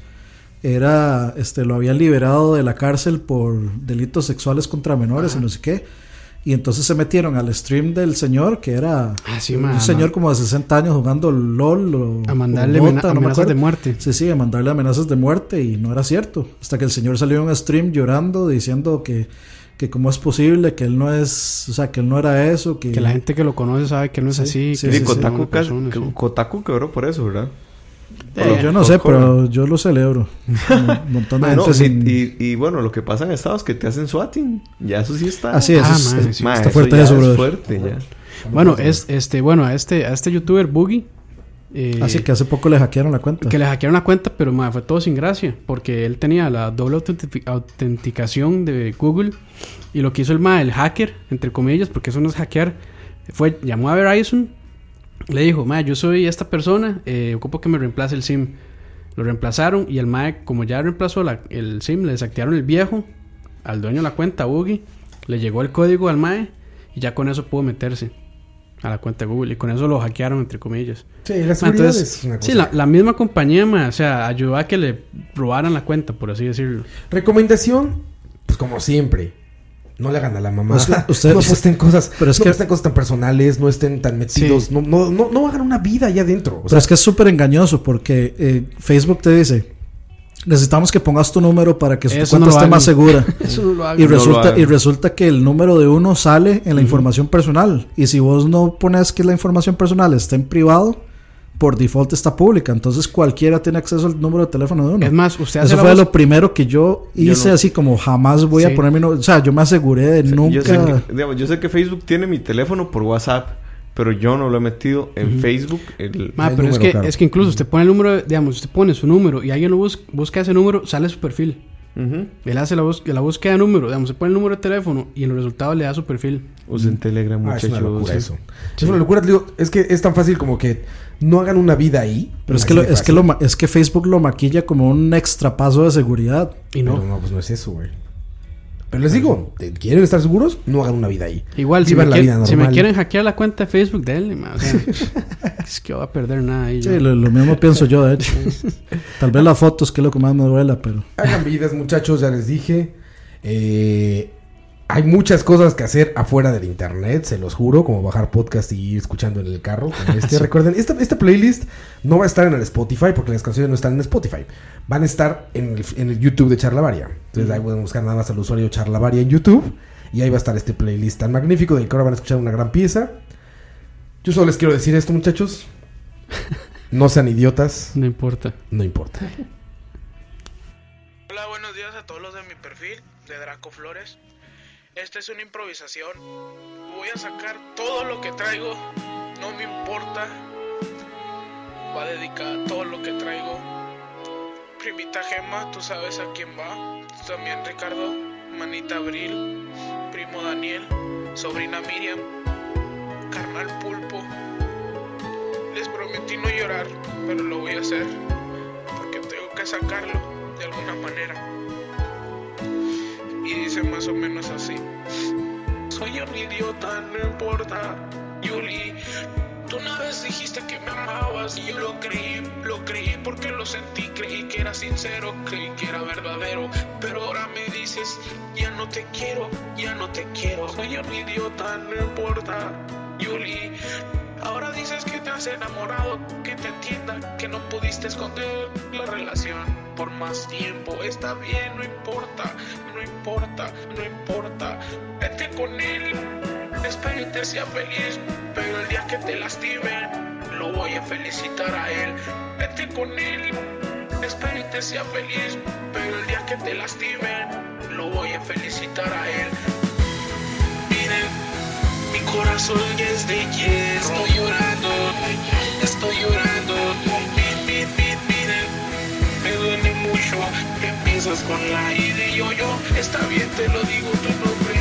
era, este, lo habían liberado de la cárcel por delitos sexuales contra menores y no sé qué. Y entonces se metieron al stream del señor, que era Ah, sí, un ma, señor ma. como de sesenta años jugando LOL o, A mandarle o amena- Dota, no me amenazas acuerdo. de muerte. Sí, sí, a mandarle amenazas de muerte y no era cierto. Hasta que el señor salió en un stream llorando, diciendo que, que cómo es posible, que él no es, o sea, que él no era eso, que, Que la gente que lo conoce sabe que no es Sí, así. sí, que Sí, es Kotaku, una casi- persona, que- sí. Kotaku quebró por eso, ¿verdad? Pero Eh, yo no por sé, joven. pero yo lo celebro. Un montón de Ah, no, gente sí, sin- y, y bueno, lo que pasa en Estados es que te hacen swatting. Ya eso sí está. Así es, Ah, es- man, es- sí. Ma, está eso fuerte ya eso, es brother. fuerte ya. Bueno, es, este, bueno, a este, a este youtuber Boogie. eh, Así que hace poco le hackearon la cuenta. que le hackearon la cuenta, pero ma, fue todo sin gracia, porque él tenía la doble autentifi- autenticación de Google y lo que hizo el ma, el hacker, entre comillas, porque eso no es hackear, fue, llamó a Verizon, le dijo, ma, yo soy esta persona, eh, ocupo que me reemplace el SIM. Lo reemplazaron y el ma, como ya reemplazó la- el SIM, le desactivaron el viejo al dueño de la cuenta, Boogie, le llegó el código al ma y ya con eso pudo meterse a la cuenta de Google y con eso lo hackearon, entre comillas. Sí, la Ma, seguridad entonces, es una cosa. sí, la, la misma compañía, ma, o sea, ayudó a que le robaran la cuenta, por así decirlo. Recomendación, pues como siempre. No le hagan a la mamá. Pues, usted- no posten cosas, pero es no que- posten cosas tan personales, no estén tan metidos, Sí. no, no, no, no hagan una vida allá adentro. O Pero sea, es que es súper engañoso porque eh, Facebook te dice, necesitamos que pongas tu número para que tu Eso cuenta no lo esté hagan. más segura. Eso no lo hagan. Y No lo resulta, hagan. y resulta que el número de uno sale en la información personal. Y si vos no pones que la información personal está en privado, por default está pública, entonces cualquiera tiene acceso al número de teléfono de uno. Es más, usted hace Eso la fue bus- lo primero que yo hice, Yo no- así como jamás voy Sí. a poner mi número. O sea, yo me aseguré de nunca. Yo sé, que, digamos, yo sé que Facebook tiene mi teléfono por WhatsApp, pero yo no lo he metido en Facebook. El, Ma, El pero es número, que, claro. es que incluso usted pone el número, de- digamos, usted pone su número y alguien lo bus- busca ese número, sale su perfil. Ujú. Él hace la, bus- la búsqueda de número, digamos, se pone el número de teléfono y en los resultados le da su perfil. Usen Telegram, Ah, es muchachos. una locura Sí. eso. Es una locura, te digo, es que es tan fácil como que no hagan una vida ahí. Pero es Así que, lo, de es, que fácil. lo, ma- es que Facebook lo maquilla como un extra paso de seguridad. Y no. Pero no, pues no es eso, güey. Pero les digo, ¿te- ¿quieren estar seguros? No hagan una vida ahí. Igual, si me, Vivan la quieren- vida si me normal. quieren hackear la cuenta de Facebook, denle, ma, o sea, es que va a perder nada ahí. Sí, yo. lo, lo mismo pienso yo, de hecho. Tal vez las fotos, que es lo que más me duela, pero... Hagan vidas, muchachos, ya les dije. Eh, hay muchas cosas que hacer afuera del internet, se los juro, como bajar podcast y ir escuchando en el carro. Como este. Recuerden, esta, esta playlist no va a estar en el Spotify porque las canciones no están en Spotify. Van a estar en el, en el YouTube de Charlavaria. Entonces ahí pueden buscar nada más al usuario Charlavaria en YouTube. Y ahí va a estar este playlist tan magnífico del que ahora van a escuchar una gran pieza. Yo solo les quiero decir esto, muchachos. No sean idiotas, No importa. no importa. Hola, buenos días a todos los de mi perfil, de Draco Flores. Esta es una improvisación. Voy a sacar todo lo que traigo, no me importa. Va dedicada a todo lo que traigo. Primita Gema, tú sabes a quién va. También Ricardo, manita Abril, primo Daniel, sobrina Miriam, carnal Pulpo. Les prometí no llorar, pero lo voy a hacer porque tengo que sacarlo de alguna manera. Y dice más o menos así: soy un idiota, no importa. Yuli, tú una vez dijiste que me amabas y yo lo creí, lo creí porque lo sentí, creí que era sincero, creí que era verdadero, pero ahora me dices, ya no te quiero, ya no te quiero. Soy un idiota, no importa. Yuli, ahora dices que te has enamorado, que te entienda, que no pudiste esconder la relación por más tiempo. Está bien, no importa, no importa, no importa. Vete con él, espero y te sea feliz, pero el día que te lastimen, lo voy a felicitar a él. Vete con él, espero y te sea feliz, pero el día que te lastimen, lo voy a felicitar a él. Miren, mi corazón ya es de hierro. Estoy llorando, estoy llorando. Mi, mi, mi, miren, me duele mucho que empiezas con la I de yo-yo. Está bien, te lo digo tu nombre.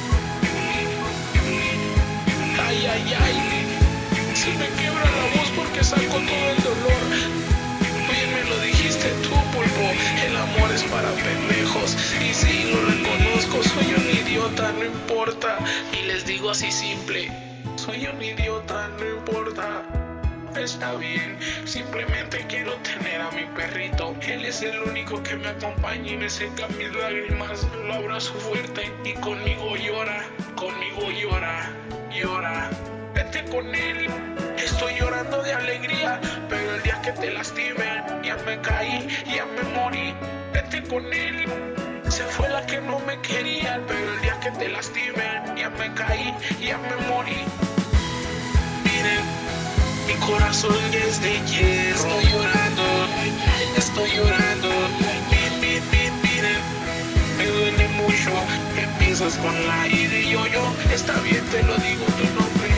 Ay, ay, ay. Si me quiebra la voz porque saco todo el dolor. Oye, me lo dijiste tú, Pulpo. El amor es para pendejos. Y sí, lo reconozco, soy un idiota, no importa. Y les digo así simple: soy un idiota, no importa. Está bien, simplemente quiero tener a mi perrito. Él es el único que me acompaña y me seca mis lágrimas. Lo abrazo fuerte y conmigo llora, conmigo llora, llora. Vete con él, estoy llorando de alegría, pero el día que te lastimen, ya me caí, ya me morí. Vete con él, se fue la que no me quería, pero el día que te lastimen, ya me caí, ya me morí. Miren, mi corazón ya es de hierro. Estoy llorando, estoy llorando. Mi, mi, mi, miren, me duele mucho que empiezas con la I de yo-yo. Está bien, te lo digo tu nombre.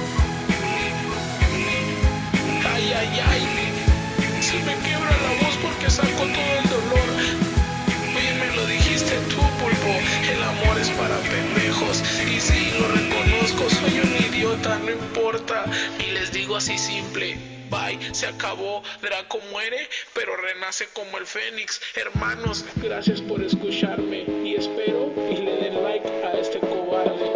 Ay, ay, ay. Si me quiebra la voz porque saco todo el dolor. Oye, me lo dijiste tú, Pulpo. El amor es para pendejos. Y sí, lo reconozco, soy un idiota, no importa. Y les digo así simple: bye, se acabó. Draco muere, pero renace como el Fénix. Hermanos, gracias por escucharme. Y espero y le den like a este cobarde.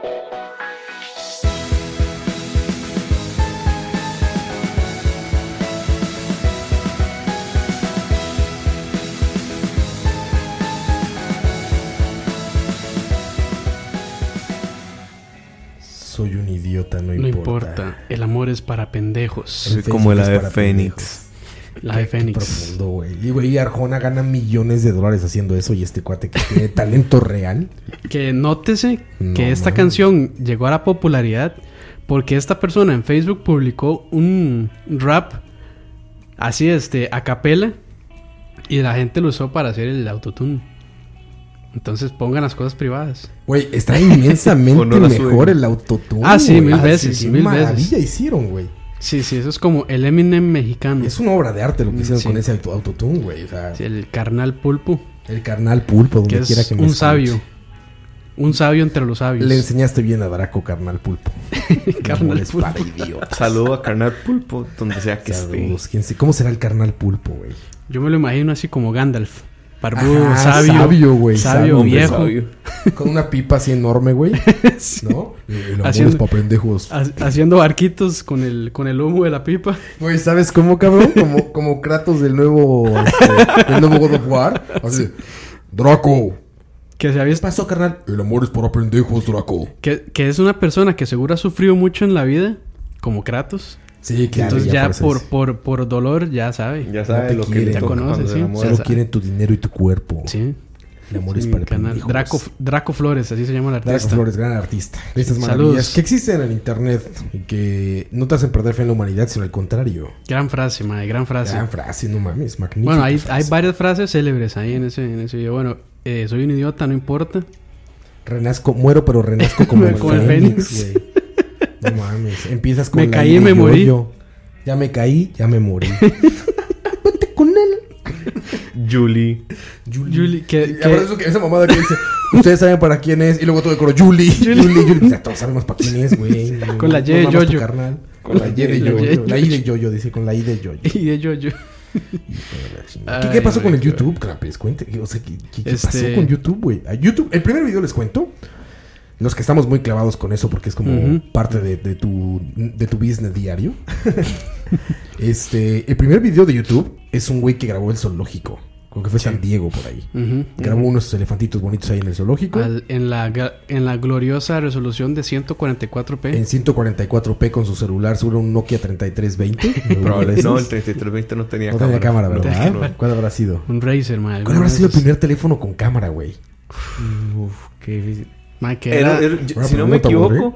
Soy un idiota, no No importa. importa. El amor es para pendejos. El Soy como Facebook la es de para Fénix. La de Qué Fénix. profundo, güey. Y, güey, Arjona gana millones de dólares haciendo eso. Y este cuate que tiene talento real. Que nótese No, que esta man. canción llegó a la popularidad porque esta persona en Facebook publicó un rap así, este, a capela, y la gente lo usó para hacer el autotune. Entonces pongan las cosas privadas. Güey, está inmensamente O no la mejor suben. el autotune. Ah, sí, güey. mil veces, sí, mil maravilla veces. hicieron, güey. Sí, sí, eso es como el Eminem mexicano. Es una obra de arte lo que hicieron Sí. con ese auto- autotune, güey. O sea, Sí, el carnal pulpo, el carnal pulpo, donde que quiera es que me un escuche. sabio. Un sabio entre los sabios. Le enseñaste bien a Draco, carnal pulpo. Carnal No, es pulpo. para idiota. Saludo a Carnal Pulpo, donde sea que Saludos. ¿Quién se- ¿Cómo será el carnal pulpo, güey? Yo me lo imagino así como Gandalf. Barbudo, Ajá, sabio. sabio, güey, Sabio, sabio, hombre viejo. sabio. Con una pipa así enorme, güey. Sí. ¿No? Y el amor Haciendo- es para pendejos. Ha- Haciendo barquitos con el, con el humo de la pipa. Güey, ¿sabes cómo, cabrón? Como, como Kratos del nuevo, este, del nuevo God of War. Así, Draco. Que se había ¿Qué pasó, carnal? El amor es para pendejos, Draco. que, que es una persona que seguro ha sufrido mucho en la vida, como Kratos. Sí, claro. Entonces ya, por eso por, es. por, por dolor ya sabe. Ya No sabe te lo que quiere. le Ya toca conoce, cuando sí. se enamora. Solo sabe. quieren tu dinero y tu cuerpo. Sí. El amor es Sí, para canal. pendejos. Draco, Draco Flores, así se llama el artista. Draco Flores, gran artista. De estas Saludos. maravillas que existen en el internet y que no te hacen perder fe en la humanidad, sino al contrario. Gran frase, madre, gran frase. Gran frase, no mames, magnífica. Bueno, hay, frase. hay varias frases célebres ahí en ese, en ese video. Bueno, eh, soy un idiota, no importa. Renazco, muero, pero renazco como el Como el Fénix, Fénix. güey. No mames. Empiezas con Me la caí I y de me morí. yo-yo. Ya me caí, ya me morí. Vete con él. Julie. Julie, que, Y que- aparte eso que- esa mamada que dice, ustedes saben para quién es, y luego todo el coro, Julie, Julie, Julie. O sea, todos sabemos para quién es, güey. No, Con la Y no de mamas tu yo-yo. carnal. Con la Y de La Y de yo-yo. La I de yo-yo. yo-yo, dice, con la I de yo-yo. y de yo, yo. ¿Qué, qué pasó Ay, con el güey, YouTube, Crapes? Cuente. O sea, ¿qué, qué- qué Este- pasó con YouTube, güey? A YouTube, el primer video les cuento. Los que estamos muy clavados con eso porque es como Ujú. parte de, de tu de tu business diario. Este, el primer video de YouTube es un güey que grabó el zoológico. Creo que fue San Diego por ahí. Ujú. Grabó unos elefantitos bonitos ahí en el zoológico. Al- en, la, ga- en la gloriosa resolución de ciento cuarenta y cuatro p. En ciento cuarenta y cuatro p con su celular, seguro un Nokia treinta y tres veinte. Probablemente. No, el treinta y tres veinte no tenía No cámara. tenía cámara, No, ¿verdad? no. ¿Cuál habrá sido? Un Razer, madre. ¿Cuál habrá sido el primer teléfono con cámara, güey? Uf, qué difícil. Madre, que Era- era, era- Una si no me pregunta, equivoco,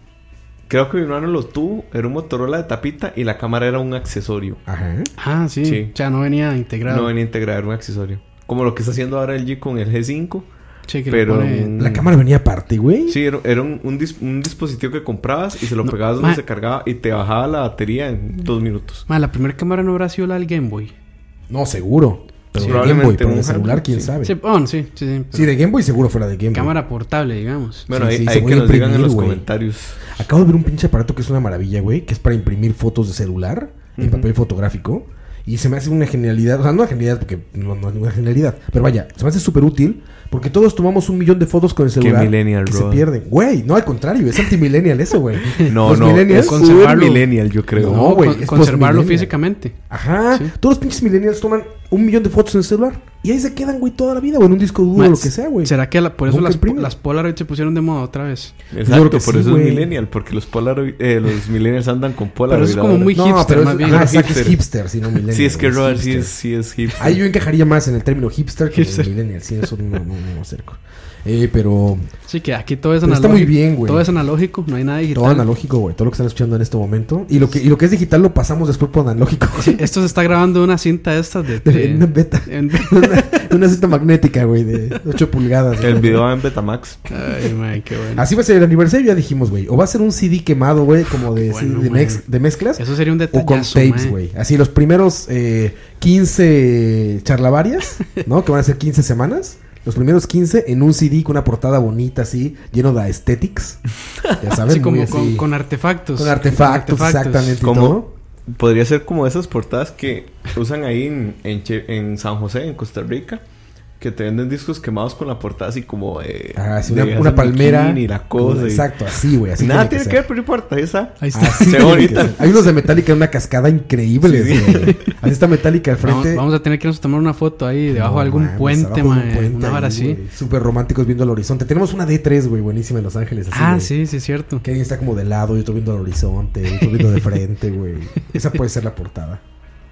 creo que mi hermano lo tuvo. Era un Motorola de tapita y la cámara era un accesorio. Ajá. Ah, sí. Sí. O sea, no venía integrado. No venía integrado, era un accesorio. Como lo que está haciendo ahora el G con el G cinco. Sí, que le pero pone- un- La cámara venía aparte, güey. Sí, era, era un, un dis- un dispositivo que comprabas y se lo No, pegabas donde ma- se cargaba y te bajaba la batería en dos minutos. Madre, la primera cámara no habrá sido la del Game Boy. No, seguro. Pero Sí, de Game Boy, probablemente pero un de celular, handheld, quién sí. sabe. Sí, bueno, sí, sí, sí. Sí, de Game Boy seguro fuera de Game Boy. Cámara portable, digamos. Bueno, Sí, ahí, sí, se ahí que puede nos digan en imprimir, los güey. comentarios. Acabo de ver un pinche aparato que es una maravilla, güey, que es para imprimir fotos de celular en Ujú. papel fotográfico. Y se me hace una genialidad, o sea, no una genialidad porque no, no es una genialidad, pero vaya, se me hace súper útil porque todos tomamos un millón de fotos con el celular millennial, que se bro. pierden. Güey, no, al contrario, es antimillennial eso, güey. No, Los no, millennials- es un conservarlo. millennial, yo creo. No, No, güey, con- es conservarlo postmillennial. físicamente. Ajá, Sí. todos los pinches millennials toman un millón de fotos en el celular y ahí se quedan, güey, toda la vida, o en un disco duro, Ma, lo que sea, güey. ¿Será que la- por eso Nunca las, imprimen. las Polaroid se pusieron de moda otra vez? Yo Exacto, creo que por sí, eso güey. es millennial, porque los Polaroid, eh, los millennials andan con Polaroid. Pero eso es como ahora. muy No, hipster, pero es, más bien. ajá, exacto, es Hipster. hipster, si no millennial. Sí, es que güey, Robert sí hipster. es, sí es hipster. Ahí yo encajaría más en el término hipster que Hipster. en el millennial. Sí, eso no, no, no, no cerco. Eh, pero Sí, que aquí todo es Pero está analógico. muy bien, güey. Todo es analógico, no hay nada digital. todo analógico, güey. Todo lo que están escuchando en este momento. Y lo que, y lo que es digital lo pasamos después por analógico. Sí, esto se está grabando en una cinta de estas de... De- de- en una beta. en- una, una cinta magnética, güey, de ocho pulgadas. El güey. video va en Betamax. Ay, man, qué bueno. Así va a ser el aniversario, ya dijimos, güey. O va a ser un C D quemado, güey, como de, Bueno, de, man. mex- de mezclas. Eso sería un O con detallazo, tapes, man. güey. Así los primeros eh, quince charlavarias, ¿no? Que van a ser quince semanas. Los primeros quince en un C D con una portada bonita así, lleno de aesthetics. Ya sabes, Así como muy con, así. con artefactos. Con artefactos, exactamente. y Como todo. podría ser como esas portadas que usan ahí en, en, Che- en San José, en Costa Rica, que te venden discos quemados con la portada así como eh, Ah, sí, de una, hacer una palmera. bikini y la cosa. y- Exacto, así, güey. Así Nada tiene tiene que ser. ver, pero no importa, ahí está. Ahí está. Así Se ve tiene bonita. que ser. Hay unos de Metallica en una cascada increíble, Sí, sí. güey. Así está Metallica al frente. Vamos, vamos a tener que irnos a tomar una foto ahí debajo No de algún mames, puente, abajo de un man. puente Una hora ahí, así. güey. Súper románticos viendo al horizonte. Tenemos una D tres, güey, buenísima en Los Ángeles. Así, Ah, güey. sí, sí, es cierto. Que alguien está como de lado y otro viendo al horizonte, y otro viendo de frente, güey. Esa puede ser la portada.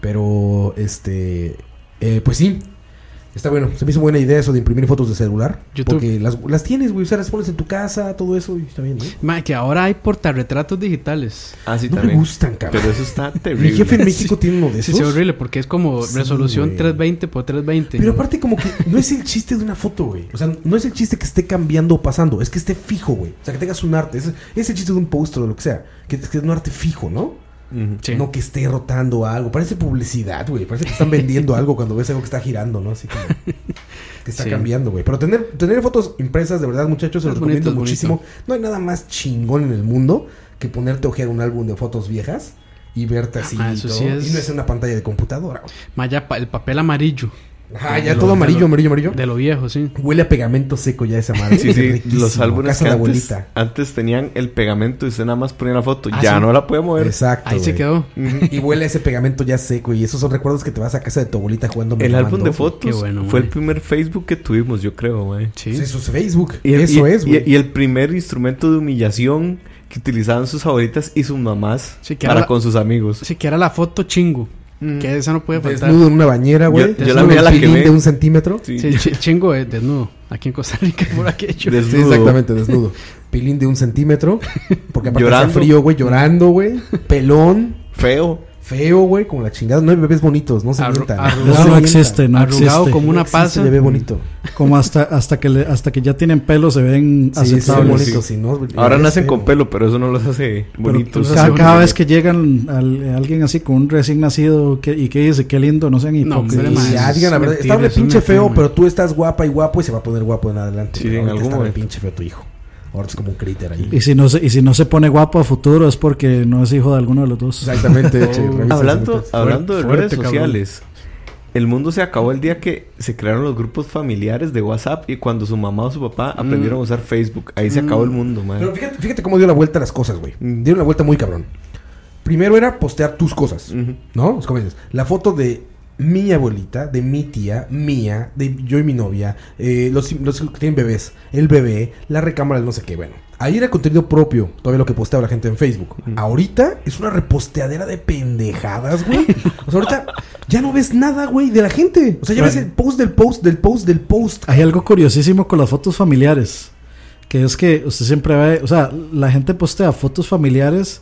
Pero, este... Eh, pues sí. Está bueno. Se me hizo buena idea eso de imprimir fotos de celular. YouTube. Porque las, las tienes, güey. O sea, las pones en tu casa, todo eso. Y está bien, ¿no? Ma, que ahora hay portarretratos digitales. Ah, sí, No también. me gustan, cabrón. Pero eso está terrible. Mi jefe en México tiene uno de Sí, esos. sí, horrible, porque es como Sí, resolución güey. trescientos veinte por trescientos veinte. Pero aparte como que no es el chiste de una foto, güey. O sea, no es el chiste que esté cambiando o pasando. Es que esté fijo, güey. O sea, que tengas un arte. Es, es el chiste de un póster o lo que sea. Que, que es un arte fijo, ¿no? Ujú. Sí. No que esté rotando algo. Parece publicidad, güey. Parece que están vendiendo algo cuando ves algo que está girando, ¿no? Así como que está Sí. cambiando, güey. Pero tener, tener fotos impresas, de verdad, muchachos, se los Es bonito, recomiendo es muchísimo. bonito. No hay nada más chingón en el mundo que ponerte a ojear un álbum de fotos viejas y verte así. Ah, y, eso todo. sí es- Y no es en una pantalla de computadora, güey. Ma, ya pa- el papel amarillo. Ajá, De ya lo- todo de amarillo, lo- amarillo, amarillo. De lo viejo, sí. Huele a pegamento seco ya esa madre. Sí, Es sí, riquísimo. los álbumes Casa que de antes, abuelita. antes tenían el pegamento y usted nada más ponía la foto. Ah, ya sí. no la puede mover. Exacto. Ahí se güey. quedó. Y huele a ese pegamento ya seco. Y esos son recuerdos que te vas a casa de tu abuelita jugando. El Mega Man álbum de dos, fotos Qué bueno, fue mae. el primer Facebook que tuvimos, yo creo, güey. Sí. güey. Eso es Facebook. Y el- Eso y- es, y- güey. Y el primer instrumento de humillación que utilizaban sus abuelitas y sus mamás Sí, que era para la- con sus amigos. Sí, que era la foto chingo. Que esa no puede faltar. Desnudo en una bañera, güey. Yo- yo Desnudo la mía en la pilín quemé. de un centímetro. Sí. Sí, chi- chingo es desnudo. Aquí en Costa Rica, por aquello. Des- Sí, Desnudo. exactamente, desnudo. Pilín de un centímetro. Porque aparte Llorando. hacía frío, güey. Llorando, güey. Pelón. Feo. Feo, güey. Como la chingada. No hay bebés bonitos. No se Arru- mientan. arrugado. se Eso no mientan. existe, no Arrugado existe. como No una existe pasa. bebé bonito. Como hasta hasta que le- hasta que ya tienen pelo se ven Sí, sí, aceptables. bonito. Si no, Ahora es nacen feo. con pelo, pero eso no los hace Pero bonitos. cada, cada vez que llegan al- alguien así con un recién nacido que, y que dice qué lindo, no sean No, hombre, hipócritas. mae. Y ya es digan la verdad, mentira, está de es un pinche feo, enfermo. pero tú estás guapa y guapo y se va a poner guapo en adelante. Sí, Pero en ahorita algún está de momento. pinche feo tu hijo. Ahora es como un críter ahí. Y si no se, y si no se pone guapo a futuro es porque no es hijo de alguno de los dos. Exactamente. che, revisa Hablando, ese hablando de Fuerte, redes cabrón. sociales, el mundo se acabó el día que se crearon los grupos familiares de WhatsApp y cuando su mamá o su papá aprendieron a usar Facebook. Ahí se acabó el mundo, man. Pero fíjate, fíjate cómo dio la vuelta a las cosas, güey. Mm. Dieron la vuelta muy cabrón. Primero era postear tus cosas, Ujú. ¿no? Es como dices, la foto de mi abuelita, de mi tía, mía, de yo y mi novia, eh, los, los que tienen bebés, el bebé, la recámara del no sé qué, bueno. Ahí era contenido propio, todavía lo que posteaba la gente en Facebook. Ahorita es una reposteadera de pendejadas, güey. O sea, ahorita ya no ves nada, güey, de la gente. O sea, ya ves el post del post, del post, del post. Hay algo curiosísimo con las fotos familiares, que es que usted siempre ve, o sea, la gente postea fotos familiares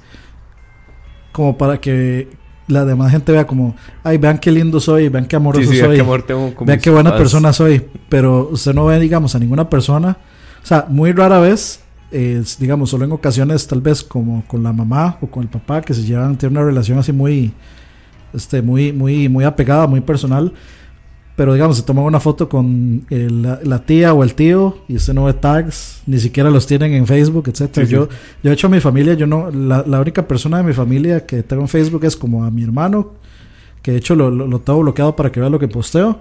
como para que la demás gente vea como, ay, vean qué lindo soy, vean qué amoroso Sí, sí, soy, qué amor tengo con vean mis qué buena papás. persona soy, pero usted no ve, digamos, a ninguna persona, o sea, muy rara vez, eh, digamos, solo en ocasiones tal vez como con la mamá o con el papá que se llevan, tienen una relación así muy, este, muy, muy, muy apegada, muy personal. Pero digamos, se toman una foto con el- la, la tía o el tío y usted no ve tags, ni siquiera los tienen en Facebook, etcétera. Sí, sí. Yo, yo de hecho a mi familia, yo no, la, la única persona de mi familia que tengo en Facebook es como a mi hermano, que de hecho lo, lo, lo tengo bloqueado para que vea lo que posteo.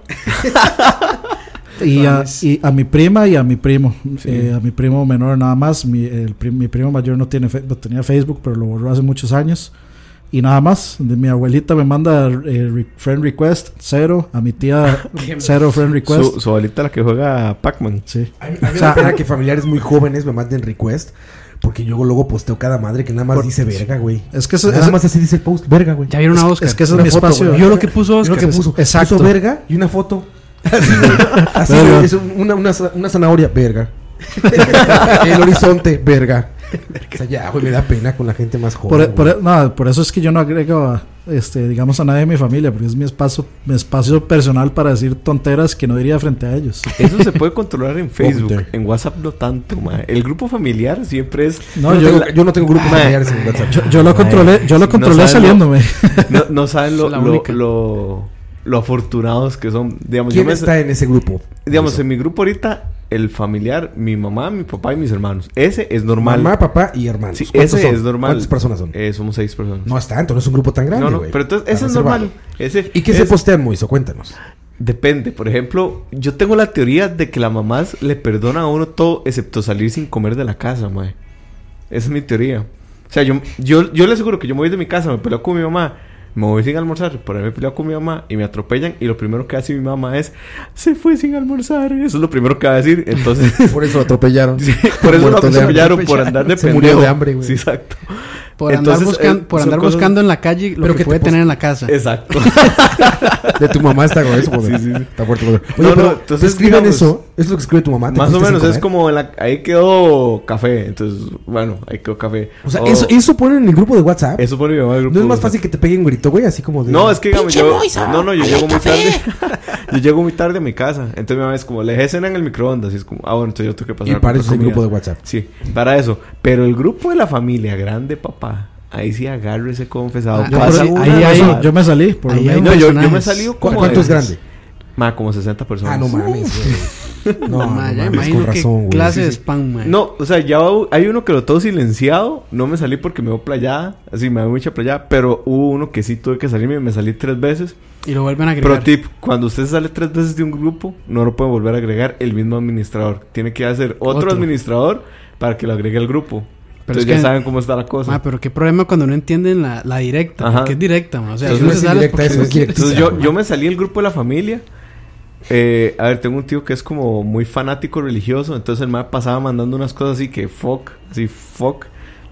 y, a, y a mi prima y a mi primo, eh, a mi primo menor nada más. Mi, el prim- mi primo mayor no tiene fe- no tenía Facebook, pero lo borró hace muchos años. Y nada más, de mi abuelita me manda eh, re- friend request, cero. A mi tía, cero friend request. Su, su abuelita la que juega Pac-Man. Sí. A mí, a mí O me sea, da pena que familiares muy jóvenes me manden request. Porque yo luego posteo cada madre que nada más Por- dice verga, güey. Es que eso, Nada eso- más así dice el post, verga, güey. Ya vieron a Oscar. es que ese es Una mi foto, espacio. güey. Vio lo que puso Es lo Oscar. que puso. Exacto. Puso verga y una foto. Así, güey. Así, Verga. güey, es una, una, una zanahoria, verga. El horizonte, verga. O sea, ya, güey, me da pena con la gente más joven. Por, güey. por- no, por eso es que yo no agrego a, este, digamos, a nadie de mi familia, porque es mi espacio, mi espacio personal para decir tonteras que no diría frente a ellos. Eso se puede controlar en Facebook. Ocultar. En WhatsApp no tanto, man. El grupo familiar siempre es... No, yo, yo, no tengo, yo no tengo grupos Mae. familiares en WhatsApp. yo, yo lo controlé, yo lo No controlé saben lo- saliéndome. No, no saben lo, Es la lo, única. lo, lo afortunados que son. Digamos, ¿Quién yo me- está en ese grupo? digamos Eso. en mi grupo ahorita, el familiar, mi mamá, mi papá y mis hermanos. Ese es normal. Mamá, papá y hermanos. Sí, ¿Cuántos ese son? es normal. ¿Cuántas personas son? Eh, somos seis personas. No es tanto, no es un grupo tan grande, no, no, güey. pero entonces Está ese es reservado. normal. Ese, ¿Y qué se es- postean, Moiso? Cuéntanos. Depende. Por ejemplo, yo tengo la teoría de que las mamás le perdonan a uno todo excepto salir sin comer de la casa, mae. Esa es mi teoría. O sea, yo, yo, yo le aseguro que yo me voy de mi casa, me peleo con mi mamá, me voy sin almorzar, por ahí me peleo con mi mamá y me atropellan y lo primero que hace mi mamá es se fue sin almorzar. Eso es lo primero que va a decir. Entonces, Por eso lo atropellaron. sí, por eso lo Muerto de hambre. atropellaron por andar de Se pendejo. murió de hambre, güey. Sí, exacto. Por andar, Entonces, buscan- eh, por son andar cosas- buscando en la calle lo Pero que que te puede pos- tener en la casa. Exacto. De tu mamá está grueso, joder. Sí, sí, sí. Está fuerte, joder. Oye, No, no, pero entonces, ¿te escriben digamos, eso? ¿Es lo que escribe tu mamá? ¿Te Más o fuiste sin menos es comer? como en la, ahí quedó café. Entonces, bueno, ahí quedó café. O sea, O- eso, eso ponen en el grupo de WhatsApp. eso pone mi mamá en el grupo. ¿No es más de fácil que te peguen un grito, güey? Así como de... No, es que digamos yo... No, no, yo llego muy tarde. Yo llego muy tarde a mi casa. Entonces mi mamá es como, le dejé cena en el microondas. Y es como, ah, bueno, entonces yo tengo que pasar Y a para comprar eso es el comida. grupo de WhatsApp. Sí, para eso. Pero el grupo de la familia grande, papá. Ahí sí agarro ese confesado. Ah, Yo, Pasa por- una ahí hay- cosa- yo me salí. Por lo ahí hay menos. No, yo, yo me personajes. salí ¿Cu- como... ¿Cuánto de- es grande? Ma, como sesenta personas. Ah, no mames, güey. No, no, Ma, ya mames, imagino con que razón, güey. clase Sí, de sí. spam, man. No, o sea, ya hay uno que lo todo silenciado. No me salí porque me veo playada. Así, me veo mucha playada. Pero hubo uno que sí tuve que salirme. Me salí tres veces. Y lo vuelven a agregar. Pro tip, cuando usted sale tres veces de un grupo, no lo puede volver a agregar el mismo administrador. Tiene que hacer otro, Otro. administrador para que lo agregue al grupo. Pero Entonces es ya que- saben cómo está la cosa. Ma, pero qué problema cuando no entienden la, la directa. Ajá. Porque es directa, ma. O sea, Sí, si no no es se sale indirecta, porque eso no es quiere. directa. Entonces yo, yo me salí del grupo de la familia. Eh, a ver, tengo un tío que es como muy fanático religioso. Entonces el mae pasaba mandando unas cosas así que fuck, así fuck.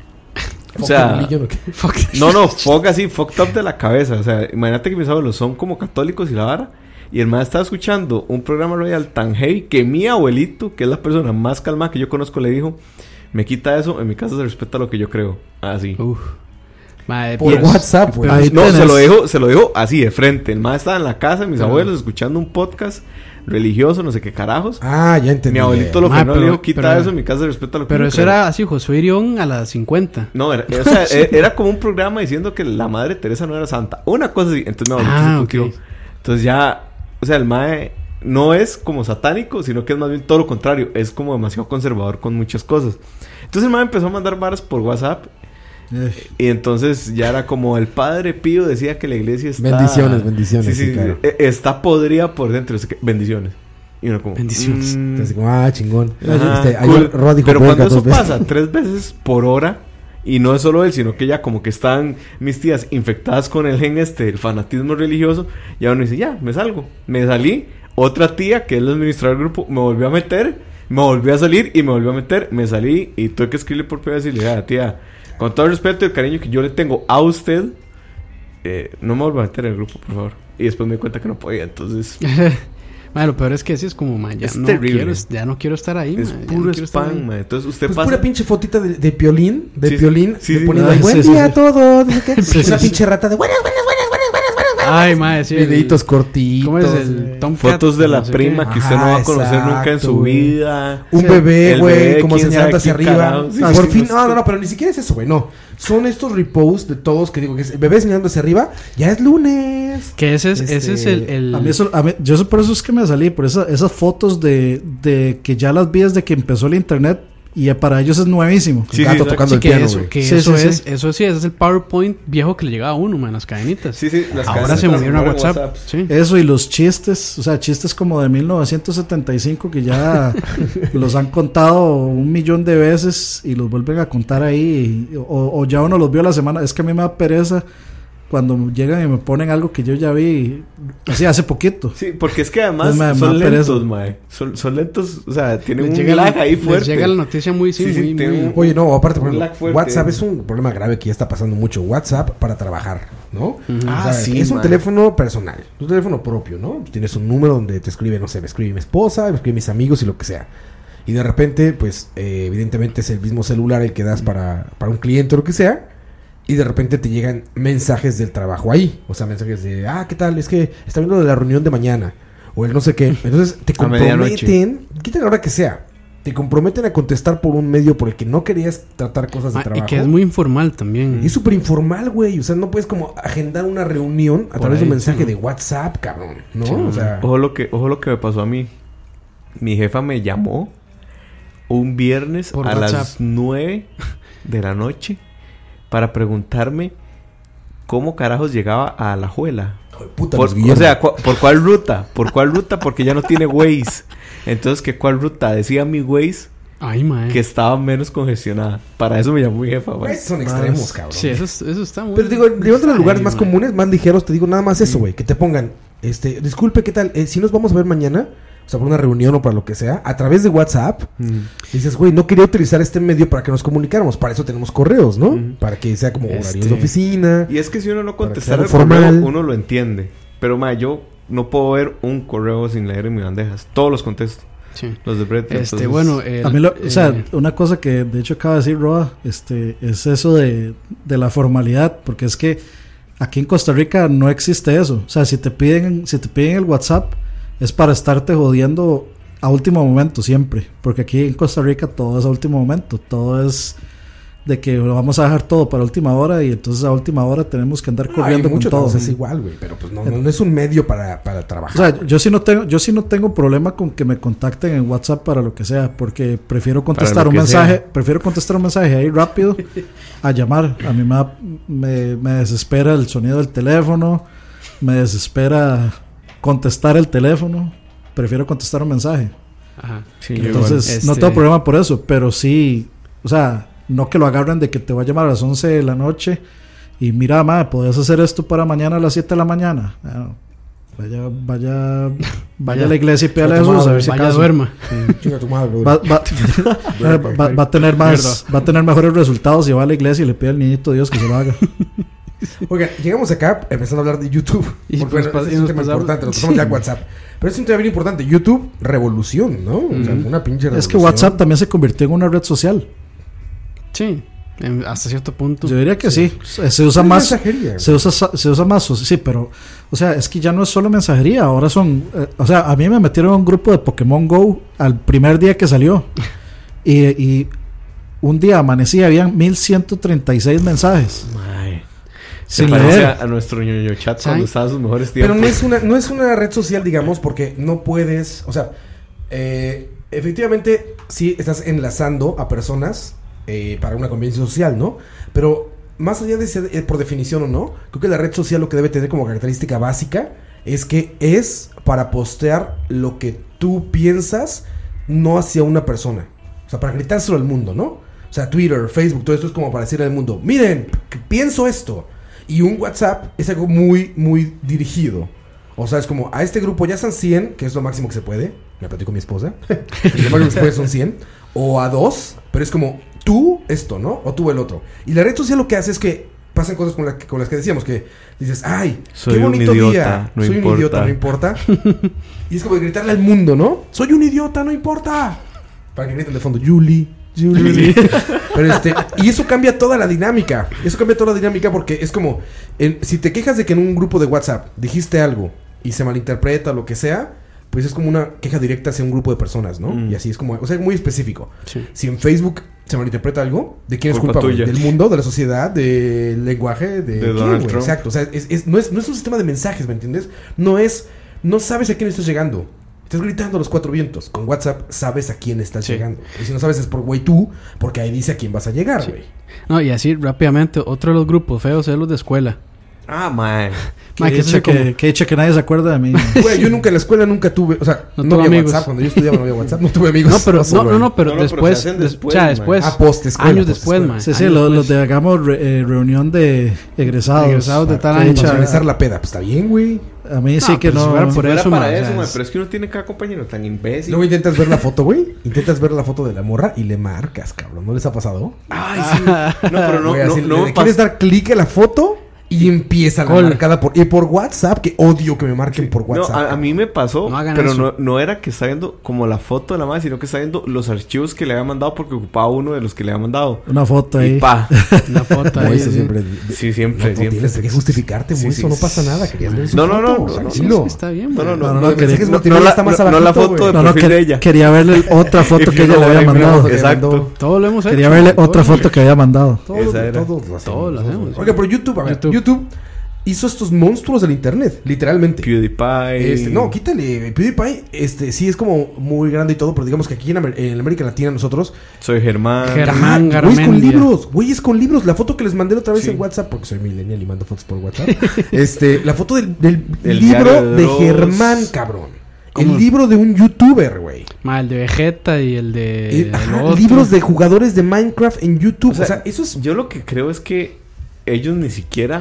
O sea, Religion, ¿o qué? Fuck. no, no, fuck así, fucked up de la cabeza. O sea, imagínate que mis abuelos son como católicos y la vara. Y el mae estaba escuchando un programa radial tan heavy que mi abuelito, que es la persona más calmada que yo conozco, le dijo: me quita eso, en mi casa se respeta lo que yo creo. Así. Uf. Ma, Por pero- WhatsApp, güey. Ahí No, tenés. se lo dijo, se lo dijo así de frente. El mae estaba en la casa de mis abuelos escuchando un podcast religioso, no sé qué carajos. Ah, ya entendí. Mi abuelito lo Ma, frenó y le pero- dijo: quita pero- eso, en mi casa se respeta lo que Pero yo eso creo". era así, Josué Irión a las cincuenta. No, era, o sea, e- era como un programa diciendo que la madre Teresa no era santa. Una cosa así. Entonces mi abuelito Ah, se puteó. ok. Entonces ya, o sea, el mae no es como satánico, sino que es más bien todo lo contrario. Es como demasiado conservador con muchas cosas. Entonces el mae empezó a mandar varas por WhatsApp. Eh, Y entonces ya era como el padre Pío decía que la iglesia está... Bendiciones, bendiciones, Sí, sí, sí, claro. eh, está podrida por dentro. Es que- bendiciones. Y uno como... Bendiciones. mm, Entonces, como, ah, chingón. ajá, Este, cool. ayer Rod dijo Pero verga cuando eso dos veces. pasa tres veces por hora... Y no es solo él, sino que ya como que están mis tías infectadas con el gen este, el fanatismo religioso. Y uno dice, ya, me salgo. Me salí. Otra tía, que es la administradora del grupo, me volvió a meter. Me volvió a salir y me volvió a meter. Me salí y tuve que escribirle por primera vez y le dije, "Ah, tía, con todo el respeto y el cariño que yo le tengo a usted, eh, no me vuelva a meter en el grupo, por favor". Y después me di cuenta que no podía, entonces... Ma, lo peor es que sí es como, ma, ya, Es no terrible. quiero, ya no quiero estar ahí. Es ma, ya puro no quiero estar spam, ahí. man. Entonces usted Pues pasa... pura pinche fotita de, de piolín, de Sí, sí. piolín, Sí, de sí. poniendo Ah, ahí, sí, buen sí, día sí. a todos, no sé qué. Sí, Una sí, pinche rata de buenas, buenas, buenas, buenas, buenas, buenas, buenas. Ay, ma, sí. el- Videitos cortitos. ¿Cómo es el Tomcat? Fotos de la No sé prima qué. que usted no va a conocer Ajá, nunca en exacto, su güey. vida. Un Sí. bebé, El güey, bebé, como quién señalando sabe hacia quién arriba. carajo. Sí, Por sí, fin, sí. no, no, no, pero ni siquiera es eso, güey, no. Son estos reposts de todos que digo que es el bebé señalando hacia arriba. Ya es lunes. Que ese es, ese Este, es el... el- A mí eso, a mí- yo eso por eso es que me salí, por esa- esas fotos de, de que ya las vi desde que empezó el internet y ya para ellos es nuevísimo. Sí, Gato sí, tocando sí, el que piano, eso, güey. que Sí, eso sí, es, sí. eso sí, ese es el PowerPoint viejo que le llegaba a uno, man, las cadenitas. Sí, sí, las Ahora cadenas se movieron a transformaron en WhatsApp. Sí. Eso y los chistes, o sea, chistes como de mil novecientos setenta y cinco que ya los han contado un millón de veces y los vuelven a contar ahí. y- o, o ya uno los vio la semana. Es que a mí me da pereza cuando llegan y me ponen algo que yo ya vi así hace poquito. Sí, porque es que además Pues, ma, son ma, pereza. lentos, mae. Son, son lentos, o sea, tienen Les un llega, lag la, ahí les fuerte. llega la noticia muy, sí, Sí, sí, muy, tiene muy- un- Oye, no, aparte, por Un ejemplo, lag fuerte. WhatsApp es un problema grave que ya está pasando mucho. WhatsApp para trabajar, ¿no? Ah, O sea, sí, es un man. teléfono personal, un teléfono propio, ¿no? Tienes un número donde te escribe, no sé, me escribe mi esposa, me escribe mis amigos y lo que sea. Y de repente, pues, eh, evidentemente es el mismo celular el que das para, para un cliente o lo que sea. Y de repente te llegan mensajes del trabajo ahí. O sea, mensajes de, ah, ¿qué tal? Es que está viendo de la reunión de mañana. O el no sé qué. Entonces te A medianoche. comprometen, quita la hora que sea. Te comprometen a contestar por un medio por el que no querías tratar cosas de Ah, y trabajo. que es muy informal también. Y es súper informal, güey. O sea, no puedes como agendar una reunión a Por través de un ahí, mensaje sí. de WhatsApp, cabrón. ¿no? Sí, o sea, Ojo lo que, ojo lo que me pasó a mí. Mi jefa me llamó un viernes Por a WhatsApp. las nueve de la noche para preguntarme cómo carajos llegaba a La Juela. hijo de puta, Por- Luis Guillermo. o sea, cu- ¿por cuál ruta? ¿Por cuál ruta? Porque ya no tiene Waze. Entonces, ¿qué cuál ruta? Decía mi Waze Ay, mae. que estaba menos congestionada. Para eso me llamó mi jefa, güey. Güey, son extremos, cabrón. Sí, eso, es- eso está muy... Pero digo, llevando a los lugares Ay, más mae. comunes, más ligeros, te digo nada más eso, güey. Que te pongan, este, disculpe, ¿qué tal? Eh, si nos vamos a ver mañana. o sea, para una reunión o para lo que sea, a través de WhatsApp, Mm. dices, güey, no quería utilizar este medio para que nos comunicáramos. Para eso tenemos correos, ¿no? Mm. Para que sea como horarios Este- de oficina. Y es que si uno no Para contestara que el sea correo, formal. uno lo entiende. Pero, ma, yo no puedo ver un correo sin leer en mis bandejas. Todos los contesto. Sí. Los de Brett. Este, entonces- bueno, el- A mí, lo, o sea, eh, una cosa que de hecho acaba de decir Roa, este, es eso de, de la formalidad, porque es que aquí en Costa Rica no existe eso. O sea, si te piden, si te piden el WhatsApp, es para estarte jodiendo a último momento siempre, porque aquí en Costa Rica todo es a último momento, todo es de que lo vamos a dejar todo para última hora y entonces a última hora tenemos que andar Ay, corriendo con mucho todo. es igual, güey. Pero pues no, no, no es un medio para, para O trabajar. sea, yo sí no tengo, yo sí no tengo problema con que me contacten en WhatsApp para lo que sea, porque prefiero contestar lo un que mensaje, sea. prefiero contestar un mensaje ahí rápido a llamar. A mí me, da- me, me desespera el sonido del teléfono, me desespera contestar el teléfono, prefiero contestar un mensaje. Ajá. Sí, yo Entonces, igual. no Este- tengo problema por eso, pero sí, o sea, no que lo agarren de que te va a llamar a las once de la noche y mira, madre, ¿podrías hacer esto para mañana a las siete de la mañana? Ah, vaya, vaya, vaya a la iglesia y pídale a Jesús a ver si vaya, acaso. duerma. Chinga tu madre, güey. Va, va, va- va a tener más, va a tener mejores resultados si va a la iglesia y le pide al niñito Dios que se lo haga. Oigan, llegamos acá empezando a hablar de YouTube. Y Porque nos bueno, pas- ese y es un nos tema pasamos- importante. Nos pasamos ya a WhatsApp. Pero es un tema bien importante. YouTube, revolución, ¿no? O sea, Ujú. una pinche revolución. Es que WhatsApp también se convirtió en una red social. Sí, en- hasta cierto punto. Yo diría que sí. Se, se usa Es más. mensajería. Se usa, sa- se usa más. Sí, pero. O sea, es que ya no es solo mensajería. Ahora son. eh, o sea, a mí me metieron a un grupo de Pokémon Go al primer día que salió. Y, y un día amanecí y habían mil ciento treinta y seis mensajes. Mae. Se Sin parece leer. a, a nuestro ñoño chat ¿Sabe? cuando estaba en sus mejores tiempos. Pero no es una, no es una red social, digamos, porque no puedes. O sea, eh, efectivamente, sí estás enlazando a personas eh, para una convivencia social, ¿no? Pero más allá de ser eh, por definición o no, creo que la red social lo que debe tener como característica básica es que es para postear lo que tú piensas, no hacia una persona. O sea, para gritárselo al mundo, ¿no? O sea, Twitter, Facebook, todo esto es como para decirle al mundo, miren, que pienso esto. Y un WhatsApp es algo muy, muy dirigido. O sea, es como, a este grupo ya están cien, que es lo máximo que se puede. Me platico con mi esposa. Lo máximo que se puede son cien. O a dos, pero es como, tú esto, ¿no? O tú el otro. Y la red social lo que hace es que pasan cosas con, la, con las que decíamos, que dices, ay, Soy qué un bonito idiota, día. no Soy importa. un idiota, no importa. Y es como de gritarle al mundo, ¿no? Soy un idiota, no importa. Para que griten de fondo, Julie. Julie. Pero este, y eso cambia toda la dinámica. Eso cambia toda la dinámica porque es como, en- si te quejas de que en un grupo de WhatsApp dijiste algo y se malinterpreta o lo que sea, pues es como una queja directa hacia un grupo de personas, ¿no? Mm. Y así es como, o sea, muy específico. Sí. Si en Facebook se malinterpreta algo, ¿de quién es Culpa culpa? güey? tuya. ¿Del mundo, de la sociedad, del lenguaje, de, De quién, Donald güey? Trump. Exacto, o sea, es, es- no, es, no es un sistema de mensajes, ¿me entiendes? No es, no sabes a quién estás llegando. Estás gritando a los cuatro vientos. Con WhatsApp sabes a quién estás Sí. llegando. Y si no sabes es por güey tú, porque ahí dice a quién vas a llegar, Sí. güey. No, y así rápidamente, otro de los grupos feos es los de escuela. Ah, mae. Que Ma, que eso dicha es como- que, que dicha que nadie se acuerda de mí. Güey, yo nunca en la escuela nunca tuve, o sea, No no, tuve había amigos. WhatsApp. Cuando yo estudiaba no había WhatsApp, no tuve amigos. No, pero, Paso, no, no, güey. no, pero No, no, pero después, se hacen des- después, o sea, man. después, Ah, post-escuela, años después, post-escuela. man. Sí, sí, años los, los después. de hagamos re- eh, reunión de egresados. Egresados de tal Qué año. dicha. Para organizar la peda, pues está bien, güey. A mí sí No, que pero si no. fuera por Era eso, para ma, o eso, sea, mae, es- pero es que uno tiene cada compañero tan imbécil. Luego intentas ver la foto, güey. Intentas ver la foto de la morra y le marcas, cabrón. ¿No les ha pasado? Ay, sí. No, pero no, Güey, no, así, no, le pas- quieres dar clic a la foto y empieza la Col. marcada por... Y por WhatsApp, que odio que me marquen por No, WhatsApp. a, a mí me pasó, No hagan pero eso. no, no era que está viendo como la foto de la madre, sino que está viendo los archivos que le había mandado porque ocupaba uno de los que le había mandado. Una foto Y ahí. pa. Una foto ahí. Moiso sí. siempre... Sí, siempre, No, no siempre. tienes que justificarte, Sí, Moiso. sí, no sí. pasa nada. Querías ver su No, no, no, foto, no, no, tranquilo. Sí, está bien, No, no, man. no. No, no, Lo de quería- mensajes no, multimedia no la- está más no- no abajito, la foto güey. de- No, no, perfil que- de ella. quería verle otra foto Y que ella luego le había ahí me la mandado. foto. Exacto. Todo lo hemos hecho. Quería verle man, otra todo. foto que había mandado. Todos, Esa era. todos lo hacemos. Todos lo hacemos. Oiga, pero YouTube, a ver, YouTube. YouTube. hizo estos monstruos del internet, literalmente. PewDiePie. Este, no, quítale. PewDiePie, este, sí es como muy grande y todo, pero digamos que aquí en, Amer- en América Latina nosotros. Soy Germán. Ger- Ah, Germán güeyes con Garmendia. libros, güeyes con libros. La foto que les mandé la otra vez Sí. en WhatsApp, porque soy millennial y mando fotos por WhatsApp. este, la foto del, del El libro diario de de Dross. Germán, cabrón. ¿Cómo? El libro de un youtuber, güey. Ma, el de Vegeta y el de. Eh, el ajá, otro. libros de jugadores de Minecraft en YouTube. O sea, o sea, eso es. Yo lo que creo es que ellos ni siquiera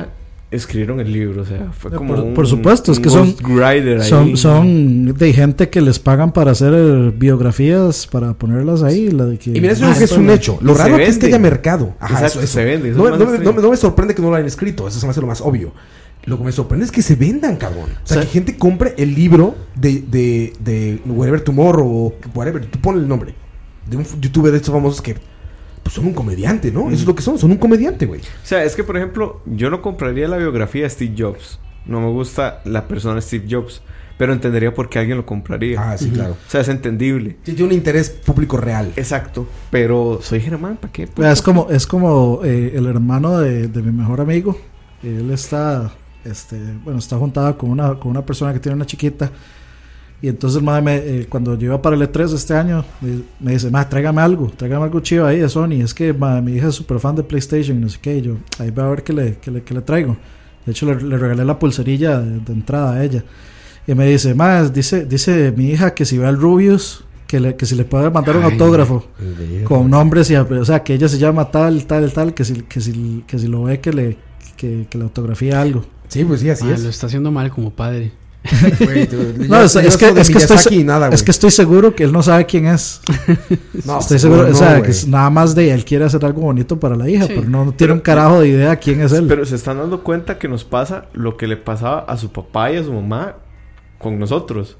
escribieron el libro, o sea, fue como por, un, por supuesto, es un que son ghostwriter ahí. son son de gente que les pagan para hacer eh, biografías, para ponerlas ahí, la de que Y mira, eso ah, es un hecho. Lo Y se raro es que vende. haya mercado. Ajá, Exacto, eso, eso. se vende, eso No, es más no me- no extraño. me- no me sorprende que no lo hayan escrito. Eso se me hace lo más obvio. Lo que me sorprende es que se vendan, cabrón. O sea, Sí. que gente compre el libro de, de, de Whatever Tomorrow o whatever. Tú ponle el nombre. De un youtuber de estos famosos que pues, son un comediante, ¿no? Eso es lo que son. Son un comediante, güey. O sea, es que, por ejemplo, yo no compraría la biografía de Steve Jobs. No me gusta la persona Steve Jobs. Pero entendería por qué alguien lo compraría. Ah, sí, claro. O sea, es entendible. Sí, tiene un interés público real. Exacto. Pero soy Germán, ¿para qué? Vea, es como es como eh, el hermano de, de mi mejor amigo. Él está este bueno está juntado con una con una persona que tiene una chiquita. Y entonces madre, me, eh, cuando yo iba para el E tres este año me, me dice, madre, tráigame algo, tráigame algo chido ahí de Sony. Es que madre, mi hija es súper fan de PlayStation y no sé qué. Y yo, ahí voy a ver qué le, qué le, qué le traigo. De hecho, le, le regalé la pulserilla de, de entrada a ella. Y me dice, madre, dice, dice mi hija que si ve al Rubius, que, le, que si le puede mandar un Ay, autógrafo güey. con nombres y ape- o sea, que ella se llama tal, tal, tal, que si, que si, que si lo ve que le, que, que le autografía algo. Sí, pues sí, así Ah, es. lo está haciendo mal como padre. Güey, tú- No, yo- es, yo es que, soy de es, que estoy, Miyazaki se- y nada, es güey. que estoy seguro que él no sabe quién es. No, Estoy seguro, no, o sea, güey. que es nada más de él quiere hacer algo bonito para la hija, Sí. pero no, no tiene un carajo de idea quién es él. Pero se están dando cuenta que nos pasa lo que le pasaba a su papá y a su mamá con nosotros.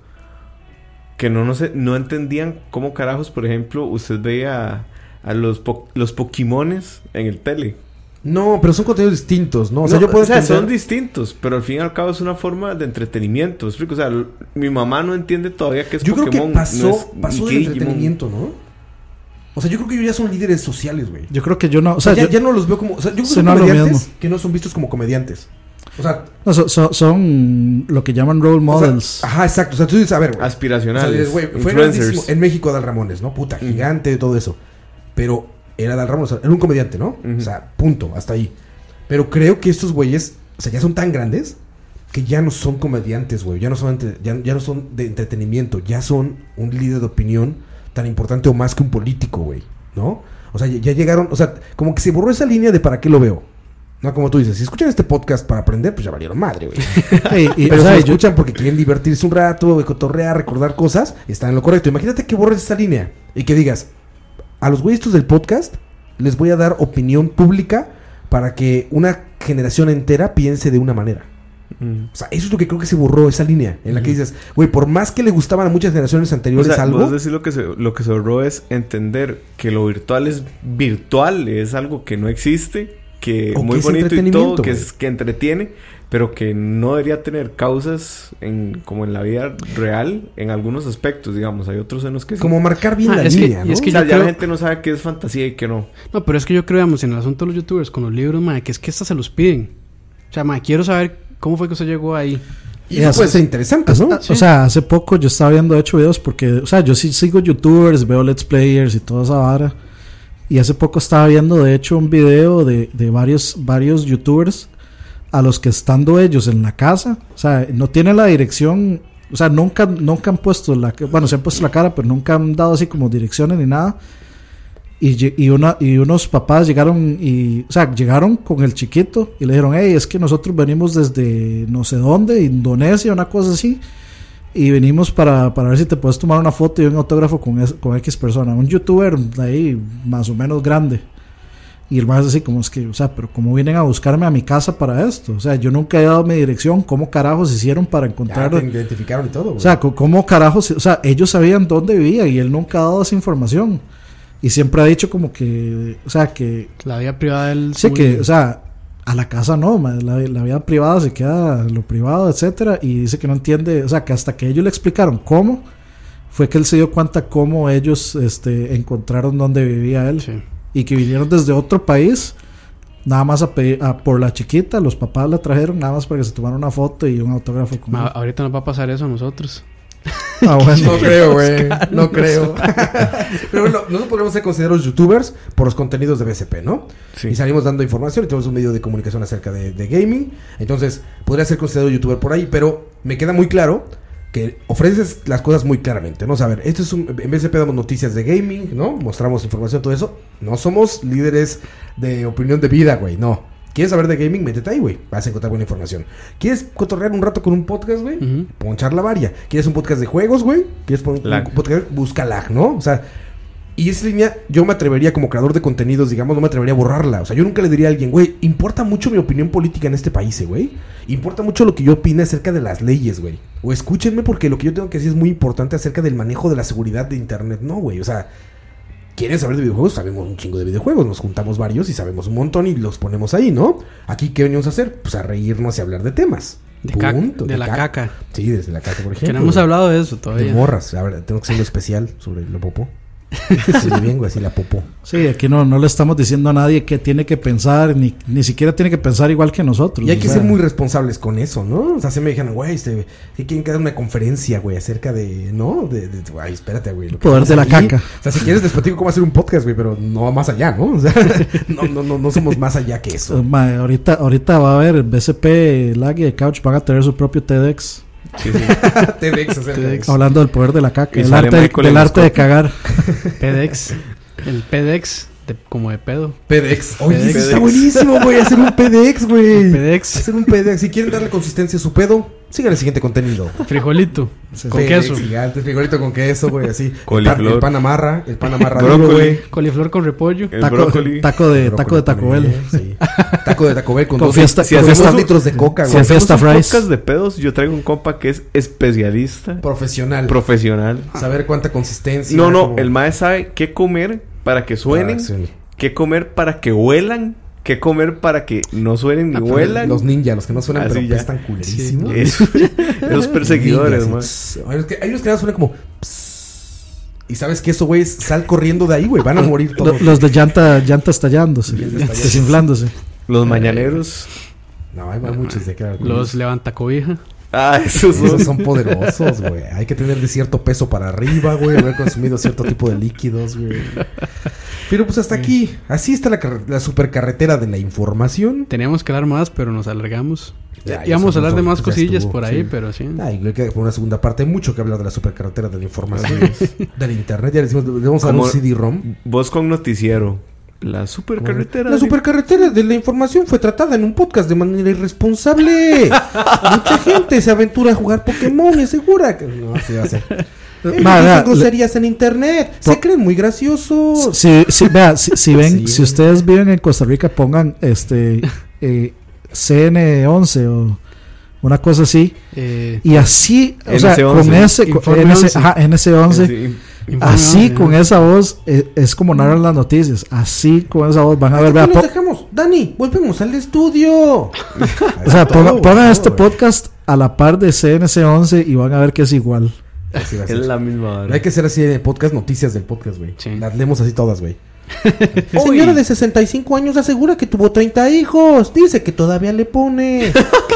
Que no, no, sé, no entendían cómo carajos, por ejemplo, usted veía a, a los, po- los Pokémones en el tele. No, pero son contenidos distintos, ¿no? O sea, No, yo puedo o sea, entender- son distintos, pero al fin y al cabo es una forma de entretenimiento. ¿Me explico? O sea, l- mi mamá no entiende todavía qué es Yo creo Pokémon. que pasó, no es pasó ni del qué Digimon. entretenimiento, ¿no? O sea, yo creo que ellos ya son líderes sociales, güey. Yo creo que yo no, o O sea, sea, ya, yo- ya no los veo como... O sea, yo creo que Sí, son no es lo comediantes mismo. que no son vistos como comediantes. O sea... no, so- so- son lo que llaman role o sea, models. ajá, exacto. O sea, tú dices, a ver, güey. O sea, Aspiracionales. dices, güey, fue influencers. grandísimo. En México Adal Ramones, ¿no? Puta, gigante, todo eso. Pero era Adal Ramones, era un comediante, ¿no? Ujú. O sea, punto, hasta ahí. Pero creo que estos güeyes, o sea, ya son tan grandes que ya no son comediantes, güey. Ya no son entre- ya, ya no son de entretenimiento, ya son un líder de opinión tan importante o más que un político, güey, ¿no? O sea, ya, ya llegaron, o sea, como que se borró esa línea de para qué lo veo. No, como tú dices, si escuchan este podcast para aprender, pues ya valieron madre, güey. Y- y, Pero o sea, si lo yo- escuchan porque quieren divertirse un rato, cotorrear, recordar cosas, están en lo correcto. Imagínate que borres esa línea y que digas, a los güeyes estos del podcast les voy a dar opinión pública para que una generación entera piense de una manera. Mm. O sea, eso es lo que creo que se borró, esa línea en la que dices, güey, por más que le gustaban a muchas generaciones O anteriores sea, algo, vos decís lo que se, lo que se borró es entender que lo virtual es virtual, es algo que no existe, que O que muy es bonito y todo, entretenimiento, que güey. es que entretiene, pero que no debería tener causas en como en la vida real en algunos aspectos, digamos. Hay otros en los que sí. como marcar bien Ah, la es que- línea, y ¿no? es que o sea, yo ya creo- la gente no sabe qué es fantasía y qué no. No, pero es que yo creo, digamos, en el asunto de los youtubers con los libros, madre, que es que estas se los piden. O sea, madre, quiero saber cómo fue que usted llegó ahí. Y eso puede ser interesante, ¿no? O sea, hace poco yo estaba viendo, de hecho, videos porque, o sea, yo sí sigo youtubers, veo let's players y toda esa vara. Y hace poco estaba viendo, de hecho, un video de, de varios, varios youtubers a los que estando ellos en la casa, o sea, no tienen la dirección, o sea, nunca, nunca han puesto la, bueno, se han puesto la cara, pero nunca han dado así como direcciones ni nada. Y, lle- y, una, y unos papás llegaron y, o sea, llegaron con el chiquito y le dijeron, hey, es que nosotros venimos desde no sé dónde, Indonesia, una cosa así, y venimos para, para ver si te puedes tomar una foto y un autógrafo con, es- con X persona, un youtuber ahí más o menos grande. Y el más así como es que, o sea, pero ¿cómo vienen a buscarme a mi casa para esto? O sea, yo nunca he dado mi dirección, ¿cómo carajos hicieron para Ya encontrar? te identificaron y todo, güey. O sea, co- ¿cómo carajos? O sea, ellos sabían dónde vivía y él nunca ha dado esa información. Y siempre ha dicho como que, o sea, que, La vida privada del... sí, que, o sea, a la casa no, ma, la, la vida privada se queda lo privado, etcétera. Y dice que no entiende, o sea, que hasta que ellos le explicaron cómo, fue que él se dio cuenta cómo ellos este, encontraron dónde vivía él. Sí. Y que vinieron desde otro país, nada más a pedir, a, por la chiquita, los papás la trajeron nada más para que se tomara una foto y un autógrafo con Ma, él. ahorita nos va a pasar eso a nosotros. Ah, bueno. No creo, güey. No creo. Pero bueno, nosotros podríamos ser considerados youtubers por los contenidos de B S P, ¿no? Sí. Y salimos dando información y tenemos un medio de comunicación acerca de, de gaming. Entonces, podría ser considerado youtuber por ahí, pero me queda muy claro que ofreces las cosas muy claramente, ¿no? O sea, a ver, esto es un... En B S P damos noticias de gaming, ¿no? Mostramos información, todo eso. No somos líderes de opinión de vida, güey, no. ¿Quieres saber de gaming? Métete ahí, güey. Vas a encontrar buena información. ¿Quieres cotorrear un rato con un podcast, güey? Ujú. Pon Charlavaria. ¿Quieres un podcast de juegos, güey? ¿Quieres poner un Lag. podcast? Busca Lag, ¿no? O sea, y esa línea yo me atrevería como creador de contenidos, digamos, no me atrevería a borrarla. O sea, yo nunca le diría a alguien, güey, importa mucho mi opinión política en este país, eh, güey. Importa mucho lo que yo opine acerca de las leyes, güey. O escúchenme porque lo que yo tengo que decir es muy importante acerca del manejo de la seguridad de internet. No, güey, o sea, ¿quieren saber de videojuegos? Sabemos un chingo de videojuegos. Nos juntamos varios y sabemos un montón y los ponemos ahí, ¿no? Aquí, ¿qué venimos a hacer? Pues a reírnos y hablar de temas. De, ca- Punto, de la caca. Sí, desde la caca, por ejemplo. Que no hemos güey. hablado de eso De todavía. morras. A ver, tengo que hacer lo especial sobre lo popó. Sí, bien, güey, así la popó. Sí, aquí no, no le estamos diciendo a nadie que tiene que pensar, ni, ni siquiera tiene que pensar igual que nosotros. Y hay o que sea, ser muy responsables con eso, ¿no? O sea, se me dijeron, güey, este, que quieren que haga una conferencia, güey, acerca de, ¿no? De, de, ay, espérate, güey. lo que Poder hacemos de la aquí. caca. O sea, si quieres les platico cómo hacer un podcast, güey, pero no más allá, ¿no? O sea, no, no, no, no somos más allá que eso. ma, ahorita, ahorita va a haber B C P, Lag y The Couch van a tener su propio TEDx Sí, sí. TEDx acerca de eso. hablando del poder de la caca, Y el sale arte, Michael del en arte de Scott. cagar. PEDEX. El PEDEX, de, como de pedo. PEDX. Oye, PEDX. eso está buenísimo, güey, hacer un PEDX, güey. PEDEX. Hacer un PEDX. Si quieren darle consistencia a su pedo, sigan el siguiente contenido. Frijolito. Con PEDX queso. gigante, frijolito con queso, güey, así. Coliflor. El pan, el pan amarra, el pan amarra Brócoli. duro, güey. Coliflor con repollo. El Taco, brócoli. taco de, taco de Taco Bell. Sí. Taco de Taco Bell con, Con dos, fiesta- si con hacemos fiesta- dos litros de coca, si güey. hace- Fiesta Hacemos un fries. podcast de pedos. Yo traigo un compa que es especialista, Profesional. profesional. Saber cuánta consistencia. No, no, cómo- el mae sabe qué comer para que suenen, Para que suene. qué comer para que huelan, qué comer para que no suenen ni Ah, pero huelan. Los ninjas, los que no suenan, Así pero ya. están culerísimos. Eso- esos perseguidores, Ninjas, mae. sí. Hay unos que- hay unos que nada suenan como. pss. Y sabes que eso, güey, es sal corriendo de ahí, güey. Van a morir Lo- todos. Los de llanta, llanta estallándose, Llantas estallándose. desinflándose. Los mañaneros. No, hay, hay muchos de que. Los levantacobija. Ah, esos son. Esos son poderosos, güey. Hay que tener de cierto peso para arriba, güey. Haber consumido cierto tipo de líquidos, güey. Pero pues hasta aquí. Así está la, carre- la supercarretera de la información. Teníamos que hablar más, pero nos alargamos. Ya, ya Íbamos a somos hablar de más dos, ya cosillas estuvo, por ahí, sí. pero sí. Ay, creo que por una segunda parte hay mucho que hablar de la supercarretera de la información. Del internet. Ya le decimos, le vamos a dar un Como- C D ROM. Vos con noticiero. La supercarretera. La de- supercarretera de la información fue tratada en un podcast de manera irresponsable. Mucha gente se aventura a jugar Pokémon y es segura que no, así va a ser. Ellos Ma, vea, dicen groserías en internet. Se Po- creen muy graciosos. Si, si, vea, si, si ven, Sí, si güey. ustedes viven en Costa Rica, pongan este eh, C N once o una cosa así. Eh, Y así, o sea, N C con once. ese, con Informe N C, once. ajá, N C once, Sí. informe así once, con ¿no? esa voz, eh, es como narran las noticias. Así con esa voz, van a ver, vea, ¿Por qué po- nos dejamos? Dani, volvemos al estudio. o sea, ponga- pongan este podcast a la par de C N C once y van a ver que es igual. Así va a Es ser. la misma hora. Hay que hacer así de podcast, noticias del podcast, güey. Sí. Las leemos así todas, güey. Uy. Señora de sesenta y cinco años asegura que tuvo treinta hijos. Dice que todavía le pone.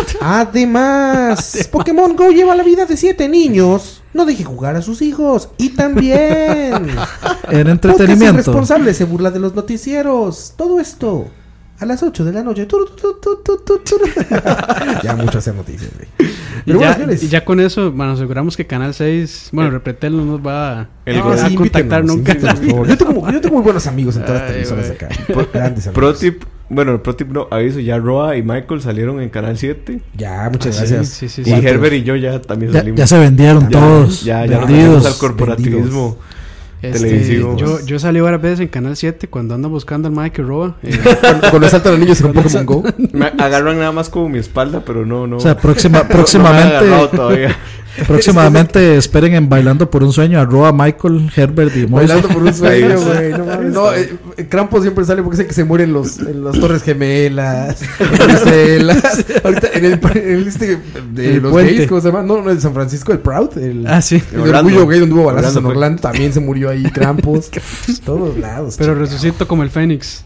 Además, Pokémon Go lleva la vida de siete niños. No deje jugar a sus hijos. Y también. En Podcast entretenimiento. irresponsable se burla de los noticieros. Todo esto a las ocho de la noche. Turu, tu, tu, tu, tu, tu. Ya mucho hacer noticias, güey. Y Pero bueno, ya, señores. y ya con eso, bueno, aseguramos que Canal seis, bueno, Repretel no nos va a, El No, gol. a sí, contactar invítenos, nunca. invítenos, por favor. Yo tengo, yo tengo muy buenos amigos en todas las Ay, televisoras de güey. acá. Grandes amigos. Pro tip. Bueno, pro tip no, aviso, ya Roa y Michael salieron en Canal siete. Ya, muchas Ah, sí, gracias. sí, sí, Y sí. ¿Cuántos? Herbert y yo ya también Ya, salimos. ya se vendieron Ya, todos. Ya, ya nos vendidos. venimos al corporativismo. Este, televisivo. yo, yo salí varias veces en Canal siete cuando ando buscando al Mike que roba. Eh, Cuando, cuando saltan los niños en un Pokémon Go. Me agarran nada más como mi espalda, pero no, no. O sea, próxima, no me han agarrado próximamente, todavía. próximamente esperen en Bailando por un Sueño a Roa, Michael, Herbert y Moise. Bailando por un sueño, Ahí güey. No, mames. No, eh, eh, Crampo siempre sale porque sé que se mueren los, en las Torres Gemelas, en Bruselas. Ahorita en el, en el este de El los puente. gays, ¿cómo se llama? No, no, el de San Francisco, el Proud. El, ah, sí. el Orlando. orgullo gay donde hubo balazos Orlando en fue. Orlando. También se murió ahí Krampus. Todos lados. Pero chica. resucito como el Fénix.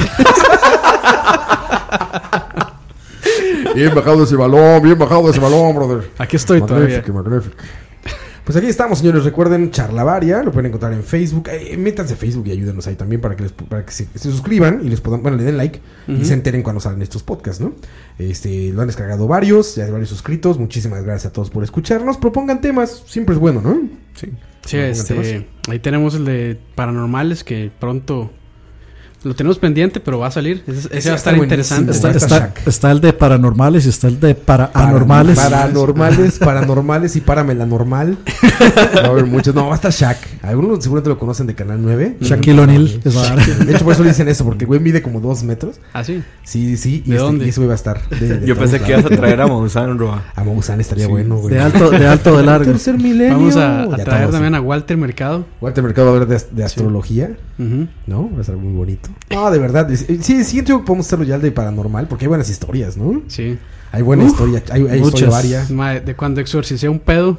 Bien bajado ese balón, bien bajado ese balón, brother. Aquí estoy todavía. Magnífico, magnífico. Pues aquí estamos, señores. Recuerden Charlavaria, lo pueden encontrar en Facebook. Eh, métanse a Facebook y ayúdenos ahí también para que, les, para que se, se suscriban y les puedan, bueno, le den like y Ujú. se enteren cuando salen estos podcasts, ¿no? Este, lo han descargado varios, ya hay varios suscritos. Muchísimas gracias a todos por escucharnos. Propongan temas, siempre es bueno, ¿no? Sí. Sí, Pongan este, temas. ahí tenemos el de paranormales que pronto Lo tenemos pendiente, pero va a salir. Ese, ese Ese va a estar está interesante. buenísimo. Está, está está, Shaq. está el de paranormales y está el de para anormales. Paranormales, paranormales y paramelanormal. Va a haber muchos. No, va a estar Shaq. Algunos seguramente lo conocen de Canal nueve. Shaquille O'Neal. esa vara. De hecho, por eso le dicen eso, porque el güey mide como dos metros. Ah, sí. Sí, sí. Y, ¿De este, dónde? y ese güey va a estar. de- de Yo todos pensé que lados. ibas a traer a Maussan, Roa. A Maussan estaría bueno, güey. De alto, de alto de largo. Tercer milenio. Vamos a, a Ya traer estamos, también sí. a Walter Mercado. Walter Mercado va a hablar de, de astrología, Ujú. ¿no? Va a estar muy bonito. No, de verdad. es- eh, Sí, sí, yo podemos hacerlo ya el de paranormal, porque hay buenas historias, ¿no? Sí. Hay buena Uf, historia, hay, hay historia muchas. varia. Ma, de cuando exorcicé un pedo.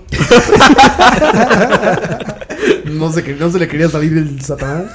No se, que- no se le quería salir el satanás.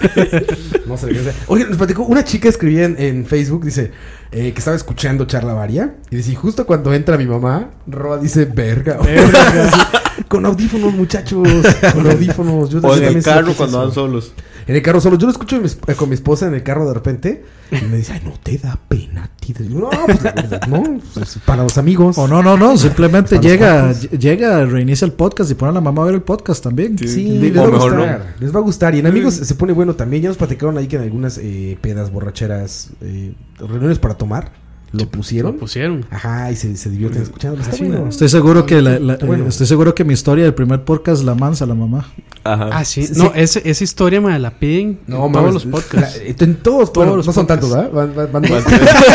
No se le quería salir. Oye, nos platicó, una chica escribía en, en Facebook, dice, eh, que estaba escuchando Charla Varia. Y dice, y justo cuando entra mi mamá, Roa dice, verga. verga. Así, con audífonos, muchachos. Con audífonos. Yo, O yo en también el sé lo carro que es cuando eso. van solos. En el carro solo. Yo lo escucho en mi esp- eh, con mi esposa en el carro de repente. Y me dice, ay, no te da pena a ti. Digo, no, pues la verdad, no. Pues, para los amigos. O no, no, no. Simplemente Para los llega, cuates. ll- llega, reinicia el podcast y pone a la mamá a ver el podcast también. Sí, Sí, les o va a mejor gustar. Les va a gustar. Y en amigos se pone bueno también. Ya nos platicaron ahí que en algunas eh, pedas, borracheras, eh, reuniones para tomar, lo pusieron. Lo pusieron. Ajá, y se, se divierten escuchando. Está sí, bueno. ¿no? Estoy seguro que la, la- Está bueno. eh, estoy seguro que mi historia del primer podcast la mansa la mamá. Ajá. Ah, sí. Sí, No, sí. ese, esa historia me la piden No, en mames, todos los podcasts. la- en todos, Todos bueno, los no son tantos, podcasts. ¿verdad? Van, van, van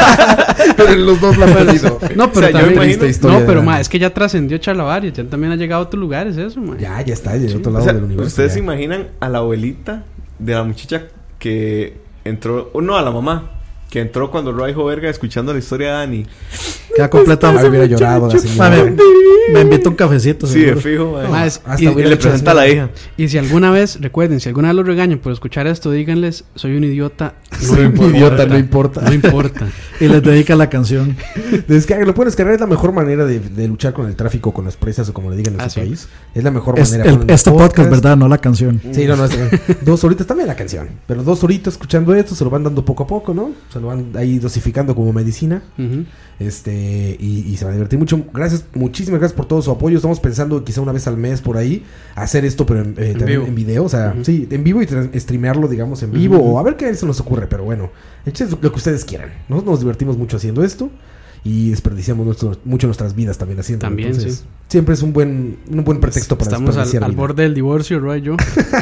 Pero en los dos la han perdido. No, pero O sea, yo también. imagino- historia No, pero de- ma, es que ya trascendió Charlavaria. Ya también ha llegado a otros lugares, eso, ma. Ya, ya está, del otro O lado sea, del universo. ¿ustedes ya. se imaginan a la abuelita de la muchacha que entró... o no, a la mamá. Que entró cuando Roa dijo verga escuchando la historia de Dani. Queda completamente. Ah, hubiera llorado la Ma, señora. me, me invito un cafecito. Sí, de seguro. fijo, mae. Ma, es- Hasta y, hubiera Y le dicho presenta a la así, hija. y si alguna vez, recuerden, si alguna vez los regañan por escuchar esto, díganles, soy un idiota. No Soy un idiota, no importa. No importa. Y les dedica la canción. Descarga, lo pueden descargar, es la mejor manera de, de luchar con el tráfico, con las presas o como le digan en Ah, su sí. país. Es la mejor Es manera. el- Ponen el este podcast, ¿verdad? No la canción. Sí, no, no, es, dos horitas también la canción. Pero dos horitas escuchando esto, se lo van dando poco a poco, ¿no? Se lo van ahí dosificando como medicina. Ujú. Este, y, y se van a divertir mucho. Gracias, muchísimas gracias por todo su apoyo. Estamos pensando quizá una vez al mes por ahí hacer esto, pero en, eh, también vivo. en video. O sea, Ujú. sí, en vivo y tra- streamearlo, digamos, en vivo. Ujú. O a ver qué se nos ocurre, pero bueno, echen lo que ustedes quieran. Nosotros nos divertimos mucho haciendo esto. Y desperdiciamos nuestro, mucho nuestras vidas también haciendo. También, Entonces, sí. siempre es un buen, un buen pretexto para Estamos al, desperdiciar al vida. borde del divorcio, Roy y yo.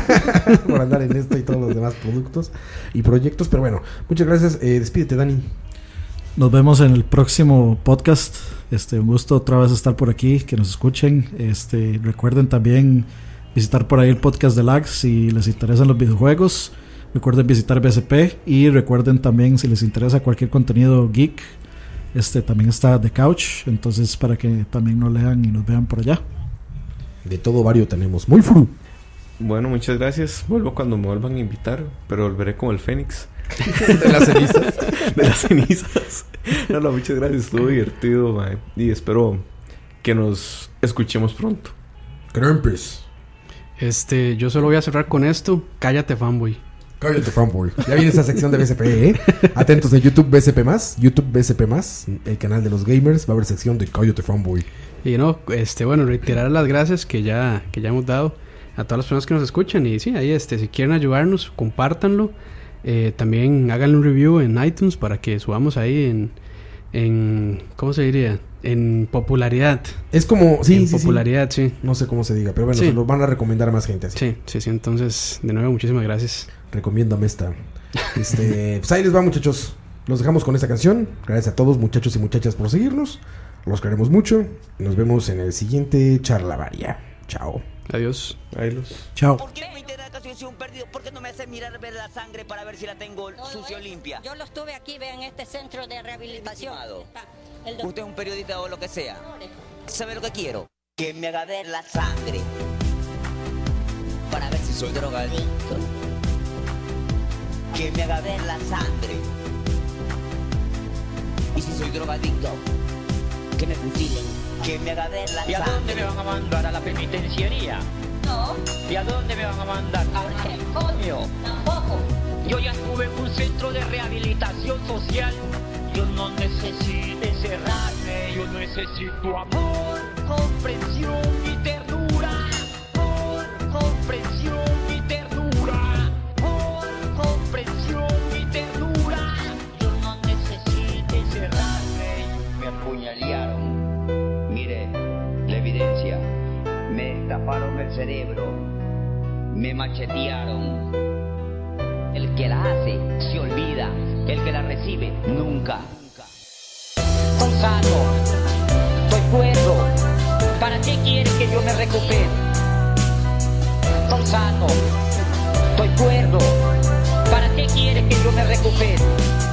Por andar en esto y todos los demás productos y proyectos. Pero bueno, muchas gracias. Eh, despídete, Dani. Nos vemos en el próximo podcast. Este, un gusto otra vez estar por aquí, que nos escuchen. Este, recuerden también visitar por ahí el podcast de Lags si les interesan los videojuegos. Recuerden visitar B S P y recuerden también si les interesa cualquier contenido geek. Este también está The Couch, entonces para que también nos lean y nos vean por allá. De todo vario tenemos. Muy fru. Bueno, muchas gracias. Vuelvo cuando me vuelvan a invitar. Pero volveré como el Fénix. De las cenizas. De las cenizas. No, no, muchas gracias. Estuvo divertido, mae. Y espero que nos escuchemos pronto. Krampus. Este, yo solo voy a cerrar con esto. Cállate, fanboy. Cállate, fanboy. Ya viene esa sección de B S P, ¿eh? Atentos en YouTube B S P más. YouTube B S P más. El canal de los gamers. Va a haber sección de Cállate, fanboy. Y no, este, bueno, reiterar las gracias que ya, que ya hemos dado a todas las personas que nos escuchan. Y sí, ahí, este, si quieren ayudarnos, compártanlo. Eh, también háganle un review en iTunes para que subamos ahí en, en ¿cómo se diría? En popularidad. Es como... Sí, en sí, popularidad, sí. sí. No sé cómo se diga. Pero bueno, Sí. se lo van a recomendar a más gente así. Sí, sí, sí. Entonces, de nuevo, muchísimas gracias. Recomiéndame esta. Este, pues ahí les va, muchachos. Los dejamos con esta canción. Gracias a todos, muchachos y muchachas, por seguirnos. Los queremos mucho. Nos vemos en el siguiente Charlavaria. Chao. Adiós. Ahí los... Chao. ¿Por qué me interesa que soy un perdido? ¿Por qué no me hace mirar ver la sangre para ver si la tengo sucia o limpia? Yo lo estuve aquí, vean, en este centro de rehabilitación. Estimado. Está el doctor. Usted es un periodista o lo que sea. ¿Sabe lo que quiero? Que me haga ver la sangre para ver si soy drogadicto. Que me haga ver la sangre. Y si soy drogadicto, que me fusilen. Que me haga ver la ¿Y a sangre. dónde me van a mandar? ¿A la penitenciaría? No, ¿Y a dónde me van a mandar? ¿A ¿por qué? manicomio? Tampoco. Yo ya estuve en un centro de rehabilitación social. Yo no necesito encerrarme. Yo necesito amor, comprensión y ternura. Amor, comprensión y ternura. Amor, comprensión y ternura. me taparon el cerebro, me machetearon. El que la hace se olvida, el que la recibe nunca. Estoy sano, estoy cuerdo, ¿para qué quiere que yo me recupere? Estoy sano, estoy cuerdo, ¿para qué quiere que yo me recupere?